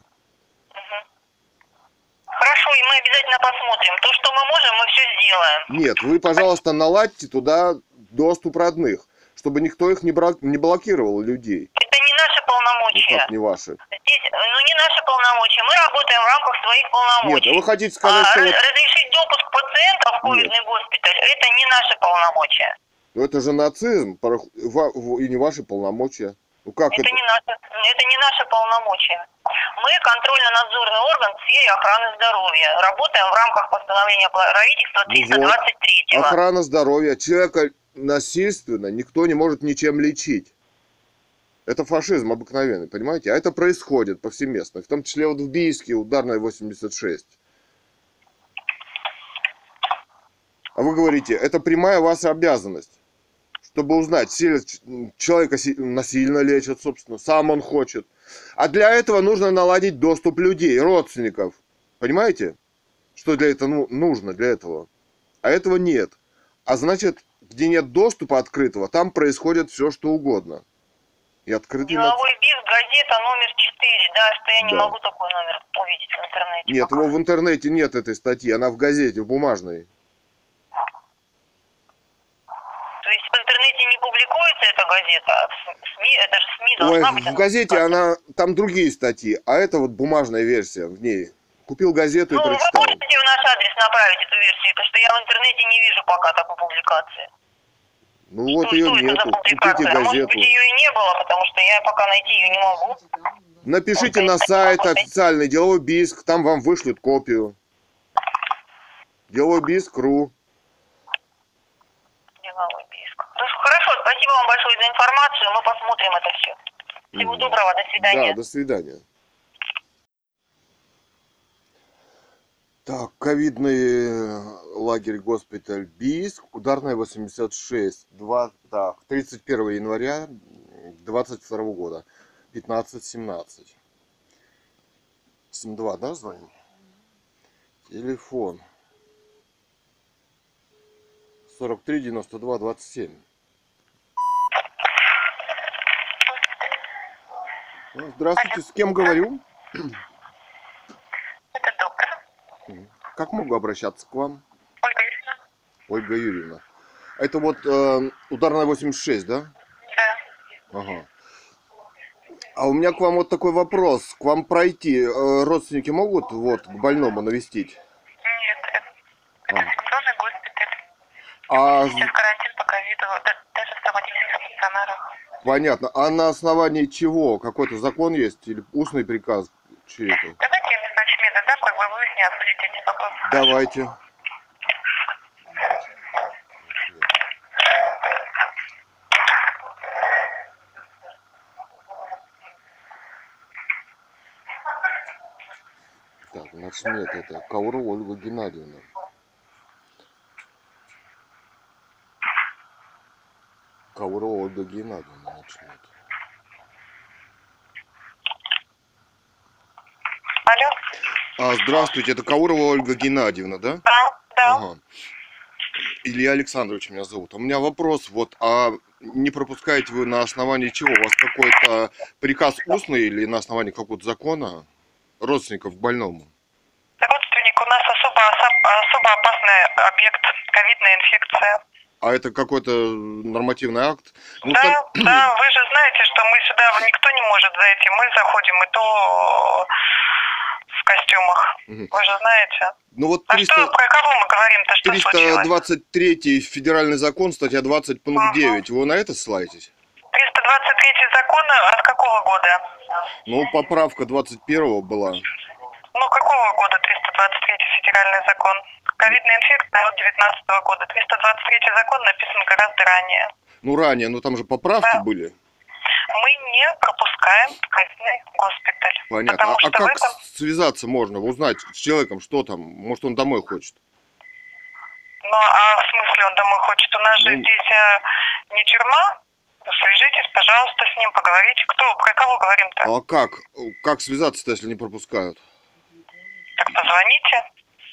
Хорошо, и мы обязательно посмотрим. То, что мы можем, мы все сделаем. Нет, вы, пожалуйста, наладьте туда доступ родных, чтобы никто их не, бра- не блокировал, людей. Это не наши Ну полномочия. как не ваши? Здесь, ну, не наши полномочия. Мы работаем в рамках своих Нет, полномочий. а вы хотите сказать, А что раз- вот, разрешить допуск пациентов в ковидный госпиталь, это не наши полномочия. ну это же нацизм, порох- ва- в- и не ваши полномочия. Ну как Это это? не, наши, это не наши полномочия. Мы контрольно-надзорный орган в сфере охраны здоровья. Работаем в рамках постановления правительства триста двадцать третьего. Охрана здоровья. Человека насильственно никто не может ничем лечить. Это фашизм обыкновенный, понимаете? А это происходит повсеместно. В том числе вот в Бийске, ударная восемьдесят шесть. А вы говорите, это прямая ваша обязанность. Чтобы узнать, сильно человека си- насильно лечат, собственно, сам он хочет. А для этого нужно наладить доступ людей, родственников. Понимаете? Что для этого ну, нужно для этого? А этого нет. А значит, где нет доступа открытого, там происходит все, что угодно. И открытый над- Деловой Бийск, газета номер четыре, да, что я не Да. могу такой номер увидеть в интернете. Нет, пока. его в интернете нет этой статьи, она в газете, в бумажной. То есть в интернете не публикуется эта газета, а в СМИ, это же СМИ Ой, должна быть. в газете она, там другие статьи, а это вот бумажная версия в ней. Купил газету и Ну, вы прочитал. можете в наш адрес направить эту версию, потому что я в интернете не вижу пока такой публикации. Ну вот Ну, ее что это нету, за купите публикация? Может газету. быть, ее и не было, потому что я пока найти ее не могу. Напишите на сайт официальный Деловой Бийск, там вам вышлют копию. Деловой Бийск точка ру. Деловой Бийск. Ну, хорошо, спасибо вам большое за информацию, мы посмотрим это все. Всего Мгм. доброго, до свидания. Да, до свидания. Так, ковидный лагерь госпиталь Бийск, ударная восемьдесят шесть, два, так, тридцать первого января двадцать второго года, пятнадцать семнадцать. семь два, да, звоним? Телефон сорок три девяносто два двадцать семь. Ну, здравствуйте, с кем говорю? Это доктор. Как могу обращаться к вам? Ольга Юрьевна. Ольга Юрьевна. Это вот э, ударная восемьдесят шесть, да? Да. Ага. А у меня к вам вот такой вопрос. К вам пройти э, родственники могут вот к больному навестить? Нет, это, это А. инфекционный госпиталь. А, Сейчас карантин по ковиду, да- даже в соматических стационарах. понятно. А на основании чего? Какой-то закон есть или устный приказ чей-то? Давайте я мне начмеда дам, как бы вы с ней обсудите эти вопросы. Давайте. Так, начнет это. Коврова Ольга Геннадьевна. Коврова Ольга Геннадьевна начнет. Алло? А, здравствуйте, это Каурова Ольга Геннадьевна, да? Да, да. Ага. Илья Александрович меня зовут. У меня вопрос, вот, а не пропускаете вы на основании чего? У вас какой-то приказ устный или на основании какого-то закона родственников к больному? Родственник у нас особо, особо опасный объект, ковидная инфекция. А это какой-то нормативный акт? Ну, да, там... да, вы же знаете, что мы сюда никто не может зайти. Мы заходим и то в костюмах. Угу. Вы же знаете. Ну, вот триста... А что, про кого мы говорим-то, что триста двадцать третий федеральный закон, статья двадцать, пункт девять. Угу. Вы на это ссылаетесь? триста двадцать третий закон от какого года? Ну, поправка двадцать первого была. Ну, какого года триста двадцать третий федеральный закон? Ковидная инфекция от девятнадцатого года. триста двадцать третий закон написан гораздо ранее. Ну, ранее, но там же поправки да. были. Мы не пропускаем ковидный госпиталь. Понятно. А, а как этом... связаться можно, узнать с человеком, что там? Может, он домой хочет? Ну, а в смысле он домой хочет? У нас ну... же здесь а, не тюрьма. Свяжитесь, пожалуйста, с ним, поговорите. Кто, про кого говорим-то? А как? Как связаться-то, если не пропускают? Так позвоните.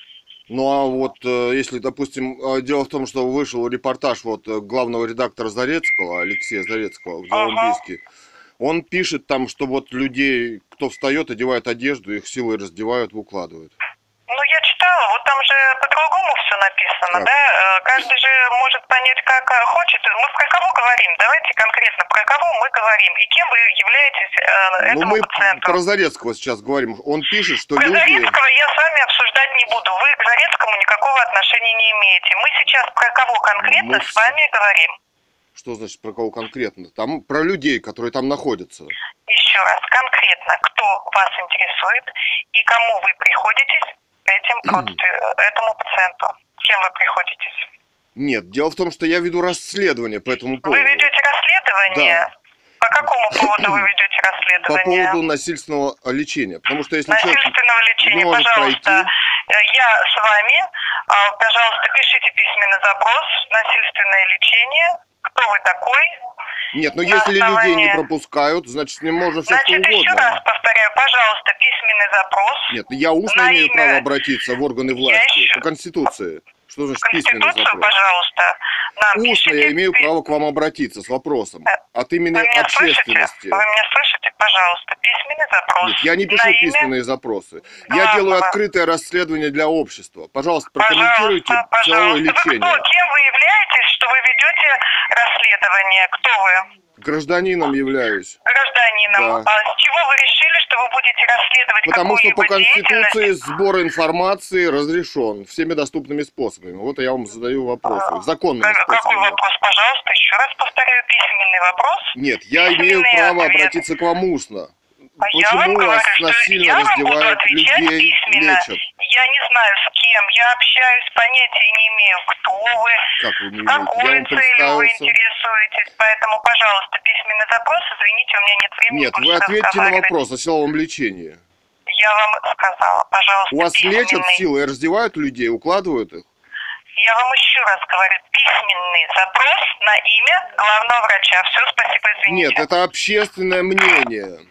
Ну, а вот, если, допустим, дело в том, что вышел репортаж вот главного редактора Зарецкого, Алексея Зарецкого, в Деловом Бийске, он пишет там, что вот людей, кто встает, одевают одежду, их силой раздевают, выкладывают. Ну, я читала, вот там же по-другому все написано, как? Да? Каждый же может понять, как хочет. Мы про кого говорим? Давайте конкретно, про кого мы говорим и кем вы являетесь э, этому ну, мы пациенту. Про Зарецкого сейчас говорим. Он пишет, что про люди... Зарецкого я с вами обсуждать не буду. Вы к Зарецкому никакого отношения не имеете. Мы сейчас про кого конкретно мы... с вами говорим. Что значит про кого конкретно? Там про людей, которые там находятся. Еще раз, конкретно, кто вас интересует и кому вы приходитесь этим, этому пациенту? Кем вы приходитесь? Нет, дело в том, что я веду расследование по этому поводу. Вы ведете расследование? Да. По какому поводу вы ведете расследование? По поводу насильственного лечения. Потому что если насильственного человек лечения, не может пожалуйста, пройти... я с вами, пожалуйста, пишите письменный запрос, насильственное лечение, кто вы такой? Нет, но если основании... людей не пропускают, значит, с ним можно все значит, что угодно. еще раз повторяю, пожалуйста, письменный запрос. Нет, я устно имею имя... право обратиться в органы власти еще... по Конституции. Что значит Конституцию, письменный запрос? Пожалуйста, нам устно пишите... я имею право к вам обратиться с вопросом от имени вы меня общественности. Слышите? Вы меня слышите? Пожалуйста, письменный запрос. Нет, я не пишу на письменные имя... запросы. А, я делаю а... открытое расследование для общества. Пожалуйста, прокомментируйте силовое лечение. Вы кто? Кем вы являетесь, что вы ведете расследование? Кто вы? Гражданином являюсь. Гражданином. Да. А с чего вы решили, что вы будете расследовать Потому что по Конституции деятельность? сбор информации разрешен всеми доступными способами. Вот я вам задаю вопросы. Законными а, способами. Какой вопрос? Пожалуйста, еще раз повторяю, письменный вопрос. Нет, я письменный имею право ответ. обратиться к вам устно. А Почему я вас говорю, насильно раздевают, людей письменно. лечат? Я не знаю с кем, я общаюсь, понятия не имею, кто вы, как вы не какой имеете? целью вы интересуетесь. Поэтому, пожалуйста, письменный запрос, извините, у меня нет времени. Нет, вы ответьте на вопрос о силовом лечении. Я вам сказала, пожалуйста, у вас письменный. Лечат силой, раздевают людей, укладывают их? Я вам еще раз говорю, письменный запрос на имя главного врача. Все, спасибо, извините. Нет, это общественное мнение.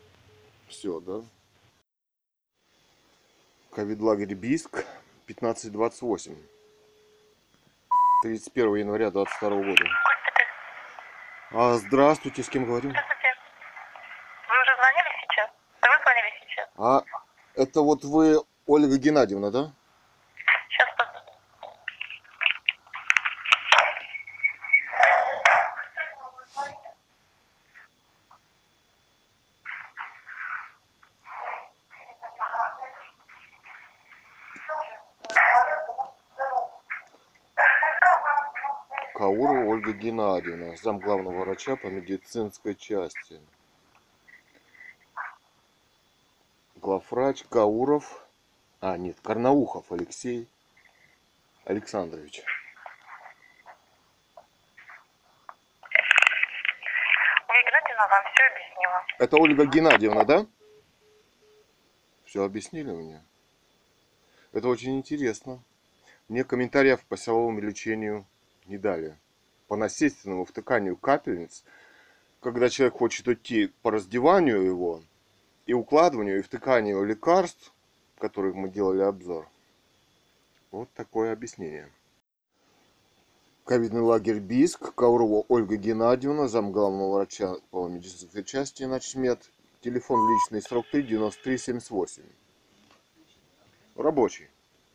Все, да? Ковид-лагерь Бийск, пятнадцать двадцать восемь. тридцать первого января двадцать второго года. А, здравствуйте, с кем говорим? Здравствуйте. Вы уже звонили сейчас? Да вы звонили сейчас? А, это вот вы Ольга Геннадьевна, да? Сейчас посмотрим. Каурова Ольга Геннадьевна, зам главного врача по медицинской части. Главврач Кауров, а нет, Карнаухов Алексей Александрович. Ольга Геннадьевна вам все объяснила. Это Ольга Геннадьевна, да? Все объяснили мне? Это очень интересно. Мне комментариев по силовому лечению не дали. По насильственному втыканию капельниц, когда человек хочет уйти по раздеванию его, и укладыванию, и втыканию лекарств, которых мы делали обзор. Вот такое объяснение. Ковидный лагерь Бийск, Коврова Ольга Геннадьевна, замглавного врача по медицинской части начмед. Телефон личный сорок три девяносто три семьдесят восемь. Рабочий.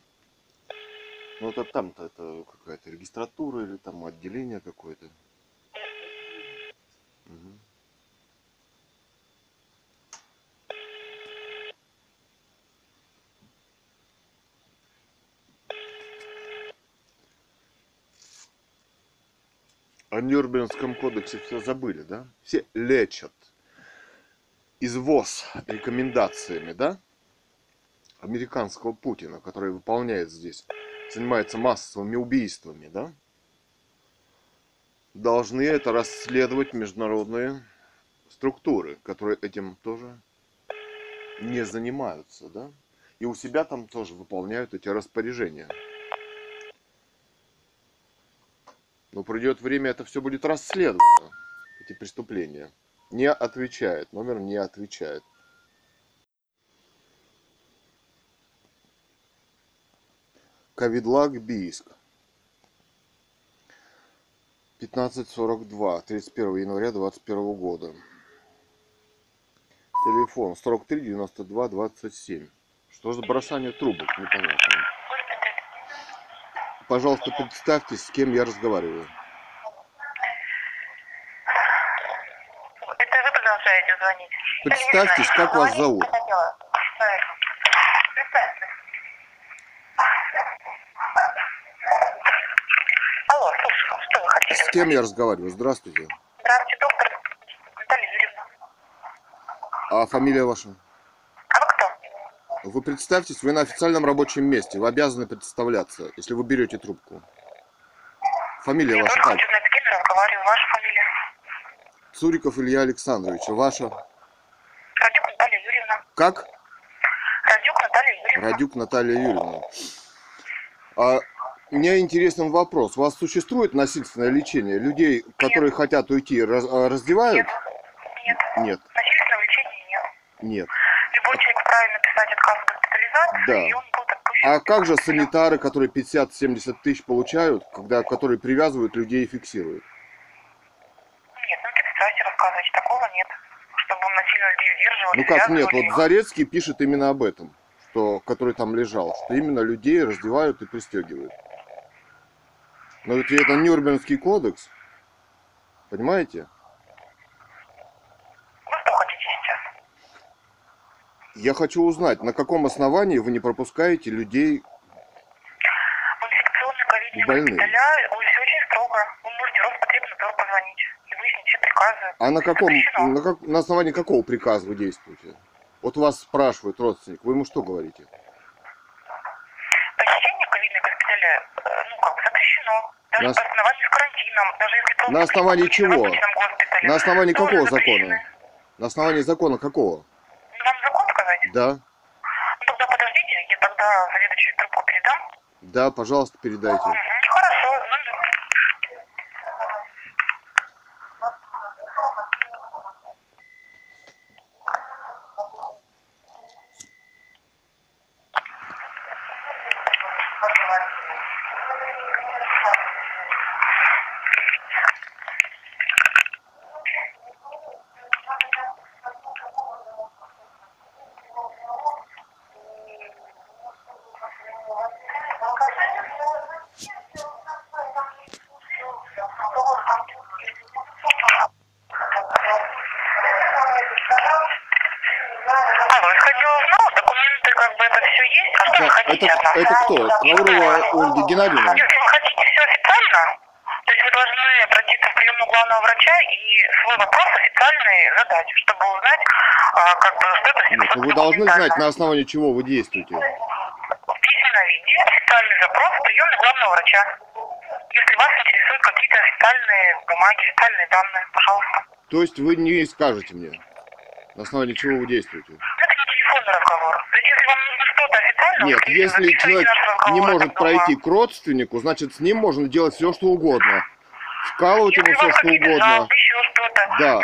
Ну это там-то это какая-то регистратура или там отделение какое-то. Угу. О Нюрнбергском кодексе все забыли, да? Все лечат. Извоз рекомендациями, да? Американского Путина, который выполняет здесь, занимается массовыми убийствами, да? Должны это расследовать международные структуры, которые этим тоже не занимаются, да? И у себя там тоже выполняют эти распоряжения. Но придет время, это все будет расследовано, эти преступления. Не отвечает, номер не отвечает. Ковидлаг Бийск. пятнадцать сорок два, тридцать первого января двадцать первого года. Телефон сорок три девяносто два двадцать семь. Что за бросание трубок? Непонятно. Пожалуйста, представьтесь, с кем я разговариваю. Это вы продолжаете звонить? Представьтесь, как вас зовут? Алло, слушаю, что вы хотели? С кем я разговариваю? Здравствуйте. Здравствуйте, доктор Наталья Юрьевна. А фамилия ваша? А вы кто? Вы представьтесь, вы на официальном рабочем месте. Вы обязаны представляться, если вы берете трубку. Фамилия Я ваша только как? хочу знать, с кем я разговариваю. Ваша фамилия? Цуриков Илья Александрович. А ваша? Радюк Наталья Юрьевна. Как? Радюк Наталья Юрьевна. Радюк Наталья Юрьевна. А мне интересен вопрос. У вас существует насильственное лечение? Людей, которые хотят уйти, раз, раздевают? Нет. Нет. Нет. Насильственного лечения нет. Нет. Любой человек вправе написать отказ в госпитализации, Да. и он будет отпущен. А как же санитары, которые пятьдесят-семьдесят тысяч получают, когда, которые привязывают людей и фиксируют? Нет, ну представьте, рассказывайте, такого нет. Чтобы он насильно людей удерживал. Ну как нет, связывал вот их. Зарецкий пишет именно об этом, что, который там лежал, что именно людей раздевают и пристегивают. Но ведь это Нюрнбергский кодекс, понимаете? Вы что хотите сейчас? Я хочу узнать, на каком основании вы не пропускаете людей В инфекционной ковидной больные? госпиталя все очень строго. Вы можете в Роспотребнадзор позвонить и выяснить все приказы. А на каком, Запрещено. на, как, на основании какого приказа вы действуете? Вот вас спрашивает родственник, вы ему что говорите? Посещение ковидной госпиталя, э, ну как бы запрещено. Даже На- по основанию с карантином. Даже если просто На основании в чего? обычном госпитале. На основании тоже какого запрещены. закона? На основании закона какого? Вам закон сказать? Да, Ну тогда подождите, я тогда заведующую трубку передам. да, пожалуйста, передайте. Мгм, хорошо. Ну, Алло, я хотела узнать, документы как бы это все есть, а что Да, вы хотите это, от нас? это кто? Коврова Ольга Геннадьевна? Если вы хотите все официально, то есть вы должны обратиться в приемную главного врача и свой вопрос официальный задать, чтобы узнать, а, как бы, что это Нет, ну вы должны знать, на основании чего вы действуете. В письменном виде официальный запрос в приемную главного врача. Если вас интересуют какие-то официальные бумаги, официальные данные, пожалуйста. То есть вы не скажете мне, на основании чего вы действуете. Это не телефонный разговор. То есть если вам нужно что-то официально, Нет, вы если записываете человек наш разговор, не это может дома. пройти к родственнику, значит с ним можно делать все, что угодно. Вкалывать Если ему у все, вас что какие-то угодно. жалобы, еще что-то, Да. напишите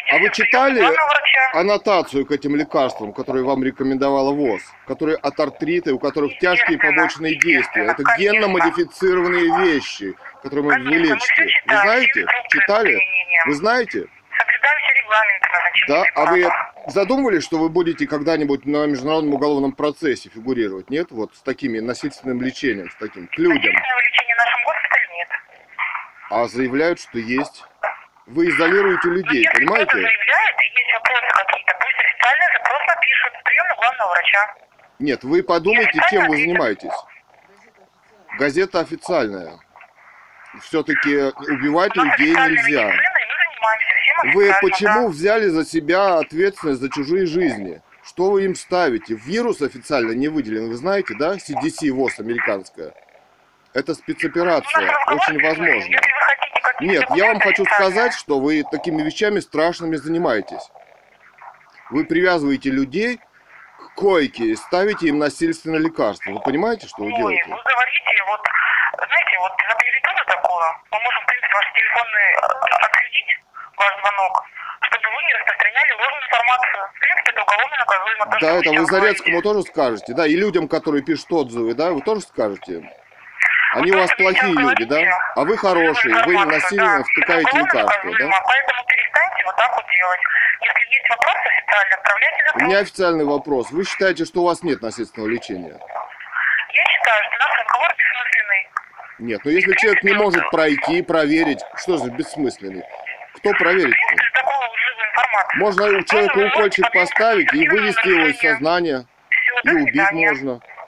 А вы читали Главного врача. аннотацию к этим лекарствам, которые вам рекомендовала ВОЗ, которые от артрита, у которых тяжкие Естественно, побочные действия? Это естественно, генно-модифицированные вещи, которые вы Конечно, мы лечите. всё Вы читаем, знаете? все инструкции с Читали? применением. Вы знаете? Соблюдаем все регламенты назначения Да? А вы препаратов. задумывались, что вы будете когда-нибудь на международном уголовном процессе фигурировать? Нет? Вот с такими насильственным лечением, с таким, к людям. Насильственного лечения в нашем госпитале нет. А заявляют, что есть. Вы изолируете Но людей, если понимаете? кто-то заявляет, и есть вопросы какие-то, пусть официальный запрос напишут в прием главного врача. Нет, вы подумайте, Я чем вы официально занимаетесь. Газета официальная. Все-таки убивать У нас людей официальной нельзя. медициной мы занимаемся всем Вы официально, почему да. взяли за себя ответственность за чужие жизни? Что вы им ставите? Вирус официально не выделен, вы знаете, да? си ди си ВОЗ американская. Это У спецоперация, нас разговор очень серьезный. возможно. Если вы хотите какие-то Нет, я вам документы хочу официальные, сказать, что вы такими вещами страшными занимаетесь. Вы привязываете людей к койке и ставите им насильственное лекарство. Вы понимаете, что вы Ой, делаете? вы говорите, вот, знаете, вот за клевету такую, мы можем, в принципе, ваш телефонный э, отследить, ваш звонок, чтобы вы не распространяли ложную информацию. В принципе, это уголовно наказуемо. то, Да, что это вы сейчас говорите. Зарецкому тоже скажете, да, и людям, которые пишут отзывы, да, вы тоже скажете. Они у вас плохие люди, да? А вы хорошие, вы им насильно втыкаете лекарства, да? Поэтому перестаньте вот так вот делать. Если есть вопросы официально, отправляйте У запрос. меня официальный вопрос. Вы считаете, что у вас нет насильственного лечения? Я считаю, что наш разговор бессмысленный. Нет, но если человек не может пройти, проверить, что же бессмысленный? Кто В проверит? принципе, такую лживую информацию. Можно у человека укольчик поставить и вывести его из сознания, Всё, и до убить свидания. можно.